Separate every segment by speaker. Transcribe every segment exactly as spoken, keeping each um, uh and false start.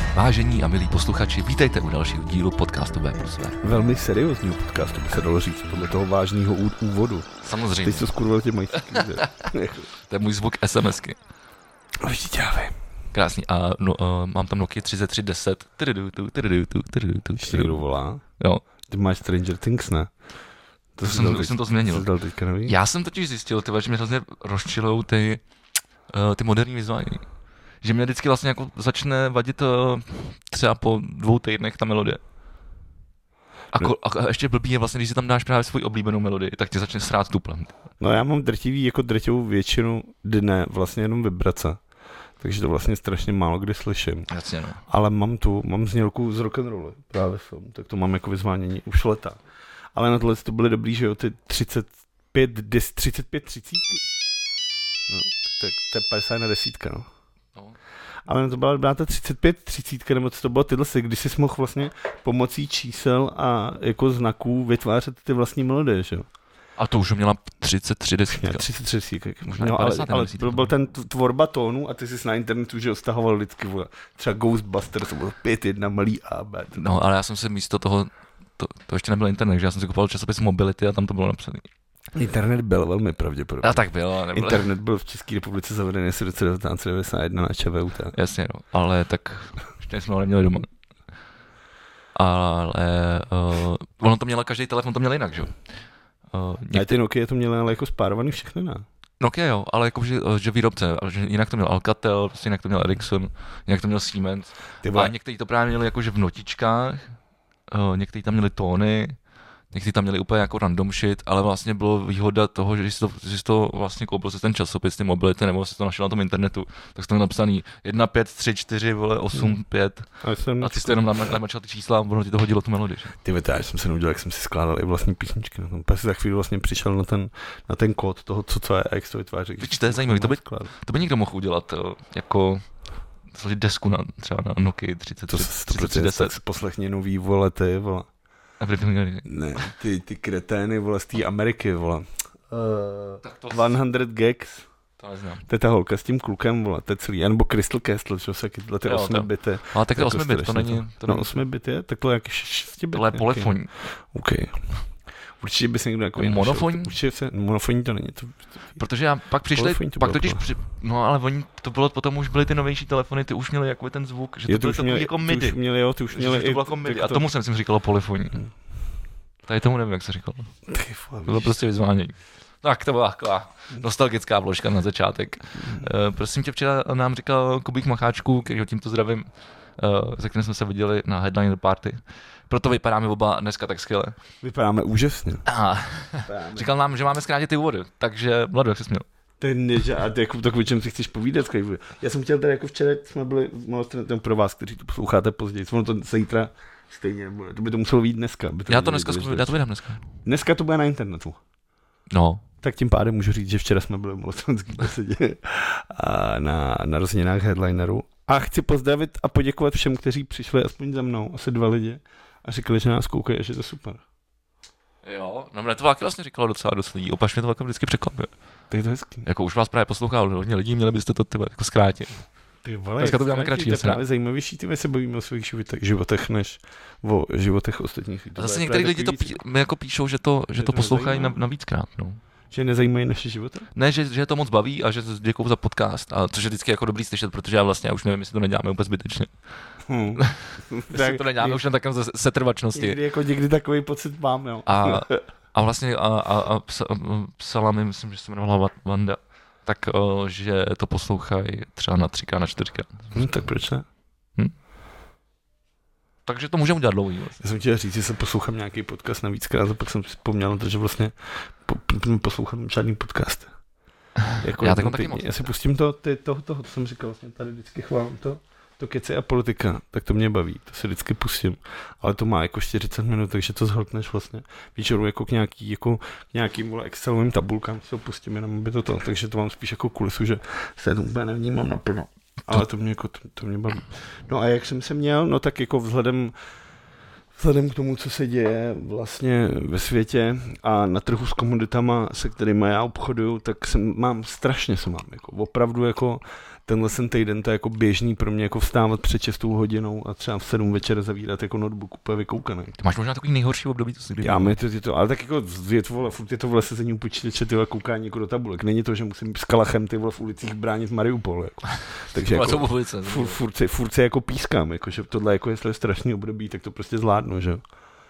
Speaker 1: Vážení a milí posluchači, vítejte u dalšího dílu podcastu B plus V.
Speaker 2: Velmi seriózního podcastu by se dalo říct, podle toho vážného úvodu.
Speaker 1: Samozřejmě.
Speaker 2: Teď to skurvil tě majstky.
Speaker 1: To je můj zvuk SMSky.
Speaker 2: Vidíte,
Speaker 1: Krásný. A no, uh, mám tam Nokia třicet tři deset.
Speaker 2: Ještě někdo volá?
Speaker 1: Jo.
Speaker 2: Ty máš Stranger Things, ne?
Speaker 1: To jsem, teď, jsem to změnil.
Speaker 2: Dal teďka nový?
Speaker 1: Já jsem totiž zjistil, tyhle, že mě hrozně rozčilujou ty, uh, ty moderní vyzvání. Že mě vždycky vlastně jako začne vadit uh, třeba po dvou týdnech ta melodie. A, ko, a ještě blbý je vlastně, když si tam dáš právě svou oblíbenou melodii, tak tě začne srát tuplem.
Speaker 2: No já mám drtivý, jako drtivou většinu dne vlastně jenom vibrace. Takže to vlastně strašně málo kdy slyším.
Speaker 1: Jasně, no.
Speaker 2: Ale mám tu, mám znělku z rock'n'rollu, právě film, tak to mám jako vyzvánění už leta. Ale na tohle to byly dobrý, že jo, ty třicet pět, třicet pět třicítky. No, tak to je padesát na desítka, no.
Speaker 1: no.
Speaker 2: Ale to byla dobrá ta třicet pět třicítka, nebo co to bylo tyhle si, když jsi mohl vlastně pomocí čísel a jako znaků vytvářet ty vlastní melodie, že jo.
Speaker 1: A to už měla třicet tři desítka.
Speaker 2: třicet tři desítka.
Speaker 1: Možná
Speaker 2: no, ale, ale
Speaker 1: desítka.
Speaker 2: byl ten tvorba tónu a ty jsi na internetu, že jo, stahoval vždycky, vole, třeba Ghostbusters, to bylo pět jedna malý A, B.
Speaker 1: No, ale já jsem si místo toho, to, to ještě nebyl internet, že já jsem si kupoval časopis Mobility a tam to bylo napsané.
Speaker 2: Internet byl velmi pravděpodobně.
Speaker 1: A tak bylo, nebylo.
Speaker 2: Internet byl v České republice zavedený asi v roce devatenáct set devadesát jedna na ČVUT.
Speaker 1: Jasně, no, ale tak ještě jsme ho neměli doma. Ale uh, ono to mělo, každý telefon to měl jinak, že jo. Uh,
Speaker 2: některý... ty Nokia to měly ale jako spárovaný všechny, ne?
Speaker 1: Nokia jo, ale jako že, že výrobce, ale že jinak to měl Alcatel, prostě jinak to měl Ericsson, jinak to měl Siemens. A někteří to právě měli jakože v notičkách, uh, někteří tam měli tóny, někteří tam měli úplně jako random shit, ale vlastně bylo výhoda toho, že když jsi to, že jsi to vlastně koupil si ten časopis, ty Mobility, nebo jsi to našel na tom internetu, tak jsi to měl napsaný jedna pět tři čtyři, vole, osm pět a, a ty jsi jenom namačal ty čísla a ono ti to hodilo tu melodii.
Speaker 2: Ty víte, já jsem se neudělal, jak jsem si skládal i vlastní písničky. No. Pak si za chvíli vlastně přišel na ten, na ten kód toho, co, co je, a jak to vytváří.
Speaker 1: Víš, to je zajímavé, to by, to by někdo mohl udělat jako desku na, třeba na Nokia třicet tři deset.
Speaker 2: Poslechni nový, vole, ty, vole. Ne, ty, ty kretény, vole, z té Ameriky, vole. Uh, sto gags.
Speaker 1: To neznám.
Speaker 2: To je ta holka s tím klukem, vole, to je celý. Nebo Crystal Castle, čo se tyhle ty osmi bity.
Speaker 1: Ale tak to osmi bit, to není... To
Speaker 2: no osmi bity je, tak to je jak šesti bity.
Speaker 1: Tohle je polyfonní.
Speaker 2: OK. Určitě by se někdo jako...
Speaker 1: Monofonní?
Speaker 2: Určitě se, monofonní to není. To,
Speaker 1: protože já pak přišli, pak totiž, při, no ale oni, to bylo, potom už byly ty novější telefony, ty už měli jako ten zvuk, že to bylo takový jako midi.
Speaker 2: Ty už měli, jo, ty už měli.
Speaker 1: Že to bylo jako midi, a tomu jsem si říkalo polyfonní. Hmm. Tady tomu nevím, jak se říkalo. To bylo prostě vyzvánění. Tak to byla taková nostalgická vložka na začátek. Hmm. Uh, prosím tě, včera nám říkal Kubík Macháčků, kterýho tímto zdravím, uh, se kterým jsme se viděli na Headliner Party. Proto vypadáme oba dneska tak skvěle.
Speaker 2: Vypadáme úžasně.
Speaker 1: Aha. Říkal nám, že máme zkrátit ty úvody, takže Vlado, jak jsi měl?
Speaker 2: To je než, a ty, jako, tak o čem si chceš povídat, Skype? Já jsem chtěl tady, jako včera jsme byli, ten pro vás, kteří to posloucháte později, ono to zítra stejně bude, to by to muselo vyjít dneska. To
Speaker 1: já to dneska zkusím, já to vydám dneska.
Speaker 2: Dneska to bude na internetu.
Speaker 1: No.
Speaker 2: Tak tím pádem můžu říct, že včera jsme byli v Malostranský besedě a na narozeninách Headlineru. A chci pozdravit a poděkovat všem, kteří přišli aspoň za mnou, asi dva lidi, a říkali, že nás koukají a že to super.
Speaker 1: Jo, no mě to taky vlastně říkalo docela dost lidí, opač mě to vlastně vždycky překvapuje.
Speaker 2: To je to hezký.
Speaker 1: Jako už vás právě poslouchal hodně lidí, měli byste to tyhle jako zkrátit.
Speaker 2: Ty vole,
Speaker 1: dneska to uděláme kratší.
Speaker 2: To je právě zajímavější, ty se bavíme o svých životech, životech než o životech ostatních.
Speaker 1: A zase některý lidi to pí, jako píšou, že to, že to poslouchají na, na víckrát. No.
Speaker 2: Že nezajímají naše životy?
Speaker 1: Ne, že, že to moc baví a že děkuju za podcast, a což je vždycky jako dobrý slyšet, protože já vlastně já už nevím, jestli to neděláme úplně zbytečně. Hmm. tak, to neděláme už na takovém setrvačnosti.
Speaker 2: Někdy, jako někdy takový pocit mám, jo.
Speaker 1: A, a vlastně a, a, a psala mi, myslím, že se jmenovala Vanda, tak o, že to poslouchají třeba na třikrát, na čtyřikrát.
Speaker 2: Hmm, tak proč ne?
Speaker 1: Hm? Takže to můžeme udělat dlouhý. Vlastně.
Speaker 2: Já jsem chtěl říct, že jsem poslouchám nějaký podcast navíckrát a pak jsem si vzpomněl, že vlastně po, poslouchám žádný podcast. Jako,
Speaker 1: já taky moc.
Speaker 2: Já si pustím to, ty, toho, toho, co jsem říkal, vlastně tady vždycky chválím to, to keci a politika, tak to mě baví, to si vždycky pustím, ale to má jako čtyřicet minut, takže to zhltneš vlastně většinou jako k nějaký, jako k nějakým vole, Excelovým tabulkám, se ho pustím jenom, aby to to, takže to mám spíš jako kulisu, že se to úplně nevnímám naplno. Ale to mě, jako, to, to mě baví. No a jak jsem se měl, no tak jako vzhledem, vzhledem k tomu, co se děje vlastně ve světě a na trhu s komoditama, se kterými já obchoduju, tak jsem, mám strašně se mám, jako opravdu jako tenhle ten týden to je jako běžný pro mě jako vstávat před šestou hodinou a třeba v sedm večer zavírat jako notebook úplně vykoukaný.
Speaker 1: Ty máš možná takový nejhorší období, to si kdy.
Speaker 2: Já mě to, je to, ale tak jako je to, vole, furt je to v lesezení u počítače, ty vole, koukání jako do tabulek. Není to, že musím s kalachem ty vole v ulicích bránit Mariupol. Jako. Takže jako,
Speaker 1: ulice,
Speaker 2: furt, furt, se, furt se jako pískám, jako, že tohle jako jestli je strašný období, tak to prostě zvládnu, že?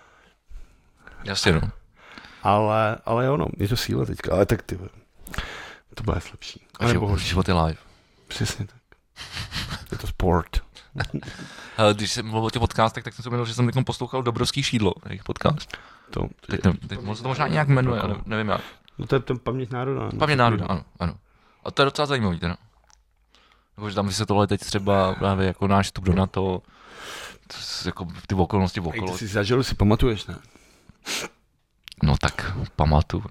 Speaker 1: Jasně, no.
Speaker 2: Ale, ale jo, no, je to síla teďka, ale tak ty to bude lepší.
Speaker 1: Ale život, život je live.
Speaker 2: Přesně tak. Je to sport.
Speaker 1: Když jsem mluvil o těch podcastech, tak jsem si uvědomil, že jsem teď poslouchal Dobrovský šídlo, jejich podcast.
Speaker 2: To,
Speaker 1: teď, teď, teď to možná nějak jmenuje, ale nevím jak.
Speaker 2: No to je ten Paměť národa. No.
Speaker 1: Paměť národa, ano, ano. A to je docela zajímavý teda. Jako, že tam vysvětlovali teď třeba právě jako náš vstup do NATO, jako ty okolnosti okolo.
Speaker 2: Ej, ty jsi zažil, si pamatuješ, ne?
Speaker 1: No tak, pamatuju.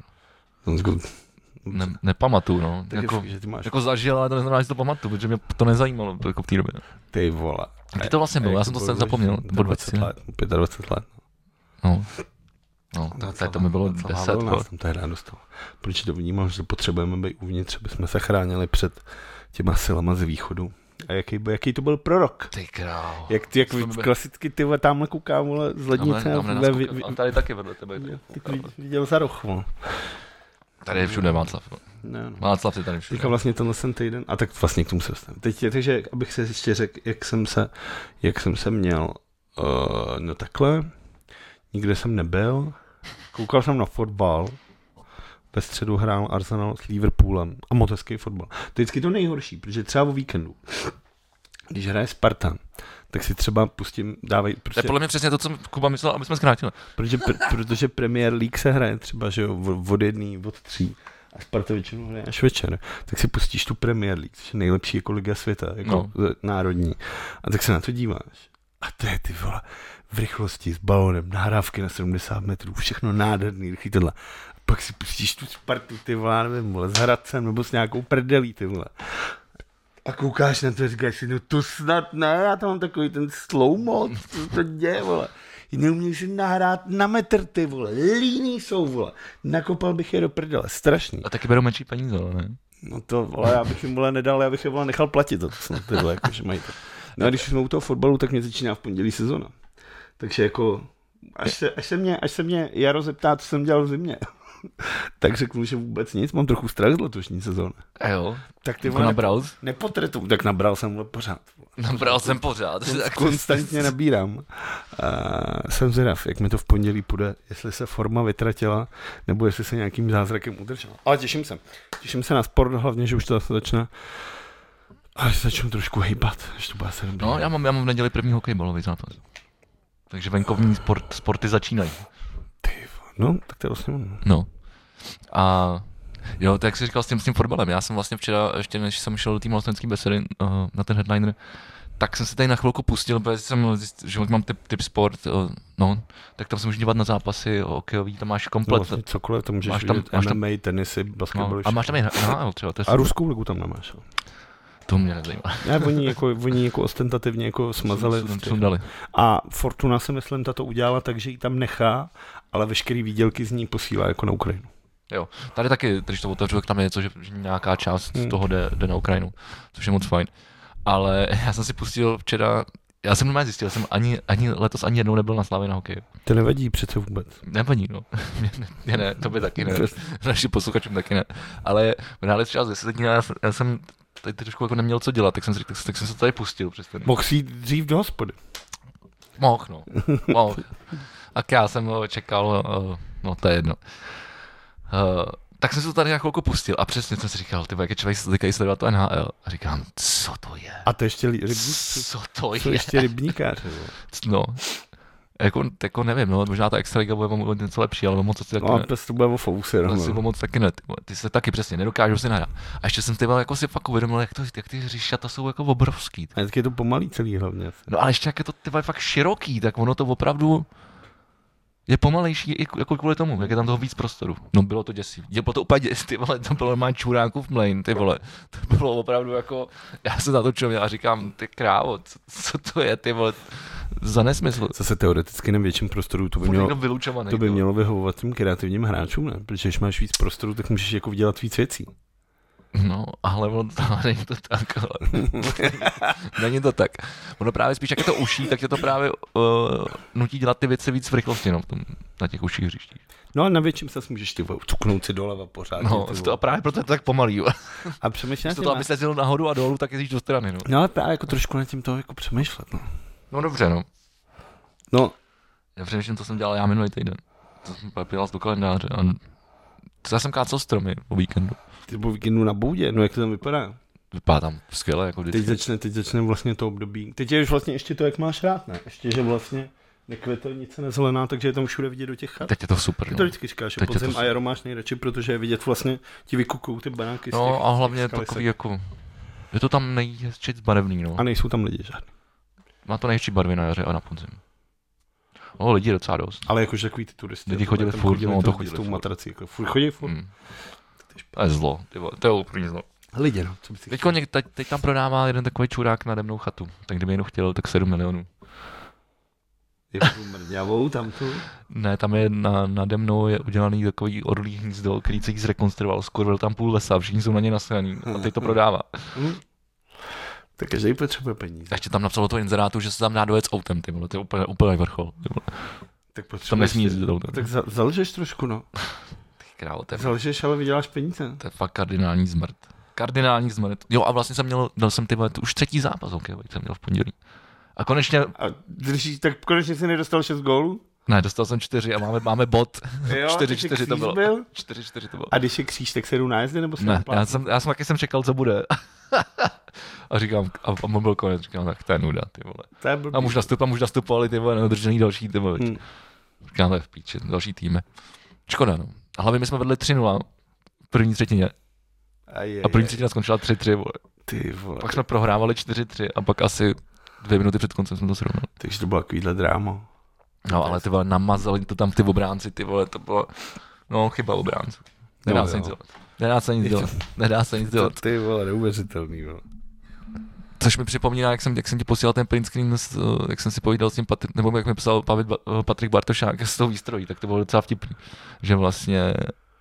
Speaker 1: Ne, nepamatuju, no. Jako,
Speaker 2: že ty máš...
Speaker 1: jako zažil, ale to neznamená, že to pamatuju, protože mě to nezajímalo jako v té době.
Speaker 2: Ty vole.
Speaker 1: Kdy to vlastně bylo? Já jsem to se zapomněl.
Speaker 2: dvacet let, dvacet pět let.
Speaker 1: No. No, to, to, to mi bylo deset.
Speaker 2: Já jsem tehdy dostal. Proč to vnímám, že potřebujeme být uvnitř, aby jsme se chránili před těma silama z východu. A jaký, jaký to byl prorok?
Speaker 1: Ty král.
Speaker 2: Jak, jak klasicky ty tamhle koukám, vole, z lednice.
Speaker 1: Tamhle, tamhle vy, vy, a tady taky vedle tebe.
Speaker 2: Ty viděl za roh, vole.
Speaker 1: Tady je všude Václav.
Speaker 2: Ne, no.
Speaker 1: Václav je tady všude.
Speaker 2: Teďka vlastně tenhle ten týden, a tak vlastně k tomu se dostanu. Teď je, takže abych se ještě řekl, jak jsem se, jak jsem se měl, uh, no takhle, nikde jsem nebyl, koukal jsem na fotbal, ve středu hrál Arsenal s Liverpoolem a motorský fotbal. To je vždycky to nejhorší, protože třeba o víkendu, když hraje Sparta, tak si třeba pustím, dávají...
Speaker 1: Prostě, to je podle mě přesně to, co Kuba myslel, aby jsme zkrátili.
Speaker 2: Protože, pr- protože Premier League se hraje třeba, že jo, od jedný, od tří a Sparta většinou hraje až večer, tak si pustíš tu Premier League, což je nejlepší jako liga světa, jako no. národní. A tak se na to díváš. A to je ty vole, v rychlosti, s balonem, nahrávky na sedmdesát metrů, všechno nádherný, rychlý tohle. A pak si pustíš tu Spartu, ty vole, nevím, vole, s Hradcem nebo s nějakou prdelí, ty vole. A koukáš na to a říkáš si, no to snad ne, já tam mám takový ten slow mod, co to děje, vole. Neumějí si nahrát na metr, ty vole, líný jsou, vole. Nakopal bych je do prdele, strašný.
Speaker 1: A taky berou menší peníze, ale ne?
Speaker 2: No to, vole, já bych jim, vole, nedal, já bych je, vole, nechal platit, to snad, ty vole, jakože mají to. No a když jsme u toho fotbalu, tak mě začíná v pondělí sezona. Takže jako, až se, až se, mě, až se mě Jaro zeptá, co jsem dělal v zimě, tak řeknu, že vůbec nic, mám trochu strach z letošní sezóny.
Speaker 1: A jo,
Speaker 2: tak ty
Speaker 1: vole, nabral?
Speaker 2: Nepotretu, tak nabral jsem vole pořád. Vole.
Speaker 1: Nabral jsem pořád.
Speaker 2: Konstantně nabírám. A jsem zvědav, jak mi to v pondělí půjde, jestli se forma vytratila, nebo jestli se nějakým zázrakem udržela. Ale těším se. Těším se na sport, hlavně, že už to zase začne. Ale začnu trošku hejbat, až to bude se dobrý.
Speaker 1: No, já mám, já mám v neděli první hokejbalový zápas. Takže venkovní sport, sporty začínají.
Speaker 2: Ty, no, tak to je vlastně ono.
Speaker 1: No. A jo, tak jak jsi říkal s tím, s tím fotbalem, já jsem vlastně včera, ještě než jsem šel do té malostenské besedy uh, na ten headliner, tak jsem se tady na chvilku pustil, protože jsem zjistil, že mám typ, typ sport, uh, no, tak tam se můžu dívat na zápasy hokejový, tam máš komplet. No, vlastně
Speaker 2: cokoliv, to můžeš
Speaker 1: máš tam,
Speaker 2: vidět,
Speaker 1: máš tam,
Speaker 2: M M A, tenisy, basketbal.
Speaker 1: No, a máš tam i N H L třeba.
Speaker 2: A ruskou ligu tam nemáš.
Speaker 1: To mě nezajímá.
Speaker 2: Ne, oni jako, oni jako ostentativně jako smazali.
Speaker 1: Sundali.
Speaker 2: A Fortuna si myslím, ta to udělala tak, že ji tam nechá, ale veškerý výdělky z ní posílá jako na Ukrajinu.
Speaker 1: Jo, tady taky, když to otevřu, tak tam je něco, že nějaká část hmm. toho jde, jde na Ukrajinu, což je moc fajn. Ale já jsem si pustil včera, já jsem normálně zjistil, jsem ani, ani letos ani jednou nebyl na Slávě na hokeji.
Speaker 2: To nevadí přece vůbec.
Speaker 1: Nevadí, no. Mě ne, to by taky ne. Naši posluchačům taky ne. Ale hráli třeba z deset dní, já, já jsem tady trošku jako neměl co dělat, tak jsem, tak, tak jsem se tady pustil přes ten.
Speaker 2: Mohl jsi jít dřív do hospody.
Speaker 1: Mohl, no. Mohl. A já jsem čekal, no to je jedno. Uh, tak jsem se to tady na chvilku pustil a přesně jsem si říkal, tyba, jak je člověk zvykají sledovat to N H L a říkám, co to je?
Speaker 2: A to ještě rybník?
Speaker 1: Co to je?
Speaker 2: To ještě rybníkář.
Speaker 1: No, jako, jako nevím, no, možná ta Extraliga bude něco lepší, ale moc asi taky
Speaker 2: no,
Speaker 1: ne.
Speaker 2: No, to bude o fousy,
Speaker 1: no. To moc taky ne, ty, ty se taky přesně nedokážu si nahrát. A ještě jsem tyba, jako si fakt uvědomil, jak, to, jak ty hřišťata jsou jako obrovský.
Speaker 2: A je to pomalý celý hlavně.
Speaker 1: No ale ještě jak je to tyba fakt široký, tak ono to opravdu je pomalejší jako kvůli tomu, jak je tam toho víc prostoru. No bylo to děsivý. Bylo to úplně děsivý, ty vole, to bylo normálně čuránkův mlejn, ty vole. To bylo opravdu jako, já se natočil a říkám, ty krávo, co, co to je, ty vole, za nesmysl.
Speaker 2: Zase teoreticky na větším prostoru to by mělo, to by mělo vyhovovat tím kreativním hráčům, ne? Protože když máš víc prostoru, tak můžeš jako dělat víc věcí.
Speaker 1: No, ale on, není to tak, ale. Není to tak. Ono právě spíš, jak je to uší, tak je to právě uh, nutí dělat ty věci víc v rychlosti, no, v tom, na těch uších hřištích.
Speaker 2: No a na větším se můžeš ty cuknout si doleva pořád.
Speaker 1: No, to a právě proto je to tak pomalý.
Speaker 2: A přemýšlím
Speaker 1: to, aby se jezdil nahoru a dolů, tak jezdíš do strany, no.
Speaker 2: No ale právě jako trošku na tím to jako přemýšlet, no.
Speaker 1: No dobře, no.
Speaker 2: No.
Speaker 1: Já přemýšlím, co jsem dělal já minulý týden. To jsem papíral do kalendáře a já jsem kácel stromy po víkendu.
Speaker 2: Ty po víkendu na boudě, no jak to tam vypadá?
Speaker 1: Vypadá tam skvěle, jako vždycky.
Speaker 2: Teď začne, teď začne vlastně to období. Teď je už vlastně ještě to, jak máš rád, ne? Ještě, že vlastně nekvete nic nezelená, takže je tam všude vidět do těch chat.
Speaker 1: Teď je to super,
Speaker 2: Ty
Speaker 1: no.
Speaker 2: to vždycky říkáš, že podzem a jaro máš nejradši, protože je vidět vlastně, ti vykukou ty banánky z těch,
Speaker 1: no a hlavně je takový jako, je to tam nejhezčí barevný, no.
Speaker 2: A nejsou tam lidi žádný.
Speaker 1: Má to nejhezčí barvy na jaře a na podzim. No, lidi docela dost.
Speaker 2: Ale jakože takový ty turisty.
Speaker 1: Lidi chodili furt,
Speaker 2: chodili
Speaker 1: no to
Speaker 2: to
Speaker 1: chodili
Speaker 2: s tou
Speaker 1: furt.
Speaker 2: matrací, jako furt chodí furt.
Speaker 1: Hmm. To je zlo, ty vole, to je úplně zlo.
Speaker 2: Lidi, no, co by si
Speaker 1: Teďko, teď, teď tam prodává jeden takový čurák nade mnou chatu, tak kdyby jenom chtěl, tak sedm milionů.
Speaker 2: Je tu mrňavou tam tu?
Speaker 1: Ne, tam je na, nade mnou je udělaný takový orlí hnízdo, který se jí zrekonstruoval, skurvil tam půl lesa, všichni jsou na ně nasraný a teď to prodává.
Speaker 2: Hmm. Tak každý potřebuje peníze.
Speaker 1: A ještě tam napsalo to inzerátu, že se tam dá dojet s autem, ty vole, to je úplně, úplně vrchol. Ty vole.
Speaker 2: Tak
Speaker 1: tam nesmí jezdit autem.
Speaker 2: Tak za, zalžeš trošku, no.
Speaker 1: Ty králo, to je,
Speaker 2: zalžeš, ale vyděláš peníze.
Speaker 1: To je fakt kardinální zmrt. Kardinální zmrt. Jo a vlastně jsem měl, dal jsem ty vole, už třetí zápas hokejový jsem měl v pondělí. A konečně...
Speaker 2: A držíš, tak konečně jsi nedostal šest gólů?
Speaker 1: Ne, dostal jsem čtyři a máme, máme bod.
Speaker 2: Jo,
Speaker 1: čtyři čtyři to bylo.
Speaker 2: Byl?
Speaker 1: čtyři čtyři to bylo.
Speaker 2: A když je kříž, tak se jdu nájezdy nebo se
Speaker 1: ne, já jsem, já jsem taky jsem čekal, co bude. A říkám, a, a mobil konec, říkám, tak to je nuda, ty vole.
Speaker 2: To je blbý.
Speaker 1: A už nastupovali, už nastupovali ty vole, nedržený další, ty vole. Hmm. Říkám, to je v píči, další týmy. Škoda, no. A hlavně my jsme vedli tři nula v první třetině.
Speaker 2: A, je,
Speaker 1: a první třetina skončila tři tři, vole.
Speaker 2: Ty vole.
Speaker 1: Pak jsme prohrávali čtyři tři a pak asi dvě minuty před koncem jsme to srovnali.
Speaker 2: Takže to bylo takovýhle drámo.
Speaker 1: No, ale ty vole, namazali to tam ty obránci, ty vole, to bylo, no, chyba obránců. Nedá no, se nic dělat. Nedá se nic dělat. Nedá se nic dělat.
Speaker 2: Ty vole, neuvěřitelný, vole.
Speaker 1: Což mi připomíná, jak jsem, jak jsem ti posílal ten print screen, jak jsem si povídal s tím, Patri- nebo jak mi psal Patrik Bartošák s tou výstrojí, tak to bylo docela vtipný. Že vlastně,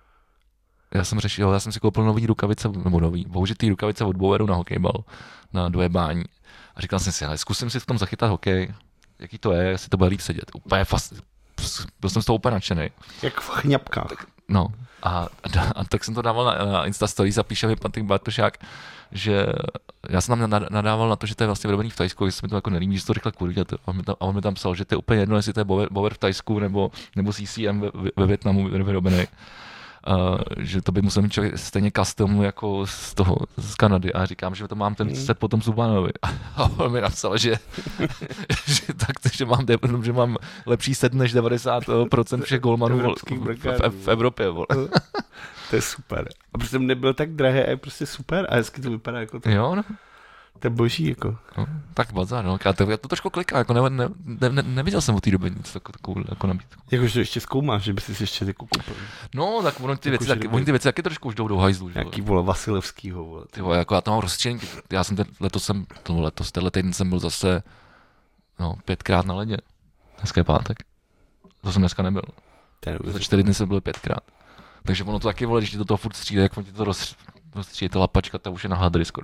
Speaker 1: já jsem řešil, já jsem si koupil nový rukavice, nebo nový, použitý rukavice od Boweru na hokejbal, na dojebání. A říkal jsem si, ale zkusím si v tom zachytat hokej, jaký to je, jestli to bude líp sedět. Úplně fast, byl jsem z toho úplně nadšenej.
Speaker 2: Jak v chňapkách.
Speaker 1: No a, a, a tak jsem to dával na, na Insta Stories a píše mi Patrik Bartošák, že já jsem tam nadával na to, že to je vlastně vyrobený v Tajsku, jestli mi to jako nelíbí, že to rychle kurví. A on mi tam, a on mi tam psal, že to je úplně jedno, jestli to je Bower, Bower v Tajsku nebo, nebo C C M ve, ve Vietnamu vyrobený. Uh, že to by musel mít člověk stejně custom jako z toho, z Kanady a říkám, že to mám ten set potom Subanovi a on mi napsal, že, že, tak, že, mám, že mám lepší set než devadesát procent všech golmanů v, v, v Evropě. Vole.
Speaker 2: To je super. A prostě nebyl tak drahé a je prostě super a hezky to vypadá jako to.
Speaker 1: Jo, no.
Speaker 2: To je boží, jako.
Speaker 1: No, tak bazar, no. Já to, já to trošku kliká, jako ne, ne, ne, ne, neviděl jsem od té doby nic takovou jako nabídku.
Speaker 2: Jakože to ještě zkoumáš, že bys si ještě jako koupil.
Speaker 1: No, tak ono ty, jako věci, taky, oni ty věci taky trošku už jdou do hajzlu.
Speaker 2: Jaký vole Vasilevskýho, vole.
Speaker 1: Ty vole, jako já to mám rozstřílený, já jsem ten, letos jsem, to letos, tenhle týden jsem byl zase, no, pětkrát na ledě. Dneska je pátek. To jsem dneska nebyl. Za čtyři dny jsem byl pětkrát. Takže ono to taky, vole, když ti do toho furt střílí, jak on ti to rozstřílí, ta lapačka, ta už je na hadry skoro.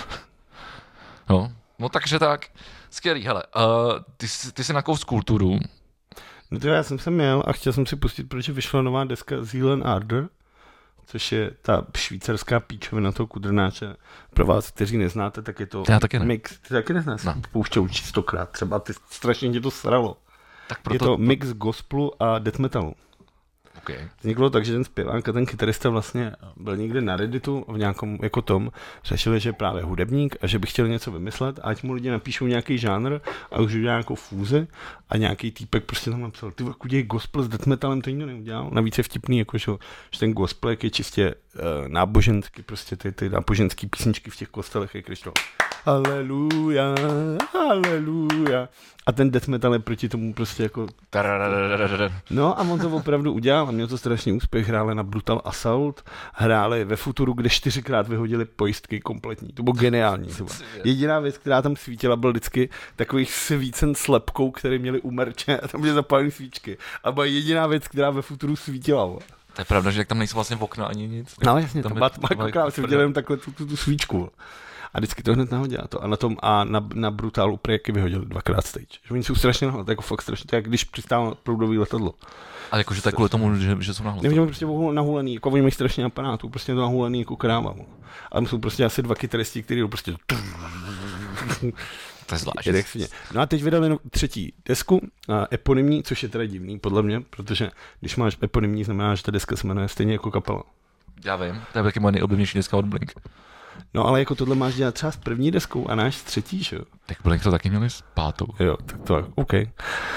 Speaker 1: No, no takže tak, skvělý, hele, uh, ty, ty jsi na kous kulturu.
Speaker 2: No to já jsem se měl a chtěl jsem si pustit, protože vyšla nová deska Zealand Ardor, což je ta švýcarská píčovina toho kudrnáče. Pro vás, kteří neznáte, tak je to
Speaker 1: já taky ne.
Speaker 2: mix, ty taky neznáš, no. Pouštěl čistokrát, třeba ty strašně tě to sralo.
Speaker 1: Tak proto...
Speaker 2: Je to mix gospelu a death metalu.
Speaker 1: Okay.
Speaker 2: Vzniklo tak, že ten zpěvák a ten kytarista vlastně byl někde na Redditu v nějakom jako tom, řešili, že je právě hudebník a že by chtěl něco vymyslet, ať mu lidi napíšou nějaký žánr a už udělá nějakou fúzi a nějaký týpek prostě tam napsal, ty vaku děj gospel s death metalem, to nikdo neudělal. Navíc je vtipný, jako, že, že ten gospel je čistě uh, náboženský, prostě ty, ty náboženský písničky v těch kostelech, jak když to Haleluja, haleluja. A ten death metal je proti tomu prostě jako... No a on to opravdu udělal a měl to strašný úspěch. Hráli na Brutal Assault, hráli ve Futuru, kde čtyřikrát vyhodili pojistky kompletní. To bylo geniální. Jediná věc, která tam svítila, byl vždycky takových svícen s lepkou, které měli u merče a tam byly zapálené svíčky. A byla jediná věc, která ve Futuru svítila.
Speaker 1: To je pravda, že jak tam nejsou vlastně v okna ani nic.
Speaker 2: No jasně, tam má kouká, si udělám takhle tu, tu, tu svíčku. A vždycky to hned nahodí to. A na tom a na, na Brutálu projeky vyhodili dvakrát stage. Že oni jsou strašně nahoře, to je jako fakt strašně, to je jak když přistává proudový letadlo.
Speaker 1: A jakože tak kvůli tomu, že, že jsou nahoře.
Speaker 2: Nevím, prostě nahulený, jako oni mají strašně aparátů, prostě to nahulený jako kráva. A tam jsou prostě asi dva kytaristi, kteří jdou prostě...
Speaker 1: To je zvláštní.
Speaker 2: No a teď vydali jenom třetí desku, eponymní, což je teda divný, podle mě, protože když máš eponymní, znamená, že ta deska se jmenuje stejně jako kapela.
Speaker 1: Já vím, to je taky moje nejoblíbenější deska od Blink.
Speaker 2: No ale jako tohle máš dělat třeba s první deskou a náš s třetí, že jo?
Speaker 1: Tak Blink to taky měli s pátou.
Speaker 2: Jo, tak to OK. Uh,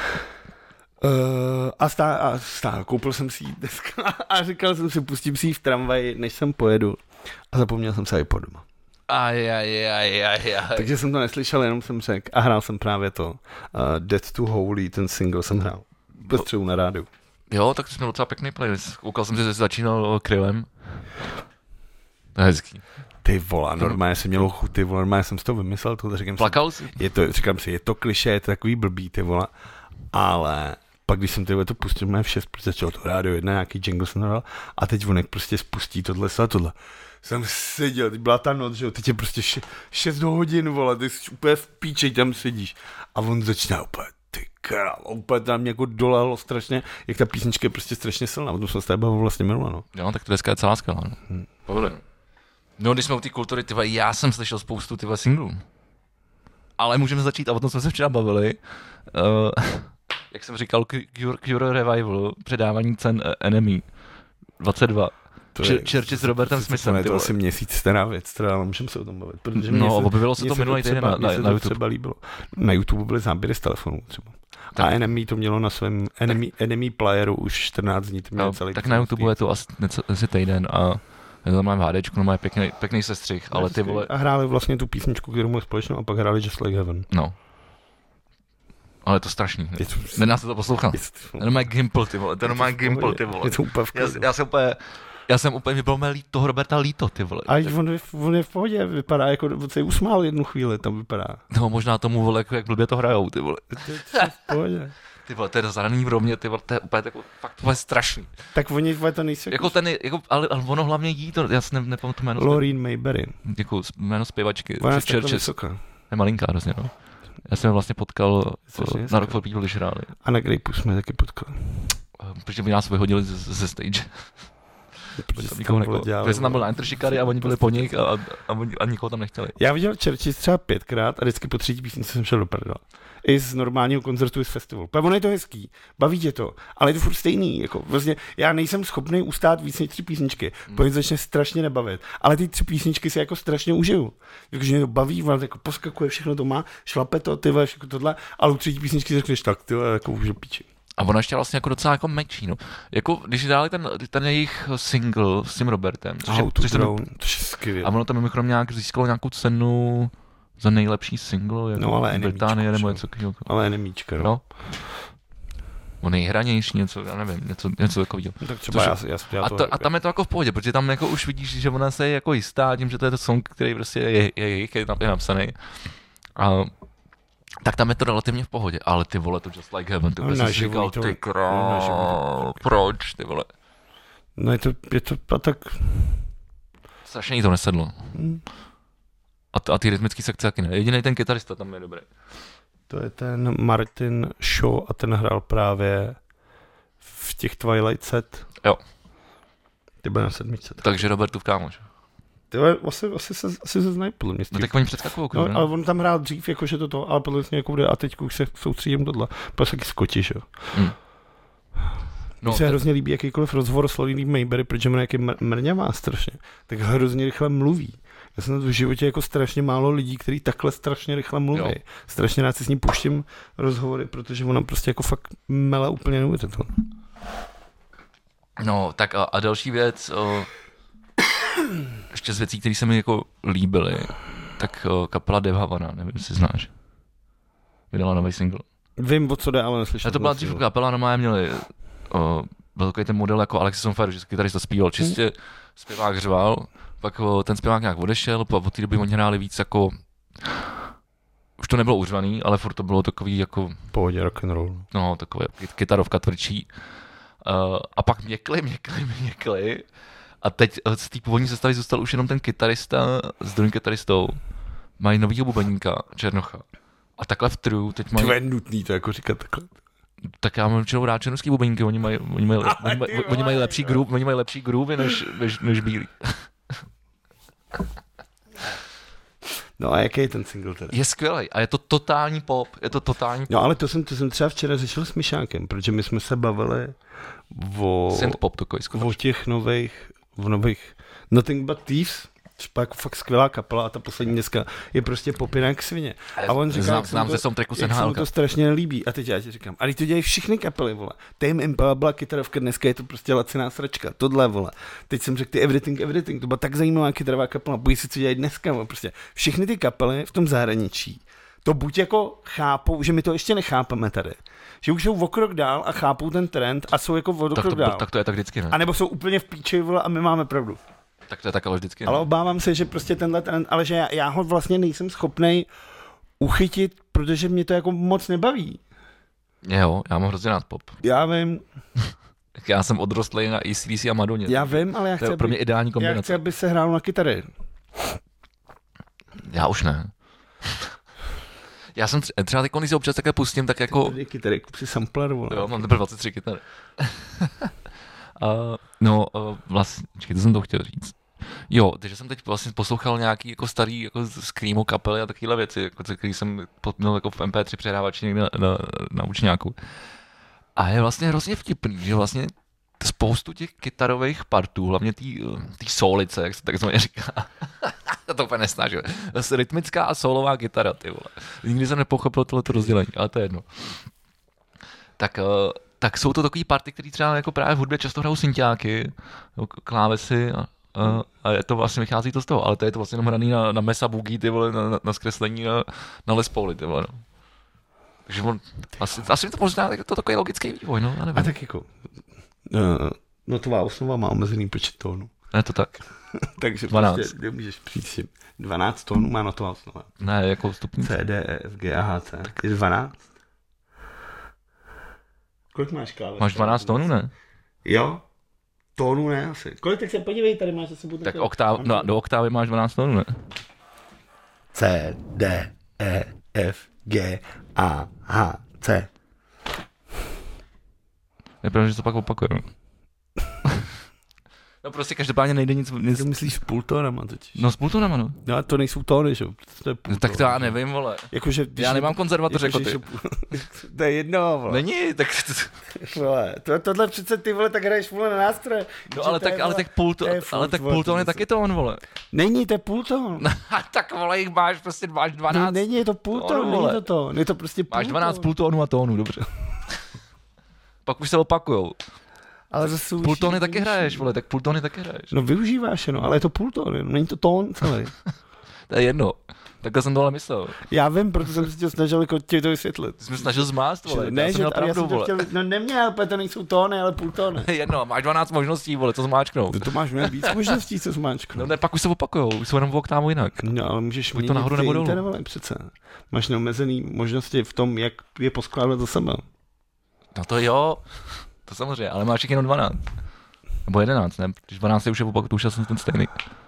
Speaker 2: a, stá, a stá, koupil jsem si deska a říkal jsem si, pustím si ji v tramvaji, než sem pojedu. A zapomněl jsem se iPod doma.
Speaker 1: Aj, aj, aj, aj, aj.
Speaker 2: Takže jsem to neslyšel, jenom jsem řekl a hrál jsem právě to. Uh, Dead to Holy, ten single jsem hrál. Bez třeba na rádiu.
Speaker 1: Jo, tak to jsme docela pěkný playlist. Koukal jsem si, že jsi začínal Krylem. To je hezký.
Speaker 2: Ty vole, normálně jsem měl chuť, ty vole, normálně jsem si to vymyslel. To, říkám
Speaker 1: Plakal
Speaker 2: si,
Speaker 1: jsi?
Speaker 2: Je to, říkám si, je to klišé, je to takový blbý, ty vole. Ale pak když jsem tyhle to pustil, mě v šest, protože začalo to rádio jedna, nějaký jingle jsem dal, a teď onek prostě spustí tohle a tohle. Jsem seděl, teď byla ta noc, že jo, teď je prostě še, šest hodin, vole, ty jsi úplně v píči, tam sedíš. A on začíná úplně, ty kráv, úplně tam mě jako dolalo strašně, jak ta písnička je prostě strašně silná, o tom jsem se tady bavil vlastně minule, no.
Speaker 1: Jo, tak to dneska je celá skvělá, no. Hmm. Pohodlně. No, když jsme u té kultury, tyva, já jsem slyšel spoustu tyva singlů. Ale můžeme začít, a o tom jsme se včera bavili, uh, jak jsem říkal, Cure, Cure Revival, předávání cen uh, Enemy dvacet dva. Čerči s Robertem Smithem.
Speaker 2: Je to asi měsíc stará věc, teda, ale můžeme se o tom bavit.
Speaker 1: Protože no, objevilo se to minulý týden na, na, na YouTube.
Speaker 2: Třeba líbilo. Na YouTube byly záběry z telefonů třeba. Tak. A Enemy to mělo na svém Enemy, Enemy playeru už čtrnáct dní. To
Speaker 1: no,
Speaker 2: celý
Speaker 1: tak na YouTube je to asi, asi týden a tam máme HDčku, no má pěkný, pěkný sestřih, ale ty vole...
Speaker 2: A hráli vlastně tu písničku, kterou mají společnou, a pak hráli Just Like Heaven.
Speaker 1: No. Ale je to strašný. Nedá se to poslouchat. To má Gimple, ty vole. To má Gimple, ty vole.
Speaker 2: Je to úplně v
Speaker 1: já, já jsem úplně... Já jsem úplně, mi bylo mé líto, toho Roberta líto, ty vole.
Speaker 2: A on je, on je v pohodě, vypadá jako, on se usmál jednu chvíli, tam vypadá.
Speaker 1: No možná tomu, vole, jako jak blbě to hrajou, ty vole.
Speaker 2: To je v pohodě.
Speaker 1: Ty vole, to je zranění v Romě, ty vole, to je úplně takový, fakt to je strašný.
Speaker 2: Tak oni to nejsou...
Speaker 1: Jako ten, jako, ale, ale ono hlavně jí to, já si ne, nepamatuji jméno.
Speaker 2: Laureen Mayberry.
Speaker 1: Jako jméno zpěvačky.
Speaker 2: Ona je takhle vysoká.
Speaker 1: Je malinká hrozně, no. Já jsem vlastně potkal Cože, na Rock for People, když hráli.
Speaker 2: A na Grape jsme taky potkali.
Speaker 1: Protože by nás vyhodili ze, ze stage. Protože jsem tam byl na Enteršikary a oni byli po nich a, a, a, a nikoho tam nechtěli.
Speaker 2: Já viděl Churches třeba pětkrát a vždycky po třetí písničce jsem šel do prdela. I z normálního koncertu, i z festivalu. Ono je to hezký, baví tě to, ale je to furt stejný. Jako, vlastně já nejsem schopný ustát víc než tři písničky, hmm. protože začne strašně nebavit. Ale ty tři písničky si jako strašně užiju. Jakože mě to baví, vám jako poskakuje, všechno to má, šlape to, ty vole, všechno tohle, ale u třetí písničky řekneš tak, ty vole, jako už do píči.
Speaker 1: A ona ještě vlastně jako docela jako mečí, no. Jako, když dali ten, ten jejich single s tím Robertem, což je, což
Speaker 2: to je skvělé.
Speaker 1: A ono tam mimochodem nějak získalo nějakou cenu za nejlepší single, jako
Speaker 2: no, ale
Speaker 1: Británie nebo něco takového.
Speaker 2: Ale enemíčka, no.
Speaker 1: no. O nejhranější, něco, já nevím, něco, něco takového.
Speaker 2: No, tak třeba
Speaker 1: což,
Speaker 2: já, já, já
Speaker 1: a, to, a tam je to jako v pohodě, protože tam jako už vidíš, že ona se je jako jistá tím, že to je to song, který prostě je jejich, je, je, je napsaný. A tak tam je to relativně v pohodě, ale ty vole, to Just Like Heaven, ty vole, jsi říkal, ty král, proč, ty vole.
Speaker 2: No je to, je to a tak...
Speaker 1: Strašně jí to nesedlo. Hmm. A, t- a ty rytmický sekce taky ne, jedinej ten kytarista tam je dobrý.
Speaker 2: To je ten Martin Shaw a ten hrál právě v těch Twilight Set.
Speaker 1: Jo.
Speaker 2: Ty bude na sedmičce.
Speaker 1: Takže Robertův kámoš.
Speaker 2: Ty asi, asi, se, asi se znají podle mě.
Speaker 1: No tak oni předskakují.
Speaker 2: No, ale on tam hrál dřív, jakože toto, ale podle mě jako bude a teď už se soustředím tohle. Prostě taky skočíš, jo. Hmm. No, mně se hrozně líbí jakýkoliv rozhovor s Laureen Mayberry, protože ona jak je mr- mrňavá strašně, tak hrozně rychle mluví. Já jsem v životě jako strašně málo lidí, kteří takhle strašně rychle mluví. Jo. Strašně rád si s ní puštím rozhovory, protože ona prostě jako fakt mele úplně neuvěřitelně.
Speaker 1: No, tak a, a další věc, o, ještě z věcí, které se mi jako líbily, tak o, kapela Dev Havana, nevím, jestli znáš. Vydala nový single.
Speaker 2: Vím, o co jde, ale neslyšel.
Speaker 1: A to byla dřív kapela, no má měli, o, byl takový ten model jako Alexis on Fire, že kytarista zpíval čistě, hmm. zpěvák řval, pak o, ten zpěvák nějak odešel, po té doby oni hráli víc jako, už to nebylo uřvaný, ale furt to bylo takový jako...
Speaker 2: Pohodě rock and roll.
Speaker 1: No, takové kytarovka tvrdší. Uh, a pak měkli, měkli, měkli. A teď z té původní sestavy zůstal už jenom ten kytarista s druhým kytaristou. Mají novýho bubeníka, Černocha. A takhle v True teď mají...
Speaker 2: To je nutný to jako říkat takhle.
Speaker 1: Tak já mám většinou rád černovský bubeníky, oni mají, oni mají, oni mají, oni mají lepší groove, oni mají lepší groovy než, než, než bílý.
Speaker 2: No a jaký je ten single teda?
Speaker 1: Je skvělý a je to totální pop, je to totální pop.
Speaker 2: No ale to jsem, to jsem třeba včera řešil s Myšákem, protože my jsme se bavili o,
Speaker 1: synth-pop takový skvělý.
Speaker 2: O těch nových, v nových Nothing But Thieves, jako fakt skvělá kapela a ta poslední dneska je prostě popina jak svině. A on říká,
Speaker 1: znám, znám ze soundtracku
Speaker 2: jak se mu to strašně nelíbí. A teď já ti říkám, ale to dělají všechny kapely, vole. Tame Impala byla kytarovka, dneska je to prostě laciná sračka, tohle, vole. Teď jsem řekl ty Everything, Everything, to byla tak zajímavá kytarová kapela, bojí si, co dělají dneska, vole. Prostě všechny ty kapely v tom zahraničí, to buď jako chápou, že my to ještě nechápeme tady, že už jsou o krok dál a chápou ten trend a jsou jako o krok
Speaker 1: tak to,
Speaker 2: dál.
Speaker 1: Tak to je tak vždycky, ne?
Speaker 2: A nebo jsou úplně v píči, vole, a my máme pravdu.
Speaker 1: Tak to je tak ale vždycky.
Speaker 2: Ale
Speaker 1: ne?
Speaker 2: obávám se, že prostě tenhle trend, ale že já, já ho vlastně nejsem schopnej uchytit, protože mě to jako moc nebaví.
Speaker 1: Jo, já mám hrozně rád pop.
Speaker 2: Já vím.
Speaker 1: Já jsem odrostlý na A C D C a Madoně.
Speaker 2: Já vím, ale já chci,
Speaker 1: to je pro mě ideální kombinace.
Speaker 2: Já chci, aby se hrál na kytary.
Speaker 1: Já už ne. Já jsem třeba, třeba teď, když si občas také pustím, tak jako...
Speaker 2: Ty kytary, kup si sampler, vole.
Speaker 1: Jo, mám teprve dvacet tři kytary. uh, no, uh, vlastně, čekaj, to jsem to chtěl říct. Jo, takže jsem teď vlastně poslouchal nějaký jako starý jako screamo kapely a takovéhle věci, jako, který jsem měl jako v M P tři přehrávači někde na, na, na učňáku. A je vlastně hrozně vtipný, že vlastně spoustu těch kytarových partů, hlavně té solice, jak se takzvaně říká, to úplně nesnážím, rytmická a solová kytara, ty vole. Nikdy jsem nepochopil tohleto rozdělení, ale to je jedno. Tak, tak jsou to takový party, které třeba jako právě v hudbě často hrajou synťáky, klávesy a, a, a je to vlastně vychází to z toho, ale to je to vlastně jenom hraný na, na Mesa Boogie, ty vole, na, na zkreslení na, na Les Pauly, ty vole, no. Takže on, asi, asi to možná je to takový logický vývoj, no, já nevím.
Speaker 2: A tak jako, uh, no tvá osnova má omezený počet tónů.
Speaker 1: Ne, to tak.
Speaker 2: Takže
Speaker 1: dvanáct.
Speaker 2: Prostě nemůžeš přijít si dvanáct tónů má notová osnova.
Speaker 1: Ne, jako stupní.
Speaker 2: C, D, E, F, G a H, C. Je dvanáct? Kolik máš kláves?
Speaker 1: Máš dvanáct tónů, ne?
Speaker 2: Jo. Tónů ne asi. Kolik, tak se podívej, tady máš zase budu...
Speaker 1: Tak oktáv, no, do oktávy máš dvanáct tónů, ne?
Speaker 2: C, D, E, F, G, A, H, C.
Speaker 1: Je pravda, že to pak opakujeme. No prostě každopádně nejde nic... nic...
Speaker 2: To myslíš s půltónama totiž.
Speaker 1: No s půltónama, no.
Speaker 2: No a to nejsou tóny, že jo? To je půltón.
Speaker 1: Tak to já nevím, vole.
Speaker 2: Jakože,
Speaker 1: já nemám konzervatoř jako ty.
Speaker 2: To je jedno, vole.
Speaker 1: Není, tak...
Speaker 2: Vole, to, tohle přece ty, vole, tak hraješ, vole, na nástroje.
Speaker 1: No ale tak, ale tak půltón, ale tak půltón je taky tón, vole.
Speaker 2: Není, to je půltón.
Speaker 1: Tak vole, jich máš prostě máš dvanáct.
Speaker 2: Není, je to půltón, není to tón, je to prostě půltón.
Speaker 1: Máš dvanáct půltónů a tónů, dobře. Pak už se opakujou.
Speaker 2: Ale zase
Speaker 1: půltóny taky hraješ, vole, tak půltóny taky hraješ.
Speaker 2: No využíváš je, no, ale je to půltón, není to tón celý.
Speaker 1: To je jedno. Takhle jsem to ale myslel.
Speaker 2: Já vím, proto jsem si tě snažil jako ti to vysvětlit.
Speaker 1: Ty jsi mi snažil zmást, vole.
Speaker 2: Ne,
Speaker 1: já
Speaker 2: že,
Speaker 1: jsem měl
Speaker 2: ale
Speaker 1: pravdu,
Speaker 2: já jsem to chtěl, no neměl, protože to nejsou tóny, ale půltóny.
Speaker 1: Jedno, máš dvanáct možností, vole, co zmáčknout.
Speaker 2: No to máš mnohem víc možností, co zmáčknout.
Speaker 1: No ne, pak už se opakujou, už jsou jenom v oktávu jinak.
Speaker 2: No ale můžeš
Speaker 1: Buď to nahoru nebo dolů.
Speaker 2: Intervaly přece. Máš neomezený možnosti v tom, jak je poskládat za sebe.
Speaker 1: No to jo, to samozřejmě, ale máš jenom dvanáct. Nebo jedenáct, ne? Když dvanáct je už je opak, to už jsem ten stejný.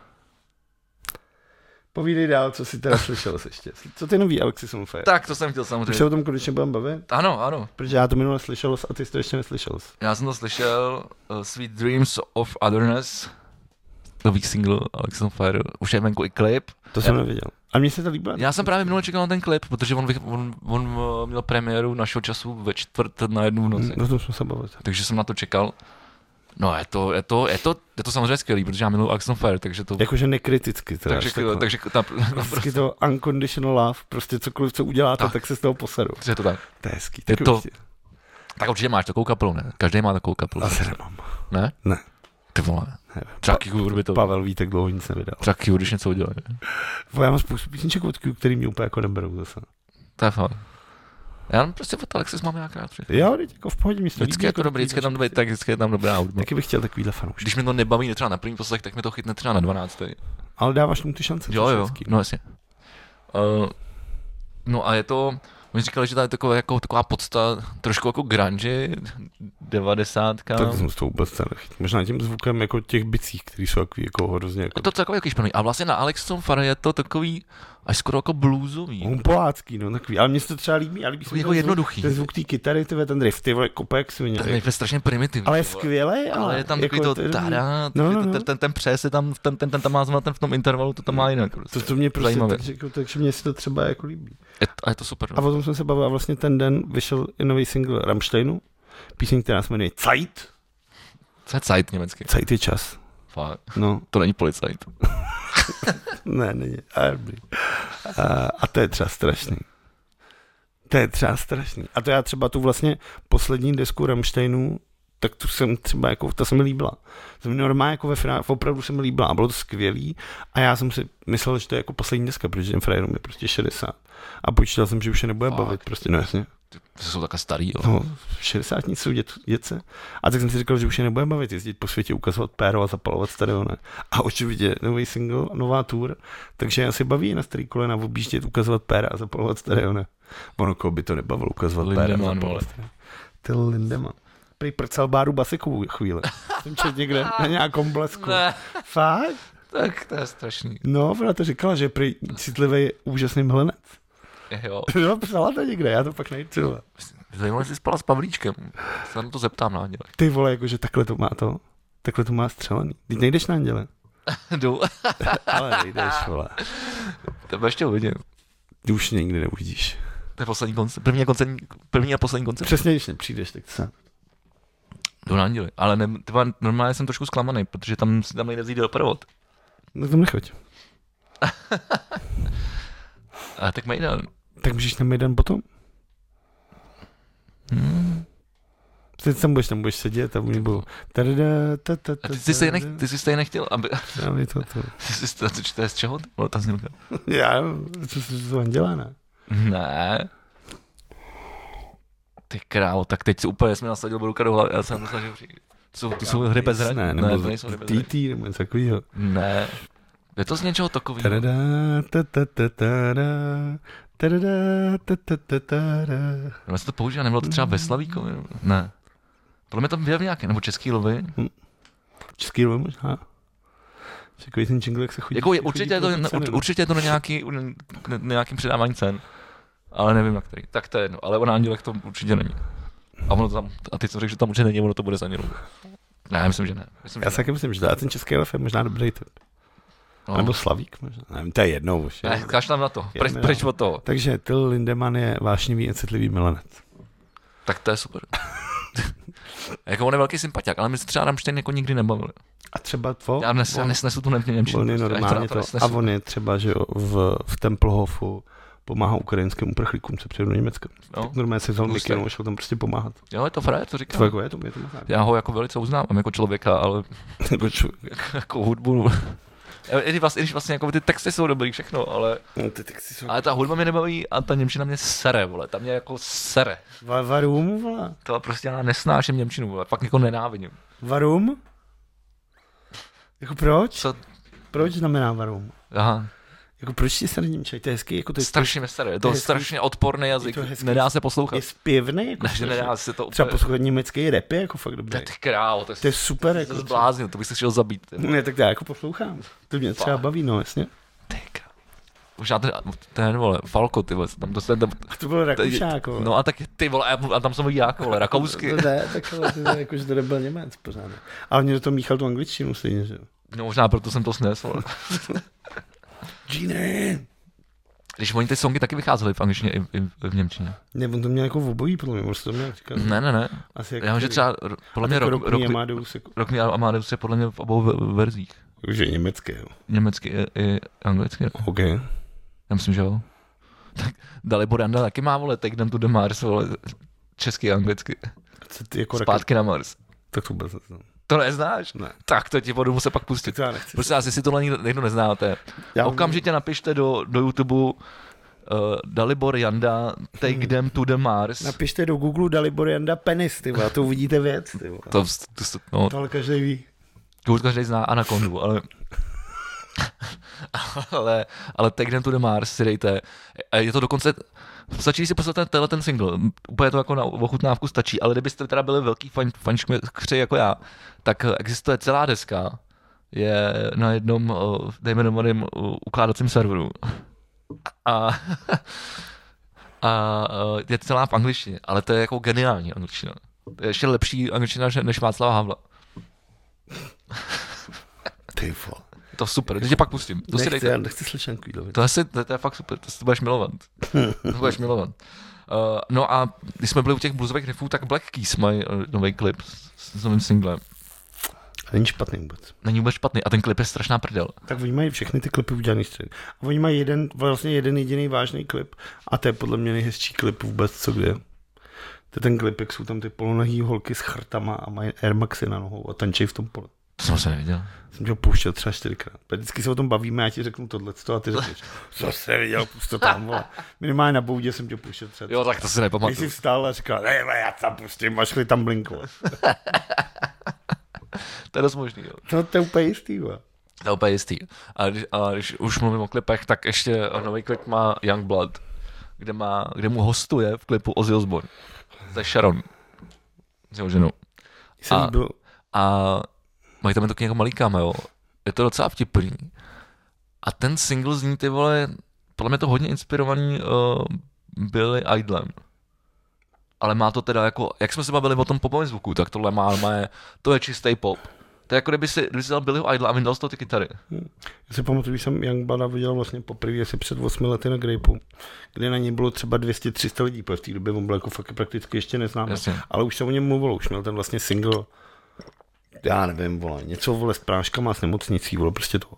Speaker 2: Povídej dál, co jsi teda slyšel ještě. Co ty nový Alexis on Fire?
Speaker 1: Tak, to jsem chtěl samozřejmě.
Speaker 2: Už se o tom konečně budeme bavit?
Speaker 1: Ano, ano.
Speaker 2: Protože já to minule slyšel a ty jsi to ještě neslyšel.
Speaker 1: Já jsem to slyšel, uh, Sweet Dreams of Otherness, nový single Alexis on Fire, už je venku i klip.
Speaker 2: To jsem já... neviděl. A mně se to líbilo.
Speaker 1: Já jsem právě minule čekal na ten klip, protože on, on, on uh, měl premiéru našeho času ve čtvrt na jednu v noci.
Speaker 2: No to jsme se bavili.
Speaker 1: Takže jsem na to čekal. No je to, je to, je to, je to samozřejmě skvělý, protože já miluji Alexis on Fire, takže to...
Speaker 2: Jakože nekriticky teda.
Speaker 1: Takže, takže ta...
Speaker 2: Vždycky to unconditional love, prostě cokoliv, co uděláte, tak, tak se z toho poseru.
Speaker 1: Je to tak.
Speaker 2: To je hezký.
Speaker 1: Je to... Tak určitě máš takovou kapelu, ne? Každý má takovou kapelu.
Speaker 2: Asi nemám.
Speaker 1: Ne?
Speaker 2: Ne.
Speaker 1: Ty vole. Třeba Kyhur by to...
Speaker 2: Pavel Vítek dlouho nic nevydal.
Speaker 1: Třeba Kyhur, když něco udělá.
Speaker 2: Já mám spoustu písniček od Kyhur, který mě úplně jako neberou zase.
Speaker 1: To je fakt. Já prostě od Alexis mám nějak rád.
Speaker 2: Jo, teď jako v pohodě místo.
Speaker 1: Vždycky je to dobrý, vždycky je tam dobrý, tak vždycky je tam dobrá hudba.
Speaker 2: Taky bych chtěl takovýhle fanoušek.
Speaker 1: Když mi to nebaví třeba na první poslech, tak mi to chytne třeba na dvanáctý.
Speaker 2: Ale dáváš mu ty šance.
Speaker 1: Jo, jo, no jasně. Uh, no a je to, oni říkali, že to je taková, jako, taková podsta, trošku jako grunge, devadesátka.
Speaker 2: Tak to jsem z toho vůbec nechytil. Možná tím zvukem jako těch bicích, který jsou takový jako hrozně jako...
Speaker 1: Je to takový jaký španý. A vlastně na Alexom Fare je to takový až skoro jako bluesový.
Speaker 2: On polácký, no takový. Ale mně se to třeba líbí. Ale líbí se
Speaker 1: jako jednoduchý.
Speaker 2: Ten zvuk té kytary, tyhle, ten drift, ty vole, kope jak svině.
Speaker 1: Ten je strašně primitivní.
Speaker 2: Ale je skvělej, ale,
Speaker 1: ale je tam takový
Speaker 2: jako
Speaker 1: to tada,
Speaker 2: no, no, no.
Speaker 1: ten, ten, ten přes je tam, ten, ten, ten tam má ten v tom intervalu, to tam má jinak. Prostě.
Speaker 2: To, to mě prostě tak řekl, takže mě se to třeba jako líbí.
Speaker 1: Je, a je to super.
Speaker 2: A potom jsem se bavil a vlastně ten den vyšel i nový single Rammsteinu, píseň, která se jmenuje Zeit.
Speaker 1: Co je Zeit německy?
Speaker 2: Zeit je čas.
Speaker 1: Fakt.
Speaker 2: No.
Speaker 1: To není policajt.
Speaker 2: Ne, není. A, a to je třeba strašný. To je třeba strašný. A to já třeba tu vlastně poslední desku Rammsteinu, tak tu jsem třeba jako, ta se mi líbila. To mi normálně jako ve finále, opravdu se mi líbila a bylo to skvělý. A já jsem si myslel, že to je jako poslední deska, protože ten frajerům je prostě šedesát. A počítal jsem, že už se nebude Fakt. bavit, prostě, no jasně.
Speaker 1: Ty jsou takhle starý, jo.
Speaker 2: No, šedesát nic jsou dět, dětce. A tak jsem si říkal, že už je nebude bavit, jezdit po světě, ukazovat péro a zapalovat stadiony. A očividně nový single, nová tour, takže já si baví na starý kolena objíždět, ukazovat péra a zapalovat stadiony. Ono koho by to nebavilo, ukazovat péra a zapalovat stadiony. Ty Lindemann. Prý prcal Báru Basikovou chvíli. Jsem čet někde na nějakom blesku.
Speaker 1: Ne.
Speaker 2: Fakt?
Speaker 1: Tak to je strašný.
Speaker 2: No, ona to říkala, že prý citlivý úžasný mhlenec.
Speaker 1: Jo.
Speaker 2: No, psala to někde, já to pak nejdu.
Speaker 1: Zajímavé, jestli spala s Pavlíčkem. Se na to zeptám na Anděle.
Speaker 2: Ty vole, jakože takhle to má to. Takhle to má střelený. Teď nejdeš na Anděle.
Speaker 1: Jdu.
Speaker 2: Ale nejdeš, vole.
Speaker 1: Tebe ještě uvidím.
Speaker 2: Ty už nikdy neuvidíš.
Speaker 1: To je poslední koncert. První a, koncert, první a poslední koncert.
Speaker 2: Přesně, když nepřijdeš, tak se.
Speaker 1: Jdu na Anděli. Ale ne, tyva, normálně jsem trošku zklamaný, protože tam si tam nejde vzít doprovod.
Speaker 2: No tam nechoď.
Speaker 1: A tak Mejdan.
Speaker 2: Tak můžeš na Mejdan potom?
Speaker 1: Hmm.
Speaker 2: Ty tam budeš, tam budeš sedět a oni budou...
Speaker 1: A ty jsi stejně nech, ty jsi stejně nechtěl, aby...
Speaker 2: Já mi to to...
Speaker 1: Ty jsi to, to je z čeho? Bylo ta znělka.
Speaker 2: Já, co se to dělá, ne?
Speaker 1: Ne. Ty krávo, tak teď si úplně jsi mi nasadil boruka do hlavy, já jsem myslel, že přijde. To jsou, to jsou hry bez hraní.
Speaker 2: Ne,
Speaker 1: ne, to nejsou hry bez hraní.
Speaker 2: T T nebo něco takového.
Speaker 1: Ne. Je to z něčeho takového. No se to používá, nebylo to třeba ve Slavíkovi? Ne. Podle mě to byl nějaké, nebo Český lovy.
Speaker 2: Hm. Český lovy možná. Takový ten jingle, jak se chodí.
Speaker 1: Jako je, určitě, je to, ceny, určitě je to na, nějaký, na nějakým předávání cen. Ale nevím na který. Tak to je jedno. Ale o Andělech to určitě není. A ono tam, a ty co řekl, že tam určitě není, ono to bude za Andělou. Ne, myslím, že ne. Myslím,
Speaker 2: Já
Speaker 1: že
Speaker 2: si taky myslím, že dá ten Český lev je možná dobrý typ.
Speaker 1: No.
Speaker 2: Nebo Slavík možná. Nevím, to je jednou už.
Speaker 1: Ne, kašlám na to. Preč, preč od toho.
Speaker 2: Takže Till Lindemann je vášnivý a citlivý milenec.
Speaker 1: Tak to je super. Jako on je velký sympatiák, ale my se třeba Rammstein jako nikdy nebavili.
Speaker 2: A třeba to?
Speaker 1: Já nes, on, nesnesu tu Němčinu.
Speaker 2: On je normálně to. A on je třeba, že jo, v, v Tempelhofu pomáhá ukrajinským uprchlíkům, co přijde do Německa. No. Tak normálně se vzal mikinu a šel tam prostě pomáhat.
Speaker 1: Jo, je to frajer, to říkám.
Speaker 2: To jako je, to mě to možná.
Speaker 1: Já ho jako velice uznávám jako člověka, ale
Speaker 2: jako, člověk.
Speaker 1: jako hudbu. I když vlastně, vlastně jako ty texty jsou dobrý, všechno, ale,
Speaker 2: no, ty texty jsou...
Speaker 1: ale ta hudba mě nebaví a ta němčina mě sere, vole, ta mě jako sere.
Speaker 2: Va, varum, vole.
Speaker 1: To prostě já nesnáším němčinu, vole, fakt jako nenávidím.
Speaker 2: Varum? Jako proč?
Speaker 1: Co?
Speaker 2: Proč znamená varum?
Speaker 1: Aha.
Speaker 2: Jako proč ti sere němčina? To je hezky, jako to je...
Speaker 1: Strašně mě sere, je to, to je strašně odporný jazyk, hezký, nedá se poslouchat.
Speaker 2: Je zpěvný, jako...
Speaker 1: Ne, nedá se to úplně...
Speaker 2: Třeba poslouchat německý rap je jako fakt dobrý.
Speaker 1: Ty krávo, to je,
Speaker 2: to je super, jako...
Speaker 1: To je zbláznil, to bych se šel zabít.
Speaker 2: Tyhle. Ne, tak já jako poslouchám. To mě třeba baví, no, jasně.
Speaker 1: Ty krávo. Možná ten, ten vole, Falko, ty vole, tam to se... Tam,
Speaker 2: to byl Rakušák, vole.
Speaker 1: No a tak ty vole, a tam jsem jak, vole, Rakousky.
Speaker 2: To ne, tak ale ty vole, jakože to nebyl Němec pořád. Ale mě do toho míchal tu angličtinu stejně, že jo.
Speaker 1: No možná proto jsem to snesl, vole.
Speaker 2: Gene!
Speaker 1: Když oni ty songy taky vycházely v angličtině i, i v němčině.
Speaker 2: Ne, on to měl jako v obojí, podle mě, možná to měl říkat.
Speaker 1: Ne, ne, ne.
Speaker 2: Asi
Speaker 1: já vím, že třeba, podle mě,
Speaker 2: Rok Me Amadeus.
Speaker 1: Rock Me Amadeus je podle mě v obou verzích.
Speaker 2: Už je německé, jo.
Speaker 1: Německy i, i anglicky.
Speaker 2: OK.
Speaker 1: Já myslím, že jo. Tak Dalibor Janda taky má, vole, Take Them to the Mars, vole, česky a anglicky.
Speaker 2: Co ty jako
Speaker 1: Zpátky na Mars.
Speaker 2: Tak to vůbec neznám.
Speaker 1: To neznáš?
Speaker 2: Ne.
Speaker 1: Tak to ti budu muset pak pustit. Prostě asi si tohle někdo neznáte.
Speaker 2: Já
Speaker 1: okamžitě napište do, do YouTube uh, Dalibor Janda Take hmm. Them to the Mars.
Speaker 2: Napište do Google Dalibor Janda penis, ty vole, to uvidíte věc, ty vole.
Speaker 1: To, to, to, no.
Speaker 2: To ale každý ví.
Speaker 1: To už každý zná Anakondu, ale ale, ale Take Them to the Mars si dejte. Je to dokonce, stačí, když si poslat tenhle ten single, úplně to jako na ochutnávku stačí, ale kdybyste teda byli velký fan, fančkři jako já, tak existuje celá deska, je na jednom nejmenovaném ukládacím serveru. A, a je celá v angličtině, ale to je jako geniální angličtina. To je ještě lepší angličtina než Václava Havla.
Speaker 2: Ty vole.
Speaker 1: To super, teď tě pak pustím. To
Speaker 2: nechci,
Speaker 1: si dejte.
Speaker 2: Já nechci slyšet takový
Speaker 1: to, asi, to, to je fakt super, to si to budeš milovat. To budeš milovat. Uh, no a když jsme byli u těch bluesových riffů, tak Black Keys mají uh, nový klip s, s novým singlem.
Speaker 2: Není špatný vůbec.
Speaker 1: Není vůbec špatný a ten klip je strašná prdel.
Speaker 2: Tak oni mají všechny ty klipy udělaný střed. A oni mají jeden, vlastně jeden jediný vážný klip a to je podle mě nejhezčí klip vůbec, co kde. To je ten klip, jak jsou tam ty polonahý holky s chrtama a mají Air Maxy na nohou a tančí v tom pole.
Speaker 1: To jsem se neviděl.
Speaker 2: Jsem tě pouštěl třeba čtyřikrát. Vždycky se o tom bavíme, já ti řeknu tohleto a ty řekneš, co jsi viděl, pust to tam, vole. Minimálně na boudě jsem tě pouštěl třeba.
Speaker 1: Jo, tak to si nepamatuju.
Speaker 2: Když jsi vstál a říkal, ne, já tam pustím, a šli tam blinklo.
Speaker 1: To je dost možný, jo.
Speaker 2: No to je úplně jistý, vole.
Speaker 1: To je úplně jistý. A když, a když už mluvím o klipech, tak ještě nový klip má Youngblood, kde, má, kde mu hostuje v klipu Ozzy Osbourne. To je Sharon. S jeho ženou. A, a mají tam taky jako malý cameo. Je to docela vtipný. A ten single zní, ty vole, podle mě to hodně inspirovaný uh, Billy Idolem. Ale má to teda jako, jak jsme se bavili o tom popovém zvuku, tak tohle má, má je, to je čistý pop. To je jako kdyby si, kdyby si dal Billyho Idla a vyndal z toho ty kytary. Hmm.
Speaker 2: Já si pamatuju, když jsem Youngblooda viděl vlastně poprvé asi před osmi lety na Grapeu, kde na něj bylo třeba dvě stě tři sta lidí, protože v té době on byl jako fakt prakticky ještě neznámý. Ale už se o něm mluvilo, už měl ten vlastně single, já nevím, vole, něco vole s práškama, s nemocnicí, vole, prostě to.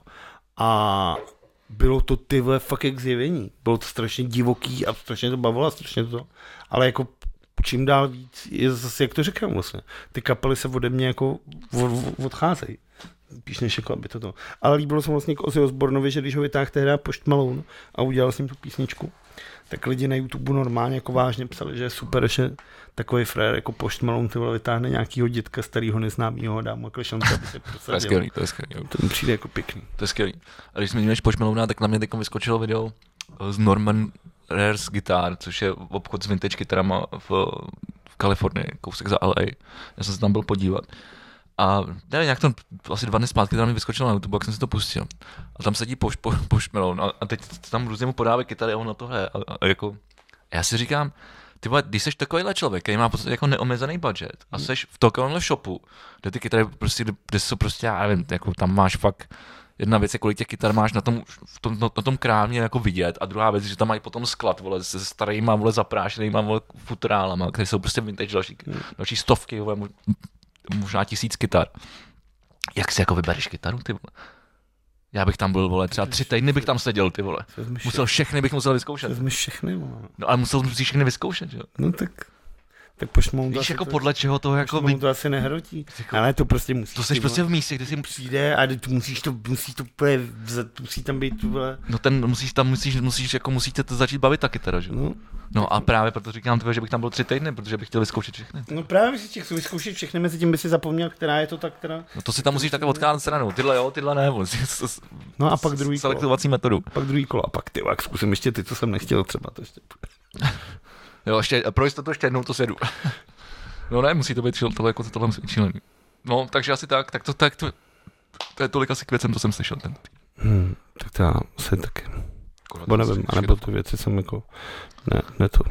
Speaker 2: A bylo to ty vole fakt jak zjevení. Bylo to strašně divoký a strašně to bavilo a strašně to, ale jako čím dál víc, je zase, jak to říkám vlastně, ty kapely se ode mě jako odcházejí. Píš než jako, aby to to. Ale líbilo se vlastně k Ozzy Osbournovi, že když ho vytáhl tehdy Post Malone a udělal s ním tu písničku, tak lidi na YouTube normálně jako vážně psali, že je super, že takový frér jako Post Malone ty vole vytáhne nějakýho dětka starýho neznámýho, dá mu jako šance, aby se prosadil.
Speaker 1: To je skvělý, to je skvělý.
Speaker 2: To mi přijde jako pěkný.
Speaker 1: To je skvělý. A když jsme měli Post Malone, tak na mě teď vyskočilo video z Norman Rares Guitar, což je obchod s vintage kytarama v, v Kalifornii, kousek za L A. Já jsem se tam byl podívat. A nevím, nějak tam asi dva dny zpátky tam mi vyskočilo na YouTube, jak jsem si to pustil. A tam sedí Post po, po, Malone a, a teď tam různě mu podávají kytary a on na to hraje. A, a, a jako, já si říkám, ty vole, když jsi takovýhle člověk, který má prostě jako neomezený budget a jsi v takovémhle shopu, kde ty kytary prostě, kde jsou prostě, já nevím, jako tam máš fakt. Jedna věc je, kolik těch kytar máš na tom, v tom, na, na tom krámě jako vidět a druhá věc, že tam mají potom sklad, vole, se starýma, vole, zaprášenýma, vole, futurálama, které jsou prostě vintage další, další stovky, vole, možná tisíc kytar. Jak si jako vybereš kytaru, ty vole? Já bych tam byl, vole, třeba tři týdny bych tam seděl, ty vole. Musel všechny bych musel vyzkoušet.
Speaker 2: Vezmi všechny, vole.
Speaker 1: No ale musel musíš všechny vyzkoušet, jo?
Speaker 2: No tak... Tak pošmou
Speaker 1: víš, jako to, podle čeho to jako...
Speaker 2: By... to asi nehrotí, ale to prostě musíš...
Speaker 1: To jsi prostě v místě, kde si...
Speaker 2: Přijde a ty musíš to, musíš to úplně vzat, musí tam být tuhle...
Speaker 1: No ten, musíš tam, musíš, musíš, jako musíte to začít bavit taky teda, že? No, no a právě proto říkám tebe, že bych tam byl tři týdny, protože bych chtěl vyzkoušet všechny.
Speaker 2: No právě si chci vyzkoušet všechny, mezi tím by si zapomněl, která je to tak, která...
Speaker 1: No to si tam musíš také odkázat stranou, tyhle jo, tyhle ne,
Speaker 2: no a pak druhý kolo.
Speaker 1: Selektovací metodu.
Speaker 2: Pak druhý kolo a pak ty, jak zkusím ještě ty, co jsem nechtěl třeba, to ještě...
Speaker 1: Jo, ještě, pro jistotu ještě jednou to sjedu. No ne, musí to být tohle jako tohle šílený. No, takže asi tak, tak to, tak to, to je tolik asi k věcem, to jsem slyšel ten.
Speaker 2: Hmm, tak to já asi taky. Bo nevím, anebo ty věci jsem jako, ne, ne to.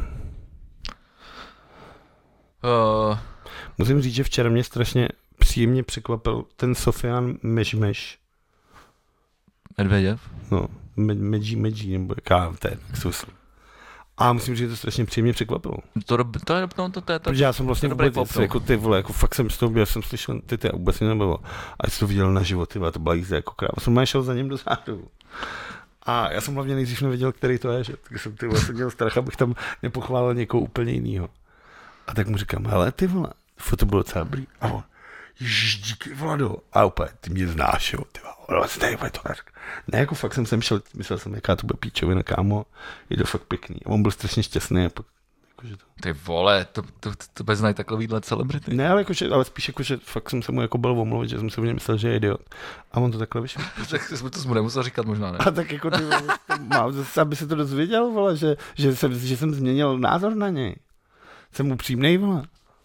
Speaker 2: Uh, Musím říct, že včera mě strašně příjemně překvapil ten Sofian Mešmeš.
Speaker 1: Medveděv?
Speaker 2: No, Medží, Medží, nebo jaká, to je, jak jsou. A musím říct, že to strašně příjemně překvapilo.
Speaker 1: To, to je no, to, to, to,
Speaker 2: protože já jsem vlastně vůbec, pop, jako ty vole, jako fakt jsem z toho byl, jsem slyšel ty ty a vůbec mě nebavilo. A jsi to viděl na život, ty vole, to byla jízda jako kráva. Jsem šel za ním do zádu. A já jsem hlavně nejdřív nevěděl, který to je, že? Tak jsem ty vole, jsem měl strach, abych tam nepochválil někoho úplně jinýho. A tak mu říkám, hele ty vole, to bylo docela dobrý. A on, ježiš, díky Vlado. A úplně, ty mě znáš, jo, ty vole, vlastně to ne, jako fakt jsem sem šel, myslel jsem, jaká to bude píčovina, kámo, je to fakt pěkný. A on byl strašně šťastný a pak, jakože to.
Speaker 1: Ty vole, to, to, to, to beznají takovýhle celebrity.
Speaker 2: Ne, ale, jakože, ale spíš jakože fakt jsem se mu jako byl omluvit, že jsem si o něm myslel, že je idiot. A on to takhle vyšel.
Speaker 1: Tak to jsem mu nemusel říkat možná, ne?
Speaker 2: A tak jako ty, mám zase, aby se to dozvěděl, vole, že, že, jsem, že jsem změnil názor na něj. Jsem upřímnej, vole.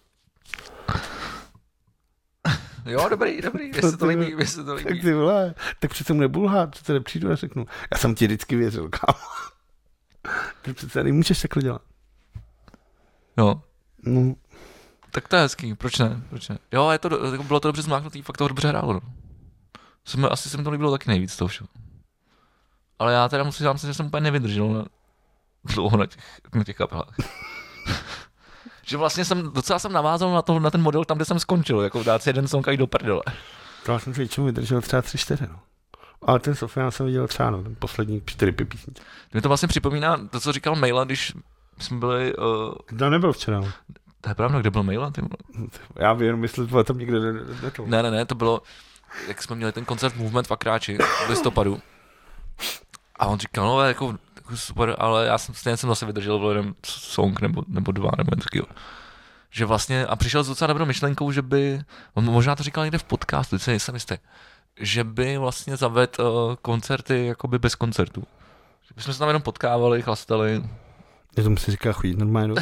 Speaker 1: Jo, dobrý, dobrý, jestli to líbí, jestli to líbí.
Speaker 2: Tak ty vole, tak přece mu nebudu lhát, přece nepřijdu a řeknu. Já jsem ti vždycky věřil, kámo. Ty přece nemůžeš takhle dělat.
Speaker 1: Jo.
Speaker 2: No.
Speaker 1: Tak to je hezký, proč ne, proč ne. Jo, je to, bylo to dobře zmáknutý, fakt to dobře hrálo, no. Jsem, asi se mi to líbilo taky nejvíc toho všeho. Ale já teda musím říct, že jsem úplně nevydržel na, dlouho na těch, na těch kapelách. Že vlastně jsem, docela jsem navázal na, to, na ten model tam, kde jsem skončil, jako dát si jeden song a jít do prdele.
Speaker 2: To já jsem si většinou vydržel třeba tři čtyři, no. Ale ten Sofian jsem viděl třeba, no, ten poslední čtyři písničky.
Speaker 1: Mě to vlastně připomíná to, co říkal Maila, když jsme byli... Uh...
Speaker 2: Kdo nebyl včera? No.
Speaker 1: To je pravda, kde byl Maila? Ty...
Speaker 2: Já vím, myslím, že tam někde ne, ne, ne,
Speaker 1: ne, ne, ne, to bylo, jak jsme měli ten koncert Movement v Akráči v listopadu. A on říkal, no, jako, jako super, ale já jsem stejně jsem zase vydržel byl jeden song nebo, nebo dva, nebo něco takového. Že vlastně, a přišel s docela dobrou myšlenkou, že by, on možná to říkal někde v podcastu, teď se nejsem jistý, že by vlastně zavedl uh, koncerty jakoby bez koncertů. Že bychom se tam jenom potkávali, chlastali.
Speaker 2: Já tomu si říká chodit normálně.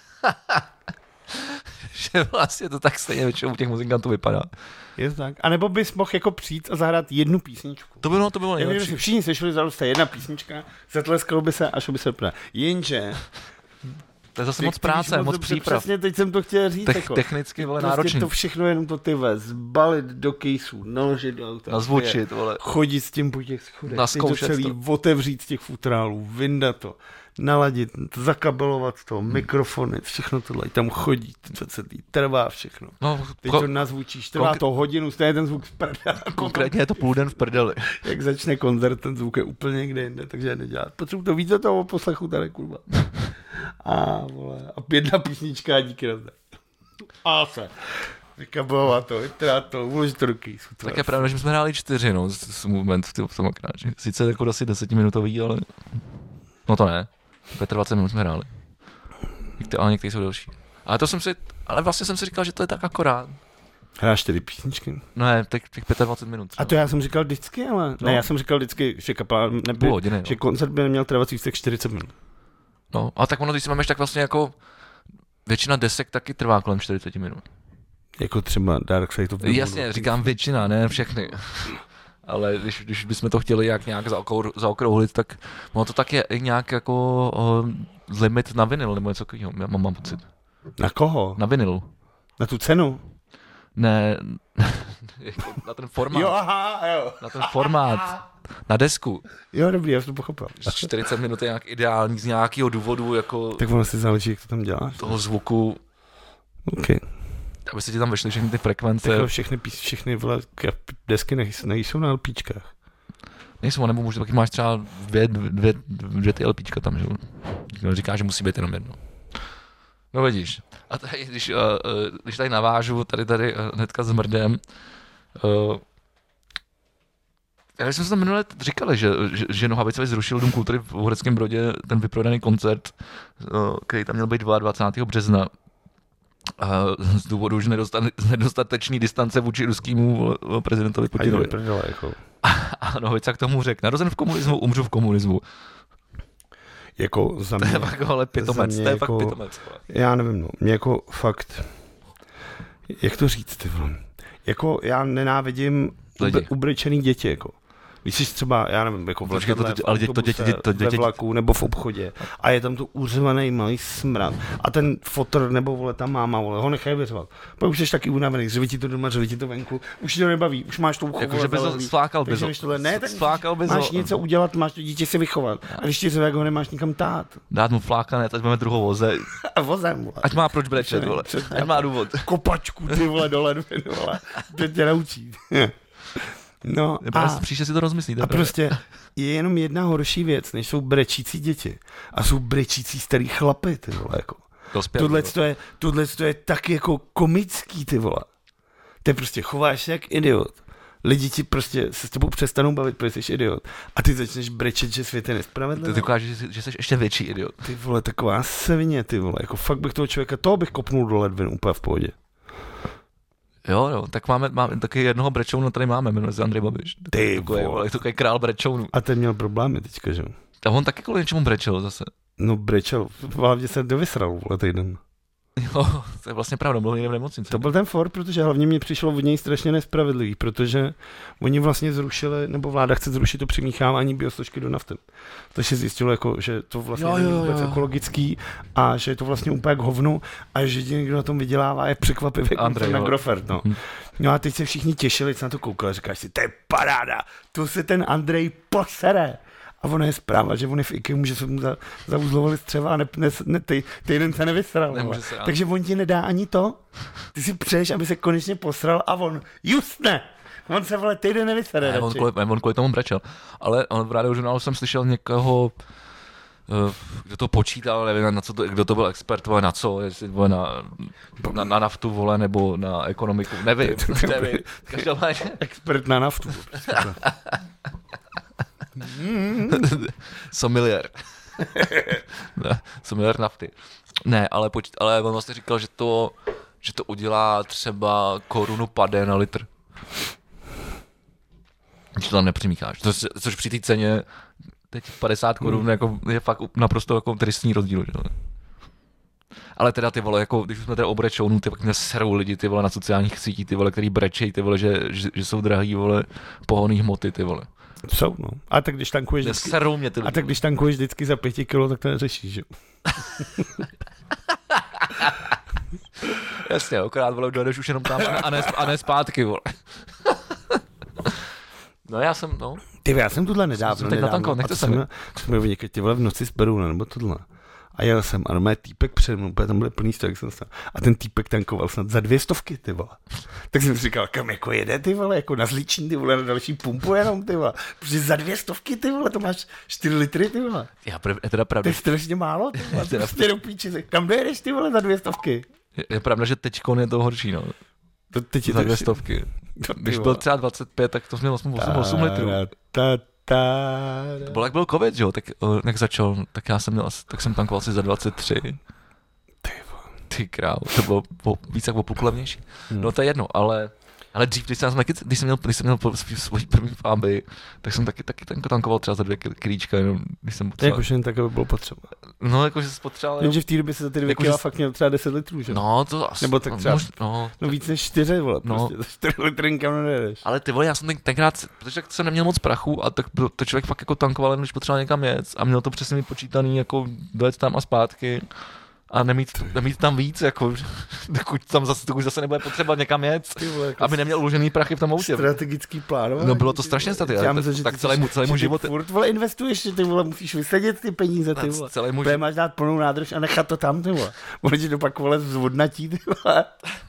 Speaker 1: Že vlastně to tak stejně většinou u těch muzikantů vypadá.
Speaker 2: Je to tak. A nebo bys mohl jako přijít a zahrát jednu písničku.
Speaker 1: To bylo, to bylo nejlepší.
Speaker 2: Kdyby si všichni sešli, zaroste jedna písnička, zatleskalo by se a šlo by se vypadat. Jenže...
Speaker 1: To je zase moc práce, moc, moc příprav.
Speaker 2: Přesně, teď jsem to chtěl říct.
Speaker 1: Te-
Speaker 2: jako.
Speaker 1: Technicky, vole,
Speaker 2: prostě
Speaker 1: náročný.
Speaker 2: To všechno jenom to ty vole, zbalit do kejsů, naložit do auta.
Speaker 1: Nazvučit, vole.
Speaker 2: Chodit s tím po těch schodech.
Speaker 1: Naskoušet
Speaker 2: to celý,
Speaker 1: to.
Speaker 2: otevřít z těch futrálů, vyndat to, naladit, zakabelovat to, hmm. mikrofony, všechno tohle. Tam chodí, to celý, trvá všechno.
Speaker 1: No,
Speaker 2: teď
Speaker 1: ko-
Speaker 2: to nazvučíš, trvá konkr- to hodinu, stejně ten zvuk z prdele.
Speaker 1: Konkrétně je to půl den v prdeli.
Speaker 2: Jak začne koncert, ten zvuk je úplně někde jinde, takže nedělat. Potřebuji to víc za toho poslechu tady, kurva. A vole, a jedna písnička a díky na to. A se. Vykabelovat to, vytrát to, uložit to do kýsu.
Speaker 1: Tak je pravda, že jsme hráli čtyři, no, z moment v, t- v tom akráči. Sice jako asi desetiminutový, ale... No to ne. dvacet minut jsme hráli. Některé, ale některé jsou delší. Ale to jsem si... Ale vlastně jsem si říkal, že to je tak akorát.
Speaker 2: Hráš čtyři písničky?
Speaker 1: No ne, tak těch dvacet pět minut.
Speaker 2: A to já jsem říkal vždycky, ale... No. Ne, já jsem říkal vždycky, že kapela nebyl,
Speaker 1: hodiny,
Speaker 2: že koncert by neměl trvat víc jak čtyřicet minut.
Speaker 1: No, a tak ono, když si máš, tak vlastně jako... Většina desek taky trvá kolem čtyřicet minut.
Speaker 2: Jako třeba Dark Side of the Moon.
Speaker 1: Jasně, říkám většina, ne všechny. Ale když, když bychom to chtěli jak nějak zaokrouhlit, zaokrouhlit, tak ono to tak je nějak jako uh, limit na vinyl, nebo něco takového, já mám, mám pocit.
Speaker 2: Na koho?
Speaker 1: Na vinyl.
Speaker 2: Na tu cenu?
Speaker 1: Ne, jako na ten formát.
Speaker 2: Jo, aha, jo.
Speaker 1: Na ten formát, na desku.
Speaker 2: Jo, dobrý, já jsem to pochopil.
Speaker 1: čtyřicet minut je nějak ideální z nějakého důvodu, jako...
Speaker 2: Tak ono si záleží, jak to tam děláš.
Speaker 1: Toho zvuku.
Speaker 2: OK.
Speaker 1: Aby se ti tam vešly všechny ty frekvence.
Speaker 2: Takhle všechny, pís, všechny vole, desky nejsou na LPčkách.
Speaker 1: Nejsou, nebo možná taky máš třeba dvě, dvě, dvě ty LPčka tam, že říká, že musí být jenom jedno. No vidíš. A tady, když, uh, uh, když tady navážu, tady tady uh, hnedka s Mrdem, uh, já jsme se tam minule říkali, že, že, že Nohavicovi zrušil Dům kultury v Uherském Brodě ten vyprodaný koncert, uh, který tam měl být dvacátého druhého března. Uh, z důvodu už nedostatečný distance vůči ruskému prezidentovi Putinovi.
Speaker 2: Jako.
Speaker 1: A, a Nohavica k tomu řekl, narozen v komunismu, umřu v komunismu.
Speaker 2: Jako za mě,
Speaker 1: to je fakt ale pitomec, to je jako, fakt pitomec.
Speaker 2: Já nevím, no, mě jako fakt, jak to říct, ty vole, jako já nenávidím ube, ubrečený děti, jako. Víš jsi třeba, já nevím, jako v letadle, v autobuse, ve vlaku nebo v obchodě a je tam to uřvaný malý smrad a ten fotr nebo vole ta máma, vole, ho nechají vyřvat. Pak už jsi taky unavený, řve ti to doma, řve ti to venku, už ti to nebaví, už máš to ucho,
Speaker 1: jako, že bys ho sflákal bys ho.
Speaker 2: Ne, tak máš něco udělat, máš to dítě si vychovat a když ti řve, ho nemáš nikam tát.
Speaker 1: Dát mu flákané, ať máme druhou voze.
Speaker 2: A vozem, vole.
Speaker 1: Ať má proč brečet, vole. Ať má důvod.
Speaker 2: Kopačku, ty vole, dole, vole, to tě naučí. No
Speaker 1: a příště si to rozmyslíte.
Speaker 2: A prostě je jenom jedna horší věc, než jsou brečící děti. A jsou brečící starý chlapy, ty vole, jako. Tohle to je, tohle to je tak jako komický, ty vole. Ty prostě chováš se jak idiot. lidi ti prostě se s tebou přestanou bavit, protože jsi idiot. A ty začneš brečet, že svět je nespravedlivý.
Speaker 1: Ty říkáš, že, že jsi ještě větší idiot.
Speaker 2: Ty vole, taková svině, ty vole, jako fakt bych toho člověka, toho bych kopnul do ledvin úplně v pohodě.
Speaker 1: Jo, jo, tak máme, máme taky jednoho brečounu, tady máme, jmenuje se Andrej Babiš.
Speaker 2: Ty
Speaker 1: vole. Je to takový král brečounů.
Speaker 2: A ten měl problémy teďka, že jo?
Speaker 1: A on taky kvůli něčemu brečel zase.
Speaker 2: No brečel, hlavně se dovysral, vole, týden.
Speaker 1: Jo, to je vlastně pravda, byl někde v nemocnici.
Speaker 2: To byl ten for, protože hlavně mi přišlo od něj strašně nespravedlivý, protože oni vlastně zrušili, nebo vláda chce zrušit to přimíchávání biosložky do nafty. To se zjistilo, jako, že to vlastně
Speaker 1: jo,
Speaker 2: není
Speaker 1: jo,
Speaker 2: vůbec
Speaker 1: jo.
Speaker 2: ekologický a že je to vlastně úplně k hovnu a že jediný, kdo na tom vydělává, je překvapivý
Speaker 1: Andrej,
Speaker 2: na
Speaker 1: jo.
Speaker 2: Grofert. No. no a teď se všichni těšili, co na to koukali, říkáš si, to je paráda, tu se ten Andrej posere. A ono je zpráva, že on je v IKEA, že se mu za, zauzlovali střeva a ne, ne, ne, ty, týden se nevysral.
Speaker 1: Se,
Speaker 2: Takže on ti nedá ani to. Ty si přeješ, aby se konečně posral a on, just ne. On se vole týden nevysere.
Speaker 1: Ne, on, kvůli, on kvůli tomu brečel. Ale on v radiožurnálu jsem slyšel někoho, kdo to počítal, nevím, na co to, kdo to byl expert, vole, na co, jestli vole, na, na, na naftu, vole, nebo na ekonomiku, nevím, nevím. Každopádně.
Speaker 2: Expert na naftu.
Speaker 1: Sommelier. Sommelier nafty. Ne, ale, poč- ale on vlastně říkal, že to, že to udělá třeba korunu pade na litr. Že to tam nepřimícháš. To, což při té ceně teď padesát korun hmm. jako, je fakt naprosto jako tristní rozdíl. Že? Ale teda ty vole, jako, když jsme teda o brečounu, ty pak mě serou lidi, ty vole, na sociálních sítích, ty vole, který brečej, ty vole, že, že, že jsou drahý, vole, pohonný hmoty, ty vole.
Speaker 2: Jsou, no. A tak když tankuješ vždycky,
Speaker 1: mě ty
Speaker 2: a tak když tankuješ vždycky za pěti kilo, tak to neřešíš, že?
Speaker 1: Jasně, okrát, vole, dojedeš už jenom tam a ne, a ne zpátky, vole. No já jsem, no.
Speaker 2: Ty, já jsem tuhle nedávno,
Speaker 1: jsem teď natankoval, nechce se mi.
Speaker 2: Jsme mi někdy, ty vole, v noci z Berouna, nebo tohle. A jel jsem, a normálně týpek před mnou, tam byly plný stok, jak jsem stál. A ten týpek tankoval snad za dvě stovky, ty vole. Tak jsem si říkal, kam jako jede, ty vole, jako na Zlíčín, ty vole, na další pumpu jenom, ty vole. Protože za dvě stovky, ty vole, to máš čtyři litry, ty vole.
Speaker 1: Já prv, je teda pravda.
Speaker 2: To je strašně málo, ty vole, to prostě do píči, kam dojedeš, ty vole, za dvě stovky.
Speaker 1: Je, je pravda, že teďkon je to horší, no.
Speaker 2: To teď je
Speaker 1: za
Speaker 2: to
Speaker 1: dvě stovky.
Speaker 2: To,
Speaker 1: Když byl třeba dvacet pět, tak to měl osm litrů. To bylo, jak byl covid, jo, tak jak začal, tak já jsem měl, tak jsem tankoval si za dvacet tři. Ty král, to bylo po, víc jak o půlku levnější. Hmm. No to je jedno, ale, ale dřív, když jsem, když jsem měl, když jsem měl svůj první fáby, tak jsem taky, taky tankoval třeba za dvě kilíčka, jenom když jsem potřeboval.
Speaker 2: Jakože jen tak, aby bylo potřeba.
Speaker 1: No, jakože jsi potřeboval.
Speaker 2: Jenže v té době se za ty dvě kila fakt měl třeba deset litrů, že?
Speaker 1: No, to asi.
Speaker 2: Nebo tak třeba,
Speaker 1: no, no,
Speaker 2: no víc než čtyři, vole,
Speaker 1: no.
Speaker 2: prostě za čtyři litry nikam nejedeš.
Speaker 1: Ale ty vole, já jsem ten, tenkrát, protože jsem neměl moc prachu a tak byl, to člověk fakt jako tankoval, když potřeboval někam jet a měl to přesně vypočítaný, jako dojet tam a zpátky. A nemít, nemít tam víc, jako, dokud tam zase, dokud zase nebude potřeba někam jet, vole, jako aby neměl uložený prachy v tom autě.
Speaker 2: Strategický plánování.
Speaker 1: No bylo to strašně strategické, tak, tak celému, celému životu.
Speaker 2: Furt, vole, investuješ, ty vole, musíš vysedět ty peníze, ty vole.
Speaker 1: Celému
Speaker 2: životu. Máš dát plnou nádrž a nechat to tam, ty vole. Může ti to pak, vole, zvodnatí, ty vole.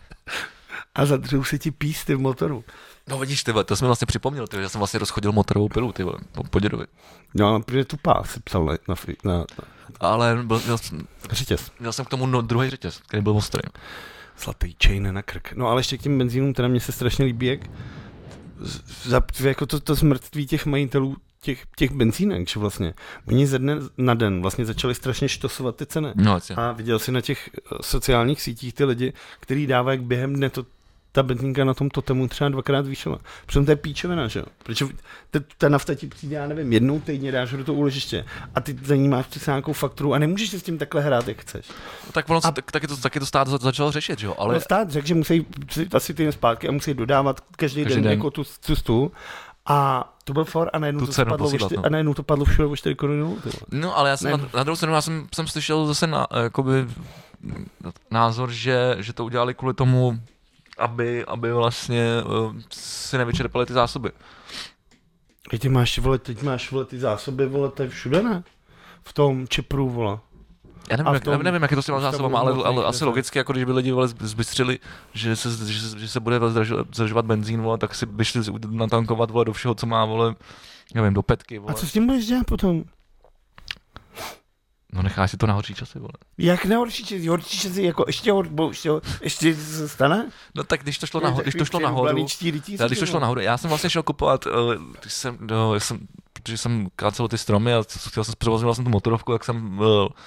Speaker 2: A zadržou se ti písty v motoru.
Speaker 1: No vidíš, ty vole, to jsme vlastně připomněl, ty, že jsem vlastně rozchodil motorovou pilu, ty vole, po, po dědovi.
Speaker 2: No, protože tupá, si psal na, na, na, na.
Speaker 1: Ale byl, měl,
Speaker 2: řetěz.
Speaker 1: Měl jsem k tomu no, druhý řetěz, který byl ostrý.
Speaker 2: Zlatý chain na krk. No ale ještě k těm benzínům, teda mně se strašně líbí, jak za, jako to, to zmrtví těch majitelů těch, těch benzínek, že vlastně oni ze dne na den vlastně začali strašně štosovat ty ceny.
Speaker 1: No,
Speaker 2: a viděl si na těch sociálních sítích ty lidi, který dávají během dne to ta benzínka na tom totemu třeba dvakrát zvýšila. Přitom to je píčovina, že jo? Protože ta, ta nafta ti přijde, já nevím, jednou týdně dáš do toho úložiště a ty za ní máš přece nějakou fakturu a nemůžeš si s tím takhle hrát, jak chceš.
Speaker 1: Tak ono, a, tak, taky, to, taky to stát začal řešit, že jo? Ale...
Speaker 2: No stát řekl, že musí asi týden zpátky a musí dodávat každý, každý den, den jako tu, tu stůl. A to byl for a najednou, to, padlo posílat, čty, no. a najednou to padlo všude o čtyři koruny.
Speaker 1: No ale já jsem na, na druhou stranu, já jsem, jsem slyšel zase na, jakoby, názor, že, že to udělali kvůli tomu, aby, aby vlastně uh, si nevyčerpali ty zásoby.
Speaker 2: Teď máš, vole, teď máš, vole, ty zásoby, vole, to je všude, ne? V tom Čepru, vole.
Speaker 1: Já nevím, jak, tom, nevím, jak je to s těma zásobama, ale, ale asi logicky, jako když by lidi, vole, zbystřili, že se, že, že se bude zdražovat benzín, vole, tak si by šli natankovat, vole, do všeho, co má, vole, nevím, do petky, vole.
Speaker 2: A co s tím budeš dělat potom?
Speaker 1: No necháš si to na horší časy, vole.
Speaker 2: Jak na horší časy? Horší časy jako ještě hor, ještě, ještě se stane?
Speaker 1: No tak když to šlo, naho- když to šlo nahoru, tak, když to šlo nahoru, já jsem vlastně šel kupovat, uh, když jsem, no, já jsem, protože jsem kácel ty stromy a chtěl jsem, převozoval jsem tu motorovku, tak jsem byl uh,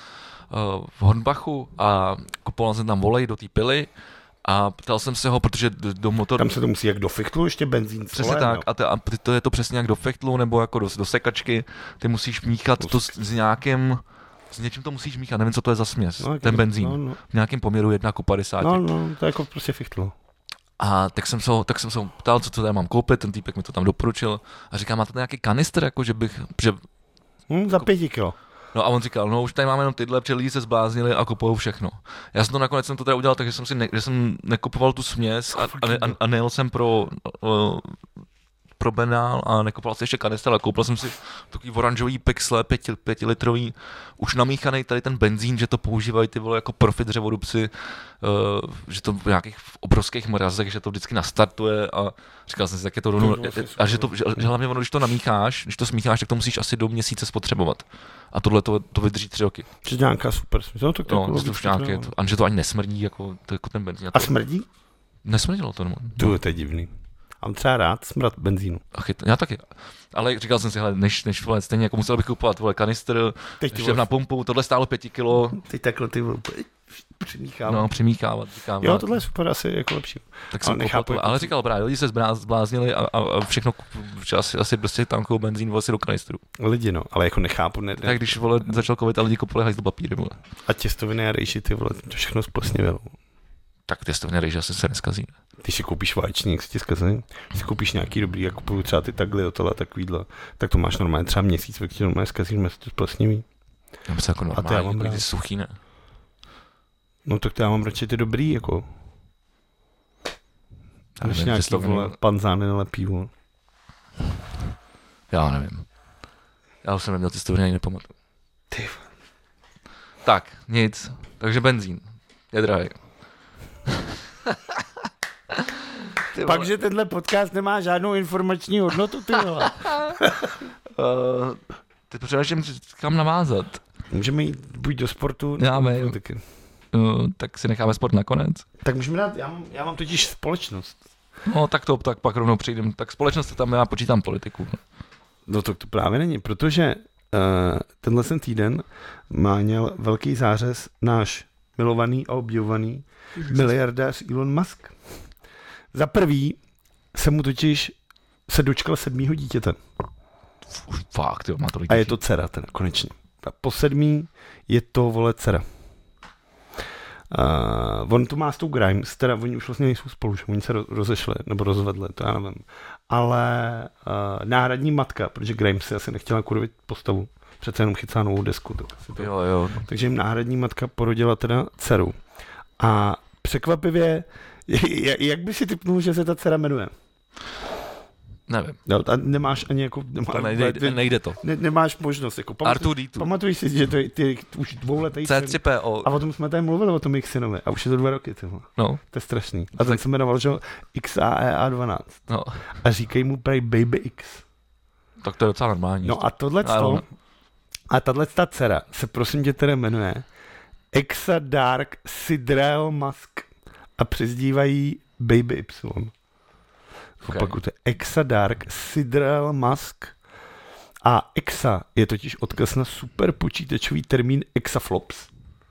Speaker 1: v Hornbachu a kupoval jsem tam volej do té pily. A ptal jsem se ho, protože do motoru...
Speaker 2: Tam se to musí jak do fichtlu ještě benzín.
Speaker 1: Přesně tak. No. A, to, a to je to přesně jak do fichtlu nebo jako do, do sekačky. Ty musíš míchat to s, s nějakým... S něčím to musíš míchat, nevím, co to je za směs. No, ten benzín. No, no. V nějakém poměru jedna ku padesáti.
Speaker 2: No, no, to je jako prostě fichtlo.
Speaker 1: A tak jsem se ho, tak jsem se ho ptal, co to tady mám koupit, ten týpek mi to tam doporučil. A říká, máte nějaký kanister, jako že bych... Že,
Speaker 2: hmm, za pěti kilo.
Speaker 1: No a on říkal, no už tady máme jenom tyhle, protože lidi se zbláznili a kupují všechno. Já jsem to nakonec jsem to teda udělal, takže jsem si ne, že jsem nekupoval tu směs a, a, a, a nejel jsem pro, uh, pro Benál a nekupoval jsem ještě kanister, ale koupil jsem si takový oranžový pixle, pěti, pětilitrový, už namíchaný tady ten benzín, že to používají ty vole jako profi dřevorubci, uh, že to v nějakých obrovských mrazech, že to vždycky nastartuje a říkal jsem si, tak je to rovnou, a že, to, že, že hlavně ono, když to namícháš, když to smícháš, tak to musíš asi do měsíce spotřebovat. A tohle to, to vydrží tři roky.
Speaker 2: Že nějaká super smysl. No, to, to,
Speaker 1: no, to už nějaké, to, a že to ani nesmrdí, jako, to, jako ten benzín.
Speaker 2: A smrdí?
Speaker 1: Nesmrdilo to. No.
Speaker 2: To, to je divný. A mám třeba rád smrad benzínu.
Speaker 1: Ach, to, já taky. Ale říkal jsem si, hele, než, než vole, stejně jako musel bych kupovat vole, kanistr, ještě na pumpu, tohle stálo pěti kilo.
Speaker 2: Teď takhle ty vole, přimíchávat.
Speaker 1: No, přimíchávat, říkám.
Speaker 2: Jo, tohle je super, asi jako lepší.
Speaker 1: Tak jsem nechápu, ale, ale říkal, právě, lidi se zbláznili a, a, a všechno, asi, asi prostě tankou benzín vlastně do kanistru.
Speaker 2: Lidi, no, ale jako nechápu. Ne, ne.
Speaker 1: Tak když vole, začal covid a lidi kupovali hajzl papíry, vole.
Speaker 2: A těstoviny a rejši, ty vole, to všechno splesnivělo.
Speaker 1: Tak těstoviny rejži asi se neskazí.
Speaker 2: Když si koupíš vaječník, si ti zkazí. Když si koupíš nějaký dobrý, jak kupuju třeba ty tagly do tohle, takovýhle, tak to máš normálně třeba měsíc, ve který normálně zkazí, že se to splesniví.
Speaker 1: Já myslím jako normálně, já mám ty suchý, ne?
Speaker 2: No tak to já mám radši ty dobrý, jako. Když nějaký, vole, panzány nelepí, vole.
Speaker 1: Já nevím. Já už jsem neměl ty stoviny ani nepamatuju.
Speaker 2: Ty.
Speaker 1: Tak, nic. Takže benzín. Je drahý.
Speaker 2: Takže tenhle podcast nemá žádnou informační hodnotu, ty vole.
Speaker 1: uh, ty přemýšlím, kam navázat.
Speaker 2: Můžeme jít buď do sportu,
Speaker 1: nebo taky. Uh, tak si necháme sport nakonec.
Speaker 2: Tak můžeme dát, já mám, já mám totiž společnost.
Speaker 1: No tak to, tak pak rovnou přijdem. Tak společnost tam já počítám politiku.
Speaker 2: No to, to právě není, protože uh, tenhle ten týden má měl velký zářez náš milovaný a obdivovaný miliardář Elon Musk. Za prvý se mu totiž se dočkal sedmýho dítěte.
Speaker 1: Fakt, jo, má to
Speaker 2: A je to dcera teda, konečně. A po sedmý je to, vole, dcera. Uh, on to má s tou Grimes, teda oni už vlastně nejsou spolu, že oni se rozešli, nebo rozvedli, to já nevím. Ale uh, náhradní matka, protože Grimes si asi nechtěla kurvit postavu, přece jenom chycá novou desku. To asi
Speaker 1: jo, jo.
Speaker 2: Takže jim náhradní matka porodila teda dceru. A překvapivě, jak by si tipnul, že se ta dcera jmenuje?
Speaker 1: Nevím.
Speaker 2: No, a nemáš ani jako... Nemá,
Speaker 1: to nejde, ty, nejde to.
Speaker 2: Ne, nemáš možnost. Jako,
Speaker 1: pamatuj,
Speaker 2: pamatuj si, že to je ty, už dvouletý
Speaker 1: C tři P O.
Speaker 2: A o tom jsme tady mluvili, o tom jejich synovi. A už je to dva roky. Tyhle.
Speaker 1: No.
Speaker 2: To je strašný. A ten se jmenoval, že X A E A dvanáct.
Speaker 1: No.
Speaker 2: A říkají mu prej Baby X.
Speaker 1: Tak to je docela normální.
Speaker 2: No a tohle a tahle ta dcera se prosím tě teda jmenuje Exa Dark Sidrel Musk a přezdívají Baby Y. Okay. Opakuju, to je Exa Dark Sidrel Musk. A Exa je totiž odkaz na super počítačový termín Exaflops.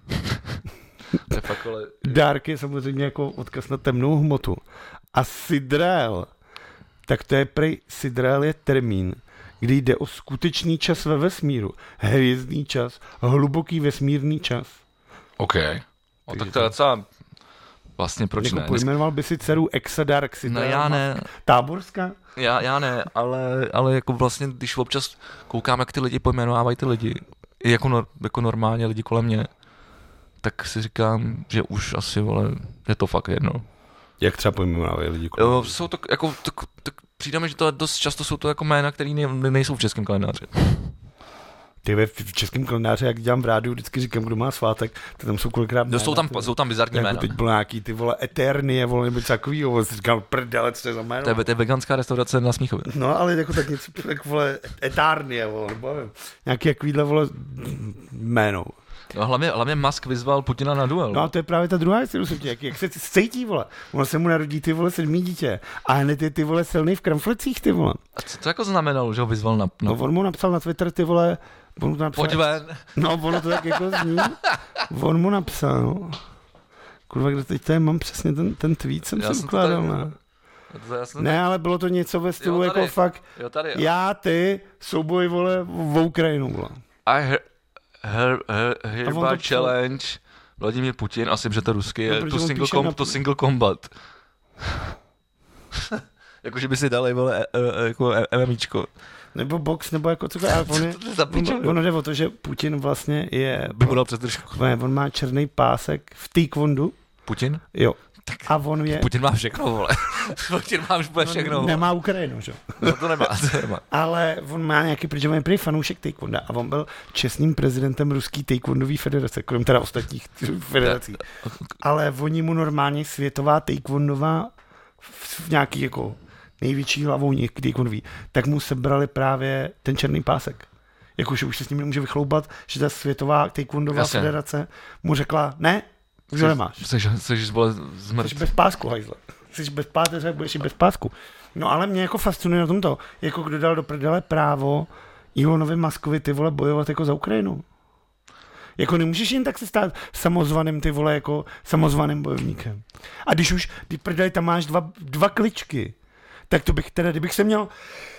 Speaker 1: ale...
Speaker 2: Dark je samozřejmě jako odkaz na temnou hmotu. A Sidrel, tak to je prej, Sidrel je termín, kdy jde o skutečný čas ve vesmíru. Hvězdný čas, hluboký vesmírný čas.
Speaker 1: OK. O, tak to je docela... Vlastně proč
Speaker 2: jako
Speaker 1: ne?
Speaker 2: Pojmenoval by si dceru Exa Dark Sidrel?
Speaker 1: No já ne.
Speaker 2: Táborská?
Speaker 1: Já, já ne, ale, ale jako vlastně, když občas koukám, jak ty lidi pojmenovávají ty lidi, i jako, nor, jako normálně lidi kolem mě, tak si říkám, že už asi, vole, je to fakt jedno.
Speaker 2: Jak třeba pojmenovávají lidi kolem
Speaker 1: jo, jsou to jako, tak, tak přijde mi, že to dost často jsou to jako jména, které ne, nejsou v českém kalendáři.
Speaker 2: Ty v českém kalendáři, jak dělám v rádiu, vždycky říkám, kdo má svátek, to tam jsou kolikrát
Speaker 1: jména. No, jsou tam, jsou tam bizarní jména.
Speaker 2: Teď bylo nějaký ty vole Eternie, vole, nebo takovýho, říkám, prdele, co to je za jméno.
Speaker 1: To je, to je veganská restaurace na Smíchově.
Speaker 2: No, ale jako tak něco, tak vole, Etárnie, vole, nebo nevím, nějaký jakýhle, vole, jméno.
Speaker 1: No hlavně, hlavně Musk vyzval Putina na duel.
Speaker 2: No a to je právě ta druhá věc, jak, jak se cítí, vole. On se mu narodí, ty vole, sedmý dítě. A hned je ty vole silný v kramflecích, ty vole.
Speaker 1: A co to jako znamenalo, že ho vyzval na...
Speaker 2: No, no on mu napsal na Twitter, ty vole... On mu napsal,
Speaker 1: Pojď ven.
Speaker 2: No, ono to tak jako zní. On mu napsal, no. Kurva, kde teď tady mám přesně ten, ten tweet, jsem
Speaker 1: já
Speaker 2: si
Speaker 1: jsem
Speaker 2: ukládal,
Speaker 1: tady,
Speaker 2: ne? Ne,
Speaker 1: tady.
Speaker 2: ale bylo to něco ve stylu
Speaker 1: jo,
Speaker 2: jako fakt,
Speaker 1: jo, tady, jo.
Speaker 2: já, ty, souboj, vole, v Ukrajinu, vole.
Speaker 1: I her, her, her, hereby challenge Vladimír Putin, asi, že to rusky je, no, to, single com, na... to single combat. Jakože by si dali, vole, e, e, jako MMIčko.
Speaker 2: Nebo box, nebo jako cokoliv, ale on je, on, ono jde o to, že Putin vlastně je...
Speaker 1: By mu dal přes držku.
Speaker 2: On má černý pásek v taekwondu.
Speaker 1: Putin?
Speaker 2: Jo. Tak a on je...
Speaker 1: Putin má všechno, vole. Putin má už všechno,
Speaker 2: no, nemá Ukrajinu, že?
Speaker 1: No to nemá, to nemá.
Speaker 2: Ale on má nějaký, protože on je fanoušek taekwonda a on byl čestným prezidentem ruský taekwondové federace, krom teda ostatních federací. Ale oni mu normálně světová taekwondová v nějaký jako největší hlavou někdy taekwondový, tak mu sebrali právě ten černý pásek. Jakože už se s ním nemůže vychloubat, že ta světová taekwondová Jasně. federace mu řekla, ne, už ho nemáš.
Speaker 1: Jsi, jsi, jsi,
Speaker 2: jsi bez pásku, hajzle. Jsi bez páteře, budeš i bez pásku. No ale mě jako fascinuje na tomto, jako kdo dal do prdele právo Elonovi Muskovi, ty vole, bojovat jako za Ukrajinu. Jako nemůžeš jen tak se stát samozvaným, ty vole, jako samozvaným bojovníkem. A když už, když prdele, tam máš dva, dva kličky, tak to bych teda, kdybych se měl,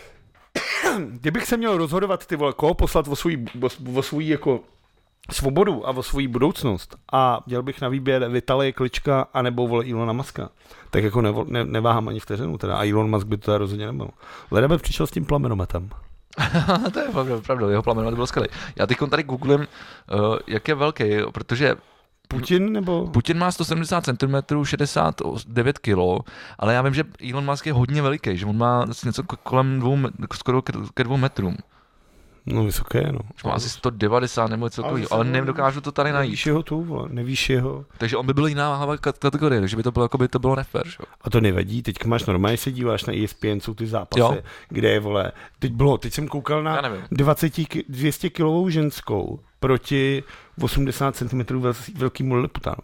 Speaker 2: kdybych se měl rozhodovat, ty vole, koho poslat o svůj, o, o svůj jako svobodu a o svou budoucnost a měl bych na výběr Vitali Klička anebo vole Elona Muska, tak jako ne, ne, neváhám ani vteřinu, teda a Elon Musk by to teda rozhodně nebyl. Leda by přišel s tím plamenometem.
Speaker 1: To je pravda, pravda, jeho plamenomet byl skvělý. Já teď tady googlím, uh, jak je velký, protože
Speaker 2: Putin nebo?
Speaker 1: Putin má sto sedmdesát centimetrů, šedesát devět kilo, ale já vím, že Elon Musk je hodně veliký, že on má něco kolem dvou, skoro ke dvou metrům.
Speaker 2: No vysoké, no.
Speaker 1: Má asi sto devadesát nebo něco takového, ale, ale nedokážu to tady najít.
Speaker 2: Nevíš jeho tu, vole, nevíš jeho.
Speaker 1: Takže on by byl jiná váhová kategorie, takže by to bylo, jako by to bylo nefér, že?
Speaker 2: A to nevadí, teď máš normálně, se díváš na E S P N, jsou ty zápasy, jo. Kde je, vole, teď bylo, teď jsem koukal na dvacet, dvě stě kilovou ženskou proti osmdesát centimetrů velkýmu Lilleputánovi.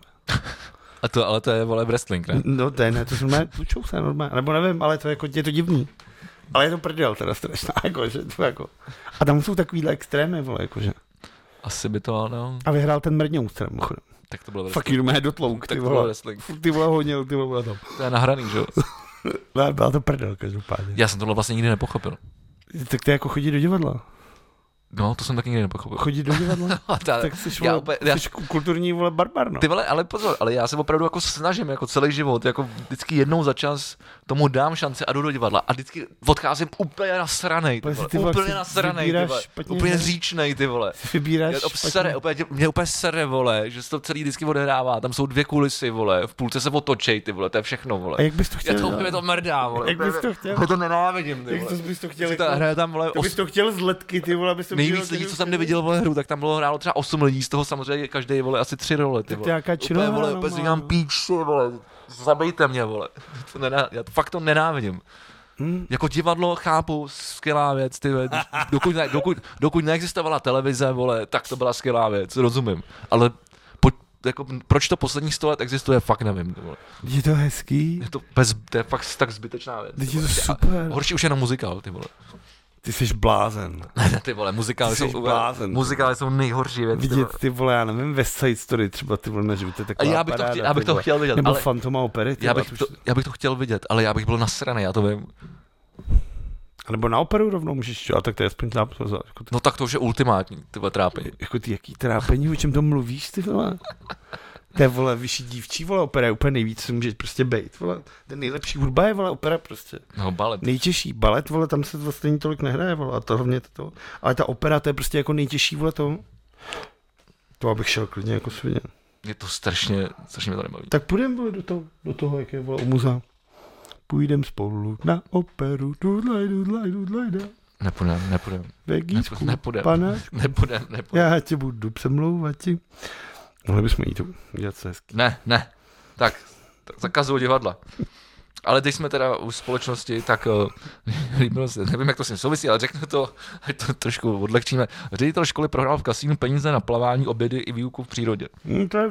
Speaker 1: A to, ale to je, vole, wrestling, ne?
Speaker 2: No to je, ne, to jsou normálně, tučou se normálně, nebo nevím, ale to je, jako, je to divný. Ale je to prdel teda strašná, jako, že to jako... A tam jsou takovýhle extrémy, vole, jakože.
Speaker 1: Asi by to, no.
Speaker 2: A vyhrál ten Mrňous, teda, mimochodem.
Speaker 1: Tak to bylo wrestling.
Speaker 2: Fakt jenom dotlouk, ty vole. Ty vole honil, ty vole tam.
Speaker 1: To je nahraný, že jo?
Speaker 2: No, byla to prdel, každopádně.
Speaker 1: Já jsem tohle vlastně nikdy nepochopil.
Speaker 2: Tak to je jako chodí do divadla.
Speaker 1: No, to jsem taky nikdy nepochopil.
Speaker 2: Chodí do divadla?
Speaker 1: ta,
Speaker 2: tak jsi, vole, opět, já, jsi kulturní, vole, barbar, no.
Speaker 1: Ty vole, ale pozor, ale já se opravdu jako snažím, jako celý život, jako vždycky jednou za čas tomu dám šanci a jdu do divadla a vždycky odcházím úplně nasranej, ty vole, ty vole, úplně nasranej, ty vole, špatně, úplně zříčnej, ty vole.
Speaker 2: Vybíráš
Speaker 1: sere, úplně, mě úplně sere, vole, že se to celý vždycky odehrává, tam jsou dvě kulisy, vole, v půlce se otočej, ty vole, to je všechno, vole.
Speaker 2: A jak bys to chtěl?
Speaker 1: Já to úplně to mrdá, vole.
Speaker 2: Jak bys to chtěl?
Speaker 1: Já to nenávidím, ty vole.
Speaker 2: Jak to bys to chtěl?
Speaker 1: Hraje tam, vole,
Speaker 2: to bys to chtěl z letky, ty vole, abys to
Speaker 1: nejvíc lidí, co jsem neviděl, vole, hru, tak tam bylo hrálo třeba osm lidí, z toho samozřejmě každý, vole, asi tři role, ty vole.
Speaker 2: Tak úplně,
Speaker 1: vole, úplně si říkám píč, vole, zabijte mě, vole. To nená, já fakt to nenávidím. Hmm. Jako divadlo chápu, skvělá věc, ty vole. Dokud, ne, dokud, dokud neexistovala televize, vole, tak to byla skvělá věc, rozumím. Ale po, jako, proč to posledních sto let existuje, fakt nevím, ty vole.
Speaker 2: Je to hezký?
Speaker 1: Je to, bez, to je fakt tak zbytečná věc.
Speaker 2: Je to super.
Speaker 1: Horší už je na muzikál, ty vole.
Speaker 2: Ty jsi blázen.
Speaker 1: Ne, ty vole, muzikály jsou,
Speaker 2: blázen,
Speaker 1: muzikály jsou nejhorší věc.
Speaker 2: Vidět, ty vole, já nevím, West Side Story třeba, ty vole, nežiju, to je taková
Speaker 1: já bych to chtěl, já bych to chtěl vidět.
Speaker 2: Nebo
Speaker 1: ale...
Speaker 2: Fantoma opery.
Speaker 1: Já bych, to, já bych to chtěl vidět, ale já bych byl nasraný, já to vím.
Speaker 2: A nebo na operu rovnou můžeš, a tak to je aspoň zápas. Jako
Speaker 1: ty... No tak to už je ultimátní, ty vole, trápení.
Speaker 2: Jako ty, jaký trápení, o čem to mluvíš, ty vole? To je, vole, vyšší dívčí, vole, opera je úplně nejvíc, co může prostě bejt, vole. Ten nejlepší hudba je, vole, opera prostě.
Speaker 1: No, balet.
Speaker 2: Nejtěžší, balet, vole, tam se vlastně tolik nehraje, vole, a to hlavně to. Ale ta opera, to je prostě jako nejtěžší, vole, to. To abych šel klidně jako svině.
Speaker 1: Je to strašně, strašně mě to nebaví.
Speaker 2: Tak půjdem, vole, do toho, do toho, jak je, vole, u muzea. Půjdem spolu na operu, dudlaj, dudlaj, dudlaj, dudlaj.
Speaker 1: Nepůjdem, nepůjdem.
Speaker 2: Vegíčku,
Speaker 1: nepůjdem,
Speaker 2: pane.
Speaker 1: Nepůjdem, nepůjdem.
Speaker 2: Já tě budu přemlouvat ti. Mohli bychom jít udělat se hezky.
Speaker 1: Ne, ne. Tak, tak zakazuju divadla. Ale teď jsme teda u společnosti, tak uh, líbilo se, nevím, jak to s tím souvisí, ale řeknu to, ať to trošku odlehčíme. Ředitel školy prohrál v kasínu peníze na plavání, obědy i výuku v přírodě.
Speaker 2: Hmm, to je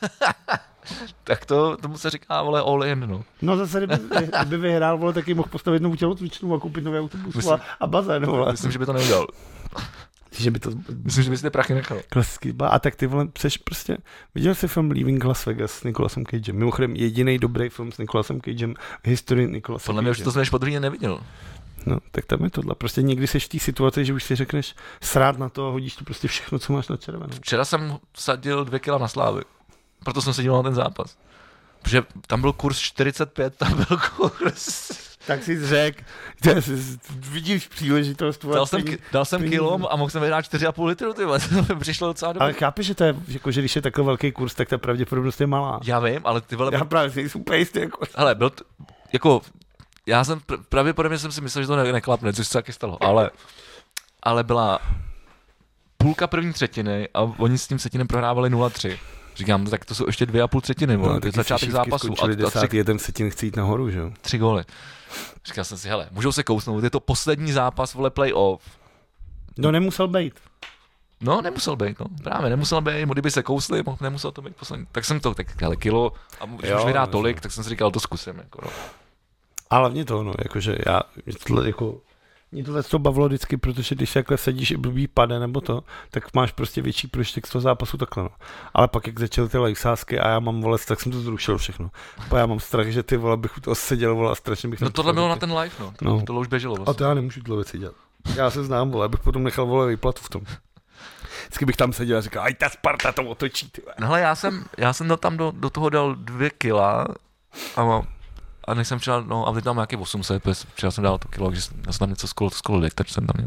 Speaker 1: Tak to, tomu se říká, vole, all in, no.
Speaker 2: No zase, kdyby, kdyby vyhrál, vole, taky mohl postavit novou tělocvičnu a koupit nové autobus myslím, a bazén, vole.
Speaker 1: Myslím, že by to neudělal.
Speaker 2: Že by to...
Speaker 1: Myslím, že by si ty prachy nechal.
Speaker 2: Klasický, a tak ty vole, přeš prostě, viděl jsi film Leaving Las Vegas s Nicolasem Cagem, mimochodem jediný dobrý film s Nicolasem Cagem v historii Nicolasa
Speaker 1: Podle mě už to jsem než podruhé neviděl.
Speaker 2: No, tak tam je tohle. Prostě někdy seš v té situaci, že už si řekneš srát na to a hodíš to prostě všechno, co máš na červenou.
Speaker 1: Včera jsem sadil dvě kila na Slávy. Proto jsem se díval na ten zápas. Protože tam byl kurz čtyřicet pět, tam byl kurz...
Speaker 2: Tak si řekl, vidíš příležitost.
Speaker 1: Dal jsem, dal jsem kilom a mohl jsem vyhrát čtyři a půl litru, ty to mi přišlo docela dobře.
Speaker 2: Ale chápeš, že to je, jako, že když je takový velký kurz, tak ta pravděpodobnost je malá.
Speaker 1: Já vím, ale ty vole...
Speaker 2: Já právě nejsem úplně jistý, jako...
Speaker 1: Hele, byl to, jako, já jsem, pr- pravděpodobně jsem si myslel, že to ne- neklapne, což se taky stalo, ale, ale byla půlka první třetiny a oni s tím setinem prohrávali nula tři. Říkám, tak to jsou ještě dvě a půl třetiny, no, to je začátek zápasu.
Speaker 2: A, a tři, ten setin chce jít nahoru, že jo?
Speaker 1: Tři góly. Říkal jsem si, hele, můžou se kousnout, je to poslední zápas, vole, play-off.
Speaker 2: No nemusel být.
Speaker 1: No, nemusel být, no. Právě, nemusel být, kdyby se kousli, nemusel to být poslední. Tak jsem to, tak hele, kilo, a když jo, už vydá tolik, tak jsem si říkal, to zkusím, jako no.
Speaker 2: A hlavně to, no, jakože já, tohle, jako, mě tohle to bavilo vždycky, protože když takhle sedíš i blbý pade nebo to, tak máš prostě větší prožitek z toho zápasu takhle, no. Ale pak, jak začaly ty lajsásky a já mám vole, tak jsem to zrušil všechno. A já mám strach, že ty vole, bych u toho seděl, vole, a strašně bych...
Speaker 1: No tohle bylo na ten live, no. To, no. Tohle už běželo vlastně.
Speaker 2: A to já nemůžu tyhle věci dělat. Já se znám, vole, abych potom nechal, vole, výplatu v tom. Vždycky bych tam seděl a říkal, aj ta Sparta to otočí, ty vole.
Speaker 1: No hele, já jsem, já jsem tam do, do toho dal dvě kila a mám A než jsem včera, no a teď tam nějaký osm set, včera jsem dal to kilo, takže já jsem tam něco skolo, skolo tak jsem tam měl.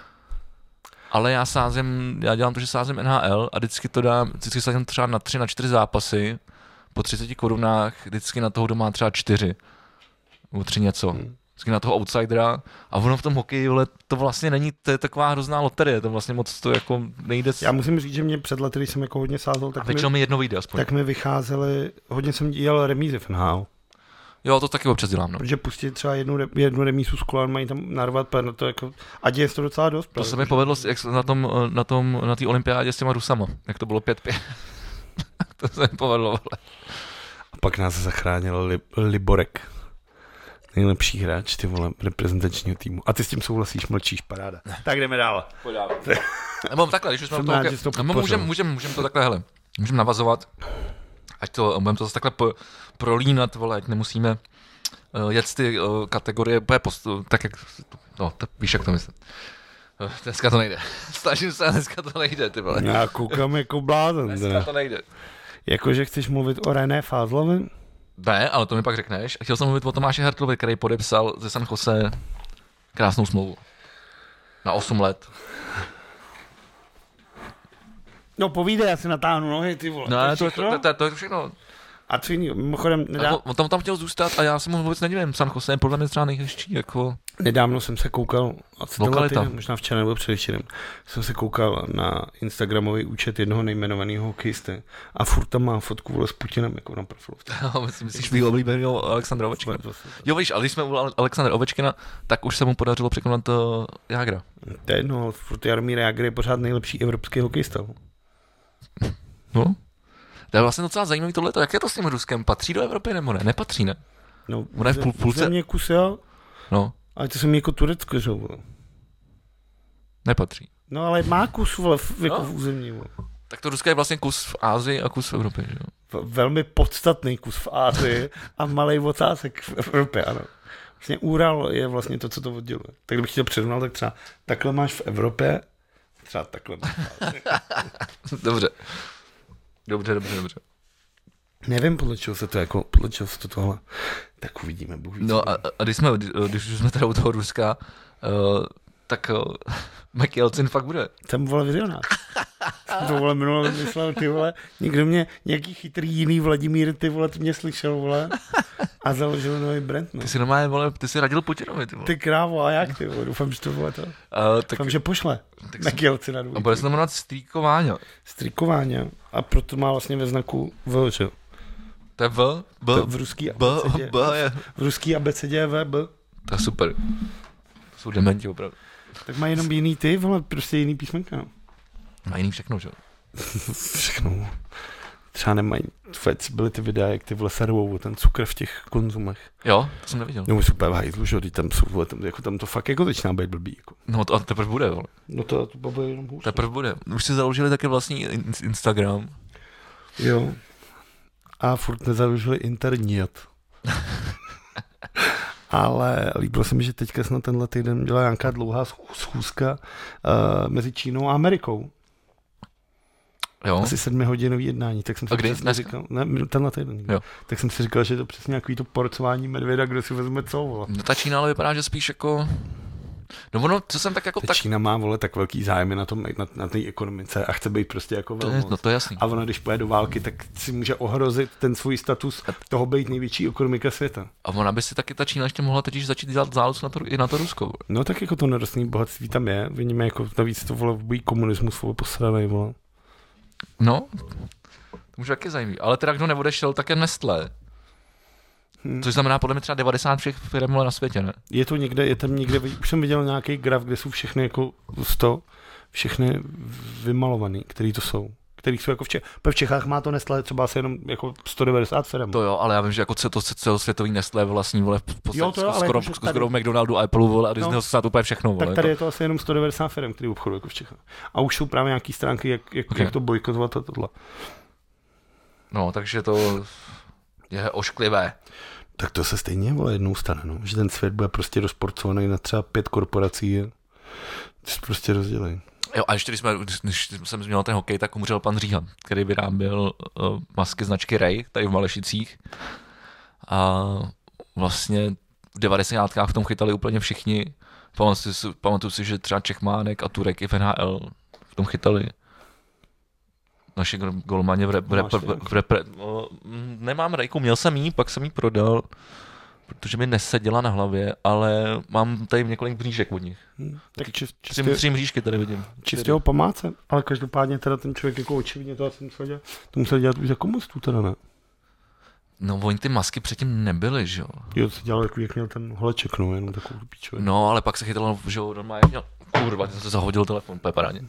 Speaker 1: Ale já sázím, já dělám to, že sázím N H L a vždycky to dám, vždycky sázím třeba na tři, na čtyři zápasy, po třiceti korunách, vždycky na toho doma třeba čtyři, nebo tři něco. Hmm. Vždycky na toho outsidera a ono v tom hokeji, vole, to vlastně není, to je taková hrozná loterie, to vlastně moc to jako nejde.
Speaker 2: Já musím říct, že mě před lety, když jsem jako hodně sázel, tak,
Speaker 1: mi, mi jedno vyjde aspoň.
Speaker 2: Tak mi vycházely, hodně jsem dělal remízy v N H L.
Speaker 1: Jo, to taky občas dělám, no.
Speaker 2: Protože pustit třeba jednu, jednu remízu s kolem, mají tam narvat pár, to jako, a děje se to docela dost.
Speaker 1: To se mi povedlo jak na tom, na tom, na té olympiádě s těma Rusama, jak to bylo pět pět. To se mi povedlo, vole.
Speaker 2: A pak nás zachránil Li, Liborek. Nejlepší hráč, ty vole, reprezentačního týmu. A ty s tím souhlasíš, mlčíš, paráda. Tak jdeme dál.
Speaker 1: Pojď dál. Nebo takhle, když už jsme v tom, můžeme můžem, můžem to takhle, hele, můžeme navazovat, ať to, budeme to zase takhle po, prolínat, vole, ať nemusíme uh, jet ty uh, kategorie, post, tak jak, no, tak víš, jak to myslím. Uh, dneska to nejde. Snažím se, dneska to nejde, ty vole.
Speaker 2: Já koukám jako blázen.
Speaker 1: Dneska to nejde.
Speaker 2: Jakože chceš mluvit o René Fázlovi?
Speaker 1: Ne, ale to mi pak řekneš. Chtěl jsem mluvit o Tomáši Hertlovi, který podepsal ze San Jose krásnou smlouvu. Na osm let.
Speaker 2: No povídej, já si natáhnu nohy, ty vole.
Speaker 1: Ne, to, to, to, to, to je všechno.
Speaker 2: A co jiný, mimochodem... Nedá...
Speaker 1: On tam, tam chtěl zůstat a já si mu vůbec nedivím. San Jose je podle mě třeba nejhezčí, jako...
Speaker 2: Nedávno jsem se koukal, a co lokalita. Týden, možná včera nebo předevčerem, jsem se koukal na instagramový účet jednoho nejmenovaného hokejisty a furt tam má fotku, vole, s Putinem jako na profilu.
Speaker 1: Myslíš svýho oblíbeného Alexandra Ovečkina? Jo, víš, ale když jsme u Alexandra Ovečkina, tak už se mu podařilo překonat to Jágra.
Speaker 2: To je jedno, furt Jaromír Jágr je pořád nejlepší evropský hokejista.
Speaker 1: No. To je vlastně docela zajímavý tohleto. Jak je to s tím Ruskem? Patří do Evropy nebo ne? Nepatří, ne?
Speaker 2: No,
Speaker 1: ona je v půl, půlce...
Speaker 2: země kus, jo.
Speaker 1: No.
Speaker 2: Ale to jsem jako Turecko, že vole.
Speaker 1: Nepatří.
Speaker 2: No ale má kus, vole, v, jako no. v území, vole.
Speaker 1: Tak to Rusko je vlastně kus v Ázii a kus v Evropě, že jo?
Speaker 2: Velmi podstatný kus v Ázii a malej ocásek v Evropě, ano. Vlastně Ural je vlastně to, co to odděluje. Tak kdybych to přirovnal, tak třeba takhle máš v Evropě, třeba takhle máš v Ázii.
Speaker 1: Dobře. Dobře, dobře, dobře.
Speaker 2: Nevím, podle čeho se to jako, podle čeho se to tohle, tak uvidíme, Bůh ví.
Speaker 1: No a, a když jsme, když už jsme teda u toho Ruska, uh, tak uh, Mike Jelcin fakt bude.
Speaker 2: Tam vole vizionář. To vole minule myslel, ty vole, někdo mě, nějaký chytrý jiný Vladimír, ty vole, ty mě slyšel, vole, a založil nový brand, no.
Speaker 1: Ty si normálně, vole, ty si radil Putinovi, ty vole.
Speaker 2: Ty krávo, a jak, ty vole, doufám, že to vole to. Uh, tak, doufám, že pošle Mike Jelcina.
Speaker 1: A bude se to jmenovat Strýkováňa.
Speaker 2: Strýkováňa a proto má vlastně ve znaku V, že?
Speaker 1: To je V, B,
Speaker 2: to v ruský
Speaker 1: B, B je.
Speaker 2: V ruský abecedě je V, B.
Speaker 1: To je super. To jsou dementi opravdu.
Speaker 2: Tak má jenom jiný ty, vole, prostě jiný písmenka. No.
Speaker 1: Má jiný všechno, že?
Speaker 2: Všechno. Třeba nemají, byly ty videa, jak ty vole servou, ten cukr v těch konzumech.
Speaker 1: Jo, to jsem neviděl.
Speaker 2: No super v hajzlu, že tam jsou, vole, tam, jako, tam to fakt jako začíná být blbý. Jako.
Speaker 1: No to a teprve bude, vole.
Speaker 2: No to, to bude jenom hůř.
Speaker 1: Teprve bude. Už si založili také vlastní Instagram.
Speaker 2: Jo. A furt nezaložili internet. Ale líbilo se mi, že teďka snad tenhle týden byla nějaká dlouhá schůzka uh, mezi Čínou a Amerikou.
Speaker 1: Jo.
Speaker 2: Asi sedmihodinový jednání, tak jsem si přesně říkal, ne, tenhle týden, jo. Tak jsem si říkal, že je to přesně nějaký to porcování medvěda, kdo si vezme co, vole.
Speaker 1: No ta Čína ale vypadá, že spíš jako, no ono, co jsem tak jako
Speaker 2: ta
Speaker 1: tak...
Speaker 2: Čína má, vole, tak velký zájmy na tom, na, na té ekonomice a chce být prostě jako velmoc.
Speaker 1: No to je jasný.
Speaker 2: A ona, když pojede do války, tak si může ohrozit ten svůj status toho být největší ekonomika světa.
Speaker 1: A ona by si taky ta Čína ještě mohla teď začít dělat záluz na to, i na to Rusko. Vole.
Speaker 2: No tak jako to nerostné bohatství tam je, vidíme jako navíc to, vole, bojí komunismus, vole, posranej, vole.
Speaker 1: No, to může taky zajímavý. Ale teda kdo neodešel, tak je Nestlé. Hmm. Což znamená podle mě třeba devadesát všech firm na světě, ne?
Speaker 2: Je to někde, je tam někde, už jsem viděl nějaký graf, kde jsou všechny jako sto, všechny vymalovaný, který to jsou. Který jsou jako v Čechách. V Čechách má to Nestlé třeba asi jenom jako sto devadesát firm.
Speaker 1: To jo, ale já vím, že jako to celosvětový Nestlé vlastní, vole, v podstatě
Speaker 2: jo, to jo,
Speaker 1: skoro, jako skoro v McDonaldu, Apple, vole, a Disneyho no, snad úplně všechno, vole.
Speaker 2: Tak tady
Speaker 1: jako.
Speaker 2: je to asi jenom sto devadesát firm, který obchodují jako v Čechách. A už jsou právě nějaký stránky, jak, jak, okay. jak to bojkotovat a tohle.
Speaker 1: No, takže to je ošklivé.
Speaker 2: Tak to se stejně, vole, jednou stane, no. Že ten svět bude prostě rozporcovaný na třeba pět korporací a to se prostě rozdělí.
Speaker 1: Jo, a ještě když, jsme, když jsem zmínil ten hokej, tak umřel pan Říhan, který vyráběl uh, masky značky Ray, tady v Malešicích. A vlastně v devadesátkách v tom chytali úplně všichni. Pamatuju si, pamatuju si, že třeba Čechmánek a Turek i v N H L v tom chytali. Naši golmani v, rep, v, rep, v rep, no, nemám Rayku, měl jsem jí, pak jsem jí prodal, protože mi neseděla na hlavě, ale mám tady několik mřížek od nich. Hmm, tak čist, čistě, tři, tři mřížky tady vidím.
Speaker 2: Čistě ho památce, ale každopádně teda ten člověk jako očividně to asi musel dělat, to musel dělat už jako komunistu teda, ne?
Speaker 1: No, oni ty masky předtím nebyly, že jo?
Speaker 2: Jo, to dělal jako jak měl ten holeček, no, jenom takovou píčově.
Speaker 1: No, ale pak se chytalo, že jo, normálně měl, kurva, jsem se zahodil telefon, to je parádně.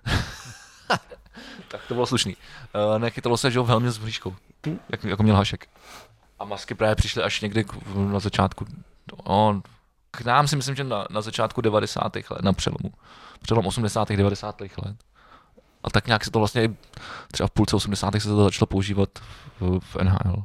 Speaker 1: Tak to bylo slušný. Uh, nechytalo se, že jo, v helmě s mřížkou, hmm. jak, jako měl Hašek. A masky právě přišly až někdy k, na začátku, no, k nám si myslím, že na, na začátku devadesátých let, na přelomu. Přelom osmdesátých devadesátých let. A tak nějak se to vlastně, třeba v půlce osmdesátých se to začalo používat v, v N H L.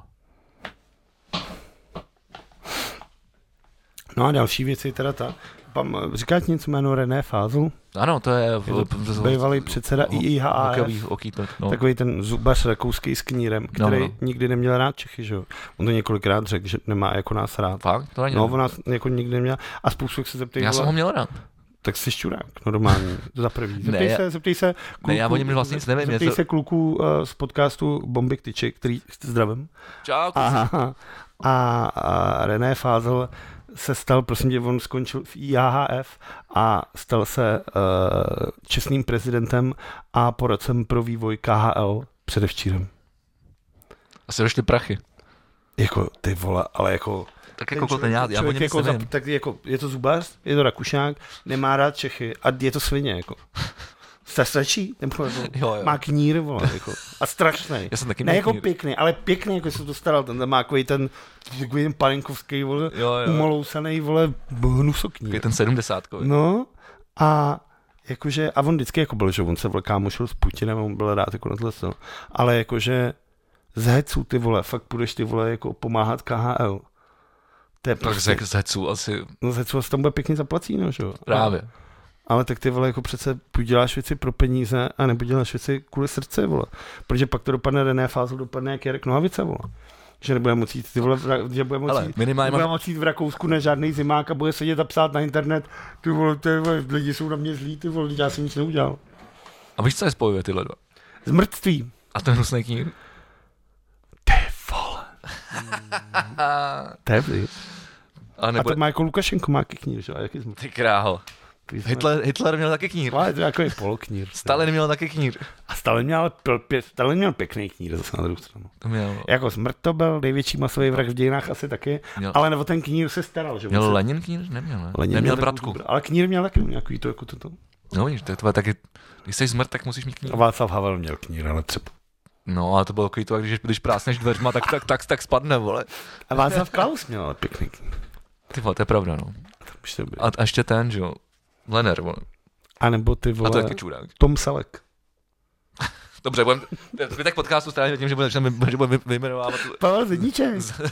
Speaker 2: No a další věci teda ta, říká ti něco jméno René Fázl?
Speaker 1: Ano, to je, v,
Speaker 2: je to bývalý předseda I I H A F,
Speaker 1: no.
Speaker 2: Takový ten zubař rakouský s knírem, který no, no. nikdy neměl rád Čechy, že jo. On to několikrát řekl, že nemá jako nás rád.
Speaker 1: Fakt? To ani
Speaker 2: no, on nás jako nikdy neměl a spoustu se zeptej.
Speaker 1: Já jsem ho měl rád.
Speaker 2: Tak jsi šťurák, normální, za prvý. Zeptej
Speaker 1: ne,
Speaker 2: se, zeptej se
Speaker 1: kluku, ne, já o něm vlastně nic nevím.
Speaker 2: Zeptej se kluků uh, z podcastu Bomby k tyči, který zdravím.
Speaker 1: Čau,
Speaker 2: a, a, a René Fázl se stal, prosím tě, on skončil v I H F a stal se uh, čestným prezidentem a poradcem pro vývoj K H L předevčírem.
Speaker 1: Asi došly prachy.
Speaker 2: Jako, ty vole, ale jako...
Speaker 1: Tak jako ten, ten já, já o něm
Speaker 2: jako zap, tak jako, je to zubař, je to Rakušák, nemá rád Čechy a je to svině, jako. Stačí? Nebo jako, jo, jo. Má knír, vole, jako. A strašnej.
Speaker 1: Já jsem taky
Speaker 2: ne jako knír. Pěkný, ale pěkný, jako se to staral. Ten tam má takový ten, takový ten palinkovský, vole, umolousaný, vole, hnusoknír.
Speaker 1: Takový ten sedmdesátkový.
Speaker 2: No a jakože, a on vždycky jako byl, že on se kámošil s Putinem a on byl rád jako na tohle, ale jakože z heců, ty vole, fakt půjdeš ty vole jako pomáhat K H L. To je
Speaker 1: tak prostě, z heců asi...
Speaker 2: No z heců asi tam bude pěkně zaplací, no, že jo.
Speaker 1: Právě.
Speaker 2: Ale tak ty vole, jako přece buď děláš věci pro peníze a nebo děláš věci kvůli srdce, vole. Protože pak to dopadne René Fázl, dopadne jak Jarek Nohavice, vole. Že nebude moci jít, ty vole, že bude moci, ale minimálně bude moci jít v Rakousku na žádný zimák a bude sedět a psát na internet, ty vole, ty vole, lidi jsou na mě zlí, ty vole, já jsem nic neudělal.
Speaker 1: A víš, co je spojuje tyhle dva?
Speaker 2: Zmrtví.
Speaker 1: A ten hnusný knír?
Speaker 2: Ty vole. Tevy. A, nebude... a to má jako Lukašenko, má knír, že? A jaký zmrtví?
Speaker 1: Ty kráho. Hitler, Hitler měl taky knír.
Speaker 2: Ale to je jako je poloknír.
Speaker 1: Stalin měl taky knír.
Speaker 2: A Stalin měl, pě, Stalin měl pěkný knír zase na druhou stranu.
Speaker 1: To měl.
Speaker 2: Jako smrt to byl, největší masový vrah v dějinách asi taky,
Speaker 1: měl.
Speaker 2: Ale nebo ten knír se staral. Že
Speaker 1: měl
Speaker 2: se...
Speaker 1: Lenin knír? Neměl, ne?
Speaker 2: Lenin
Speaker 1: Neměl
Speaker 2: měl
Speaker 1: bratku.
Speaker 2: Takový, ale knír měl taky nějaký to jako toto.
Speaker 1: No víš, to je taky, když jsi zmrt, tak musíš mít knír.
Speaker 2: A Václav Havel měl knír, ale třeba.
Speaker 1: No, ale to bylo takový to, když, když prásneš dveřma, tak, tak, tak, tak spadne, vole.
Speaker 2: A Václav Klaus měl ale pěkný knír.
Speaker 1: Ty vole, to je pravda, no. A, a ještě ten, že jo, Lenner, vole.
Speaker 2: A nebo ty vole,
Speaker 1: a to je taky čurák.
Speaker 2: Tom Selleck.
Speaker 1: Dobře, budem, zbytek podcastu strávíme tím, že budeme budem vyjmenovávat.
Speaker 2: Pavel Zedníček.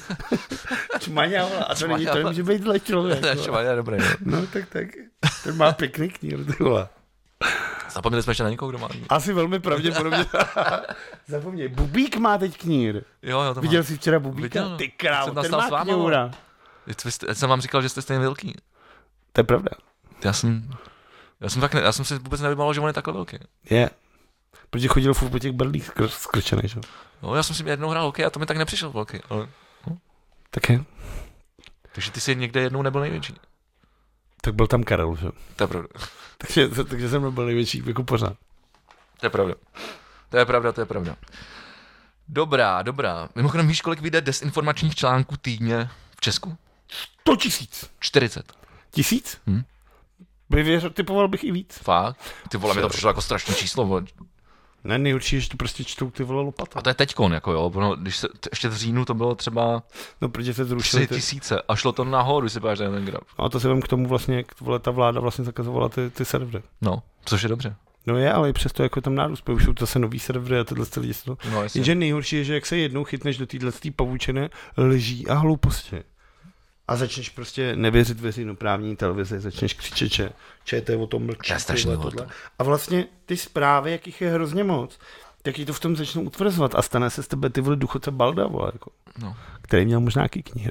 Speaker 2: Čmaňáva, a to není, to nemůže být dle člověk.
Speaker 1: Ne, Čmaňáva, dobré, no.
Speaker 2: No, tak, tak, ten má pěkný knír, ty vole.
Speaker 1: Zapomněli jsme ještě na někoho, kdo má knír.
Speaker 2: Asi velmi pravděpodobně. Zapomněj, Bubík má teď knír.
Speaker 1: Jo, jo, to
Speaker 2: Viděl
Speaker 1: má.
Speaker 2: jsi včera Bubíka?
Speaker 1: Viděl, no.
Speaker 2: Ty krávo, ten má kníra.
Speaker 1: Já jsem vám říkal, že jste stejně velký.
Speaker 2: To je pravda.
Speaker 1: Já jsem, já jsem, tak ne, já jsem si vůbec nevybal, že on je takhle velký.
Speaker 2: Je. Protože chodil furt po těch berlích skrčenej, že?
Speaker 1: No, já jsem si jednou hrál hokej a to mi tak nepřišel velký, ale... No.
Speaker 2: Tak je.
Speaker 1: Takže ty jsi někde jednou nebyl největší.
Speaker 2: Tak byl tam Karel, že?
Speaker 1: To je pravda.
Speaker 2: takže, takže jsem nebyl největší jako pořád.
Speaker 1: To je pravda. To je pravda, to je pravda. Dobrá, dobrá. Mimochodem víš, kolik vyjde desinformačních článků týdně v Česku?
Speaker 2: sto tisíc.
Speaker 1: čtyřicet.
Speaker 2: Tisíc?
Speaker 1: Hm?
Speaker 2: By věřil, typoval bych i víc.
Speaker 1: Fakt? Ty vole, mi to přišlo jako strašné číslo, vole.
Speaker 2: Ne, nejhorší, že to prostě čtou ty vole lopata.
Speaker 1: A to je teďkon, jako jo, no, když se, t- ještě v říjnu to bylo třeba
Speaker 2: no, protože se zrušily
Speaker 1: tři tisíce a šlo to nahoru, si páš ten graf.
Speaker 2: No a to se vem k tomu vlastně, k vole, ta vláda vlastně zakazovala ty, ty servery.
Speaker 1: No, což je dobře.
Speaker 2: No je, ale i přesto jako tam nárůst, protože už jsou zase nový servery a tyhle lidi se to...
Speaker 1: No,
Speaker 2: jenže nejhorší je, že jak se jednou chytneš do téhle pavučené lží a hlouposti a začneš prostě nevěřit veřejnoprávní televizi, začneš křičet, že ČT o tom mlčí. A vlastně ty zprávy, jakých je hrozně moc, tak to v tom začnou utvrzovat a stane se z tebe ty vole důchodce Balda, vole, jako,
Speaker 1: no.
Speaker 2: Který měl možná nějaký kníry.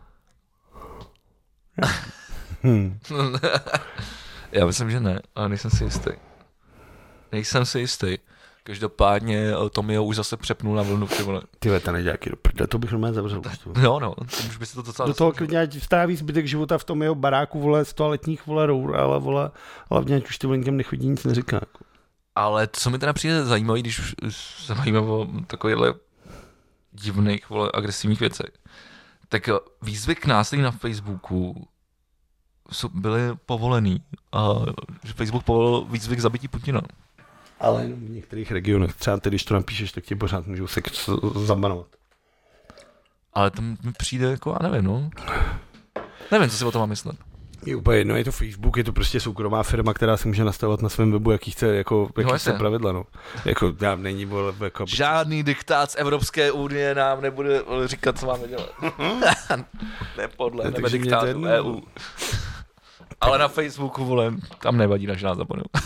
Speaker 2: hmm.
Speaker 1: Já myslím, že ne, ale nejsem si jistý. Nejsem si jistý. Každopádně Tomio už zase přepnul na vlnu, ty vole.
Speaker 2: Ty vole, to nejde jaký do to bych normálně zavřel.
Speaker 1: Jo, no, už by se to docela...
Speaker 2: Do toho klidně ať vstáví zbytek života v tom jeho baráku, vole, z toaletních, vole, rour, ale, vole, hlavně ať už ty linkem nechodí, nic neříká. Jako.
Speaker 1: Ale co mi teda přijde zajímavé, když už se bavíme o takovýchhle divných, vole, agresivních věcech, tak výzvy k násilí na Facebooku byly povolený a že Facebook povolil výzvy k zabití Putina.
Speaker 2: Ale jenom v některých regionech. Třeba ty, když to napíšeš, tak ti pořád můžou se zabanovat.
Speaker 1: Ale to mi přijde jako, já nevím, no. Nevím, co si o tom mám myslet.
Speaker 2: Je úplně jedno, je to Facebook, je to prostě soukromá firma, která si může nastavovat na svém webu, jaký chce, jako, jaký no, chce pravidla, no. Jako, nám není, vole, jako...
Speaker 1: Žádný diktát z Evropské unie nám nebude říkat, co máme dělat. ne podle, nebe diktátu E U. Ale na Facebooku, vole, tam nevadí naš názor.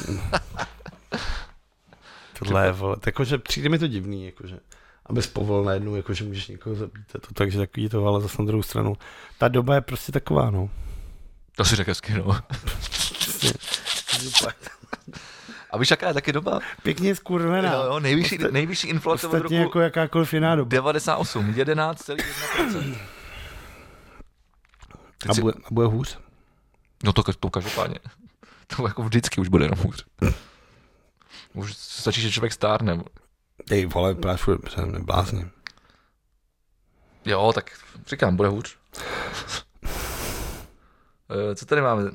Speaker 2: Tohle je, vole, jakože přijde mi to divný, jakože, abys povolil najednou, jakože můžeš někoho zabít, to, takže takový to, ale zase na druhou stranu, ta doba je prostě taková, no.
Speaker 1: To si řekl hezky, no. A víš, jaká je taky doba?
Speaker 2: Pěkně skurvená.
Speaker 1: Jo, jo, nejvyšší, Osta- nejvyšší inflace od roku
Speaker 2: jako jakákoliv jiná doba.
Speaker 1: devadesát osm, jedenáct celá jedna procenta.
Speaker 2: A bude, a bude hůř?
Speaker 1: No to, to každopádně. To jako vždycky už bude jenom hůř. Už stačí, že člověk stárne.
Speaker 2: Ej, vole, právě furt neblázně.
Speaker 1: Jo, tak říkám, bude hůř. Co tady máme?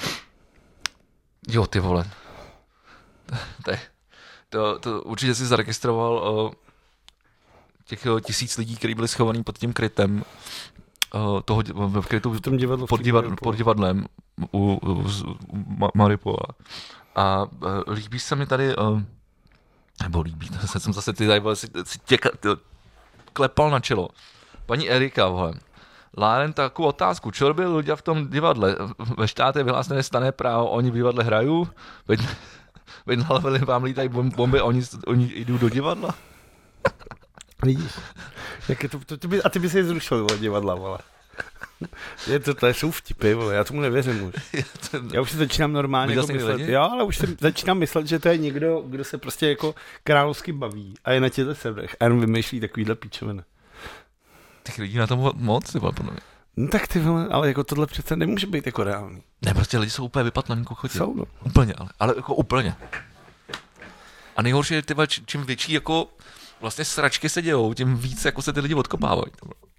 Speaker 1: Jo, ty vole. Tady. To, to určitě jsi zaregistroval o těch tisíc lidí, kteří byli schovaní pod tím krytem. O, toho v krytu
Speaker 2: v tom divadlu,
Speaker 1: pod, divadl, pod divadlem u, u, u, u Mariupola. A uh, líbí se mi tady, uh, nebo líbí, jsem zase ty tady, si, si tě klepal na čelo. Paní Erika, vole, Láren takovou otázku, čo robili ľudia v tom divadle? Ve štáte vyhlásené stané právo, oni v divadle hrají, veď, veď na leveli vám lítají bomby, oni, oni jdou do divadla?
Speaker 2: Vidíš, jak je to, to, to by, a ty by se zrušil od divadla, vole. Je to, to jsou vtipy, vole, já tomu nevěřím už. Já už si začínám normálně jako myslet, lidi? Jo, ale už si začínám myslet, že to je někdo, kdo se prostě jako královsky baví a je na těchto serverech a jenom vymýšlí takovýhle píčoviny.
Speaker 1: Těch lidí na tom moc, ty vole, podle mě.
Speaker 2: No tak ty vole, ale jako tohle přece nemůže být jako reálný.
Speaker 1: Ne, prostě lidi jsou úplně vypatlaní kochotě.
Speaker 2: Jsou, no.
Speaker 1: Úplně, ale, ale jako úplně. A nejhorší je, tyhle, čím větší jako vlastně sračky se dějou, tím víc jako se ty lidi odkopávají.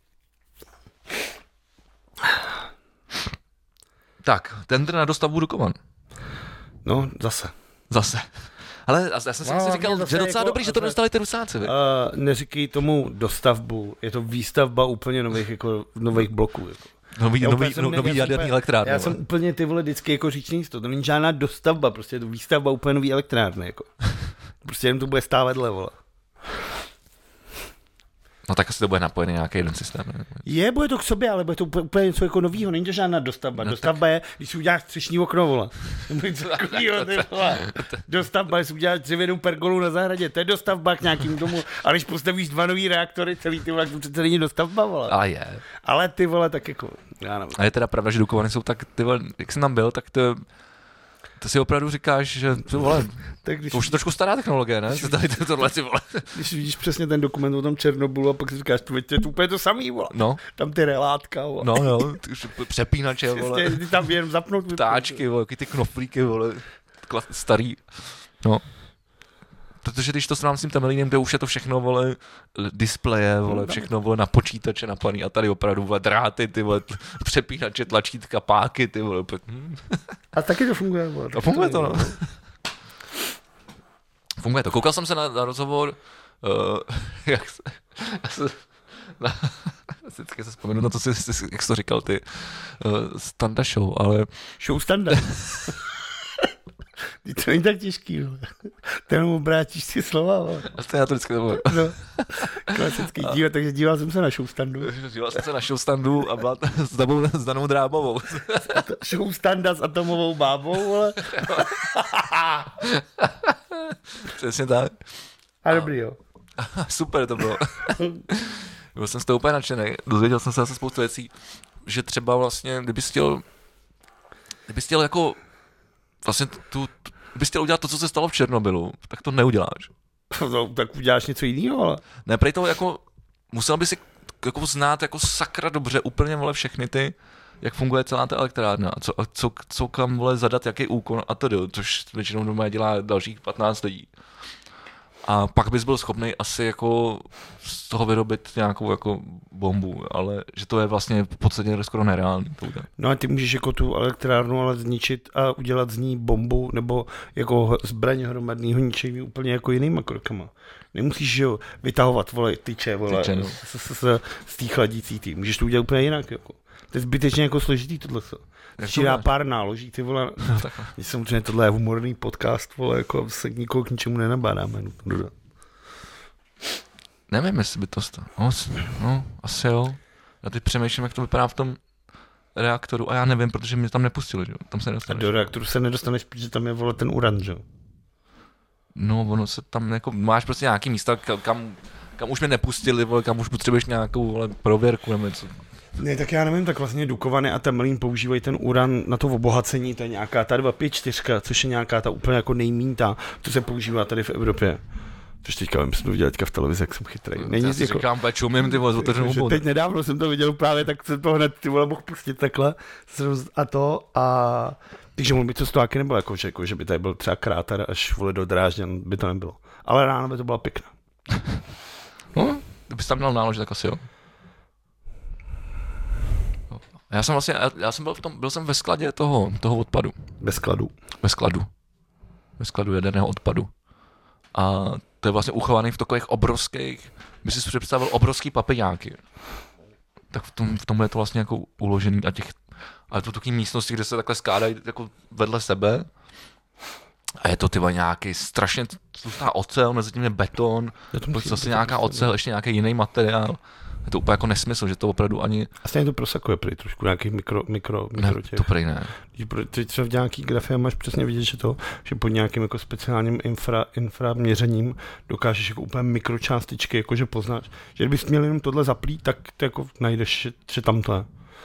Speaker 1: Tak, tender na dostavbu Dukovan.
Speaker 2: No, zase.
Speaker 1: Zase. Ale já jsem si no, říkal, že docela jako, dobrý, že to dostali ty Rusáci. Uh,
Speaker 2: neříkej tomu dostavbu, je to výstavba úplně nových, jako, nových bloků. Jako.
Speaker 1: Nový, nový, no, nový jaderný elektrárny.
Speaker 2: Já jsem úplně ty vole vždycky jako říčný to, to není žádná dostavba, prostě je to výstavba úplně nový elektrárny. Jako. Prostě jen to bude stát vedle, vole.
Speaker 1: No tak asi to bude napojený nějaký jeden systém. Ne?
Speaker 2: Je, bude to k sobě, ale bude to úplně, úplně něco jako novýho, není to žádná dostavba. No, dostavba tak... je, když si uděláš střešní okno, vole. Dostavba je, si uděláš dřevěnou pergolu na zahradě, to je dostavba k nějakým domu. A když postavíš dva nový reaktory, celý ty vole, to přece není dostavba, vole.
Speaker 1: Ale je.
Speaker 2: Ale ty vole, tak jako, já nevím.
Speaker 1: A je teda pravda, že Dukovany jsou tak, ty vole, jak jsem tam byl, tak to... To si opravdu říkáš, že to, vole, tak když to už je trošku stará technologie, ne? Když, tady tohle si, vole.
Speaker 2: Když vidíš přesně ten dokument o tom Černobylu a pak si říkáš, to je to úplně to samý, vole.
Speaker 1: No.
Speaker 2: Tam ty relátka, vole.
Speaker 1: No, no, přepínače, vole.
Speaker 2: Přesně, tam jenom zapnout.
Speaker 1: Táčky, vole, ty knoflíky, vole, starý, no. Protože když to srovnám s tím Temelínem, kde už je to všechno, vole, displeje, vole, všechno, vole, na počítače napaný a tady opravdu, vole, dráty, ty vole, přepínače, tlačítka, páky, ty vole. Hm.
Speaker 2: A taky to funguje, vole.
Speaker 1: A funguje to, no. Funguje to. Koukal jsem se na, na rozhovor, uh, jak se, se na, vždycky se vzpomenu na to, jak jsi to říkal ty, uh, Standa Show, ale...
Speaker 2: Show Standa. To není tak těžký, vole. Ten obrátíš si slova, vole.
Speaker 1: A to já to vždycky nebudu.
Speaker 2: No, klasický díl, takže díval jsem se na Show Standu.
Speaker 1: Díval jsem se na Show Standu a byla s, dabou, s Danou Drábovou.
Speaker 2: Show Standa s atomovou bábou, vole.
Speaker 1: Přesně tak.
Speaker 2: A dobrý, jo.
Speaker 1: Super to bylo. Byl jsem z toho úplně nadšený. Dozvěděl jsem se zase spoustu věcí, že třeba vlastně, kdybys chtěl, kdybys chtěl jako vlastně tu, kdybys chtěl udělat to, co se stalo v Černobylu, tak to neuděláš.
Speaker 2: No, tak uděláš něco jiného, ale...
Speaker 1: Ne, prej to jako, musel by si jako znát jako sakra dobře úplně, vole, všechny ty, jak funguje celá ta elektrárna, a co, a co, co kam, vole, zadat, jaký úkon a to, což většinou doma dělá dalších patnáct lidí. A pak bys byl schopný asi jako z toho vyrobit nějakou jako bombu, ale že to je vlastně v podstatě skoro nereálný.
Speaker 2: No a ty můžeš jako tu elektrárnu ale zničit a udělat z ní bombu nebo jako zbraň hromadného ničení úplně jako jinýma krokama. Nemusíš, že jo, vytahovat, vole, tyče, vole, tyče, no. z té chladící tý. Můžeš to udělat úplně jinak, jako. To je zbytečně jako složitý tohle. Ještě dá pár náloží, ty vole. No, samozřejmě tohle je humorný podcast, vole, jako se nikoho k ničemu nenabádáme.
Speaker 1: Nevím, jestli by to stalo. No, no, asi jo. Já teď přemýšlím, jak to vypadá v tom reaktoru a já nevím, protože mě tam nepustili, že? Tam se nedostaneš.
Speaker 2: A do reaktoru se nedostaneš, protože tam je, vole, ten uran, že?
Speaker 1: No, ono se tam jako, máš prostě nějaký místa, kam, kam už mě nepustili, vole, kam už potřebuješ nějakou, vole, prověrku nebo něco.
Speaker 2: Ne, tak já nevím, tak vlastně Dukovany a Temelín používají ten uran na to obohacení, to je nějaká ta dva pět čtyři, což je nějaká ta úplně jako nejmín ta, to se používá tady v Evropě. Což teďka vím, jsem to viděl teďka v televizi, jak jsem chytrý.
Speaker 1: Není já si jako... říkám, čumím, ty vole, otevřenou bodu.
Speaker 2: Teď nedávno jsem to viděl právě, tak jsem to hned, ty vole, mohl pustit takhle a to a... Takže mohl by to stojáky nebylo, jako, že, jako, že by tady byl třeba kráter až, vole, do Drážďan, by to nebylo. Ale ráno by to byla pěkná.
Speaker 1: No, kdybys tam měl náložit, tak asi jo. Já jsem vlastně, já jsem byl v tom, byl jsem ve skladě toho, toho odpadu.
Speaker 2: Ve skladu?
Speaker 1: Ve skladu. Ve skladu jaderného odpadu. A to je vlastně uchovaný v takových obrovských, by si představil obrovský papiňáky. Tak v tom, v tom je to vlastně jako uložený a těch, ale to takové místnosti, kde se takhle skládají jako vedle sebe. A je to tyba nějaký strašně tlustá ocel, mezi tím je beton, prostě zase nějaká ocel, ještě nějaký jiný materiál. Je to úplně jako nesmysl, že to opravdu ani...
Speaker 2: A stejně to prosakuje prej trošku, nějaký mikro, mikro, mikro
Speaker 1: ne, těch. To prej ne.
Speaker 2: Ty třeba v nějaký grafě máš přesně vidět, že to, že pod nějakým jako speciálním infra, infra měřením dokážeš jako úplně mikročástičky, jakože poznáš. Že kdybys měl jenom tohle zaplít, tak to jako najdeš, že, že tam to je.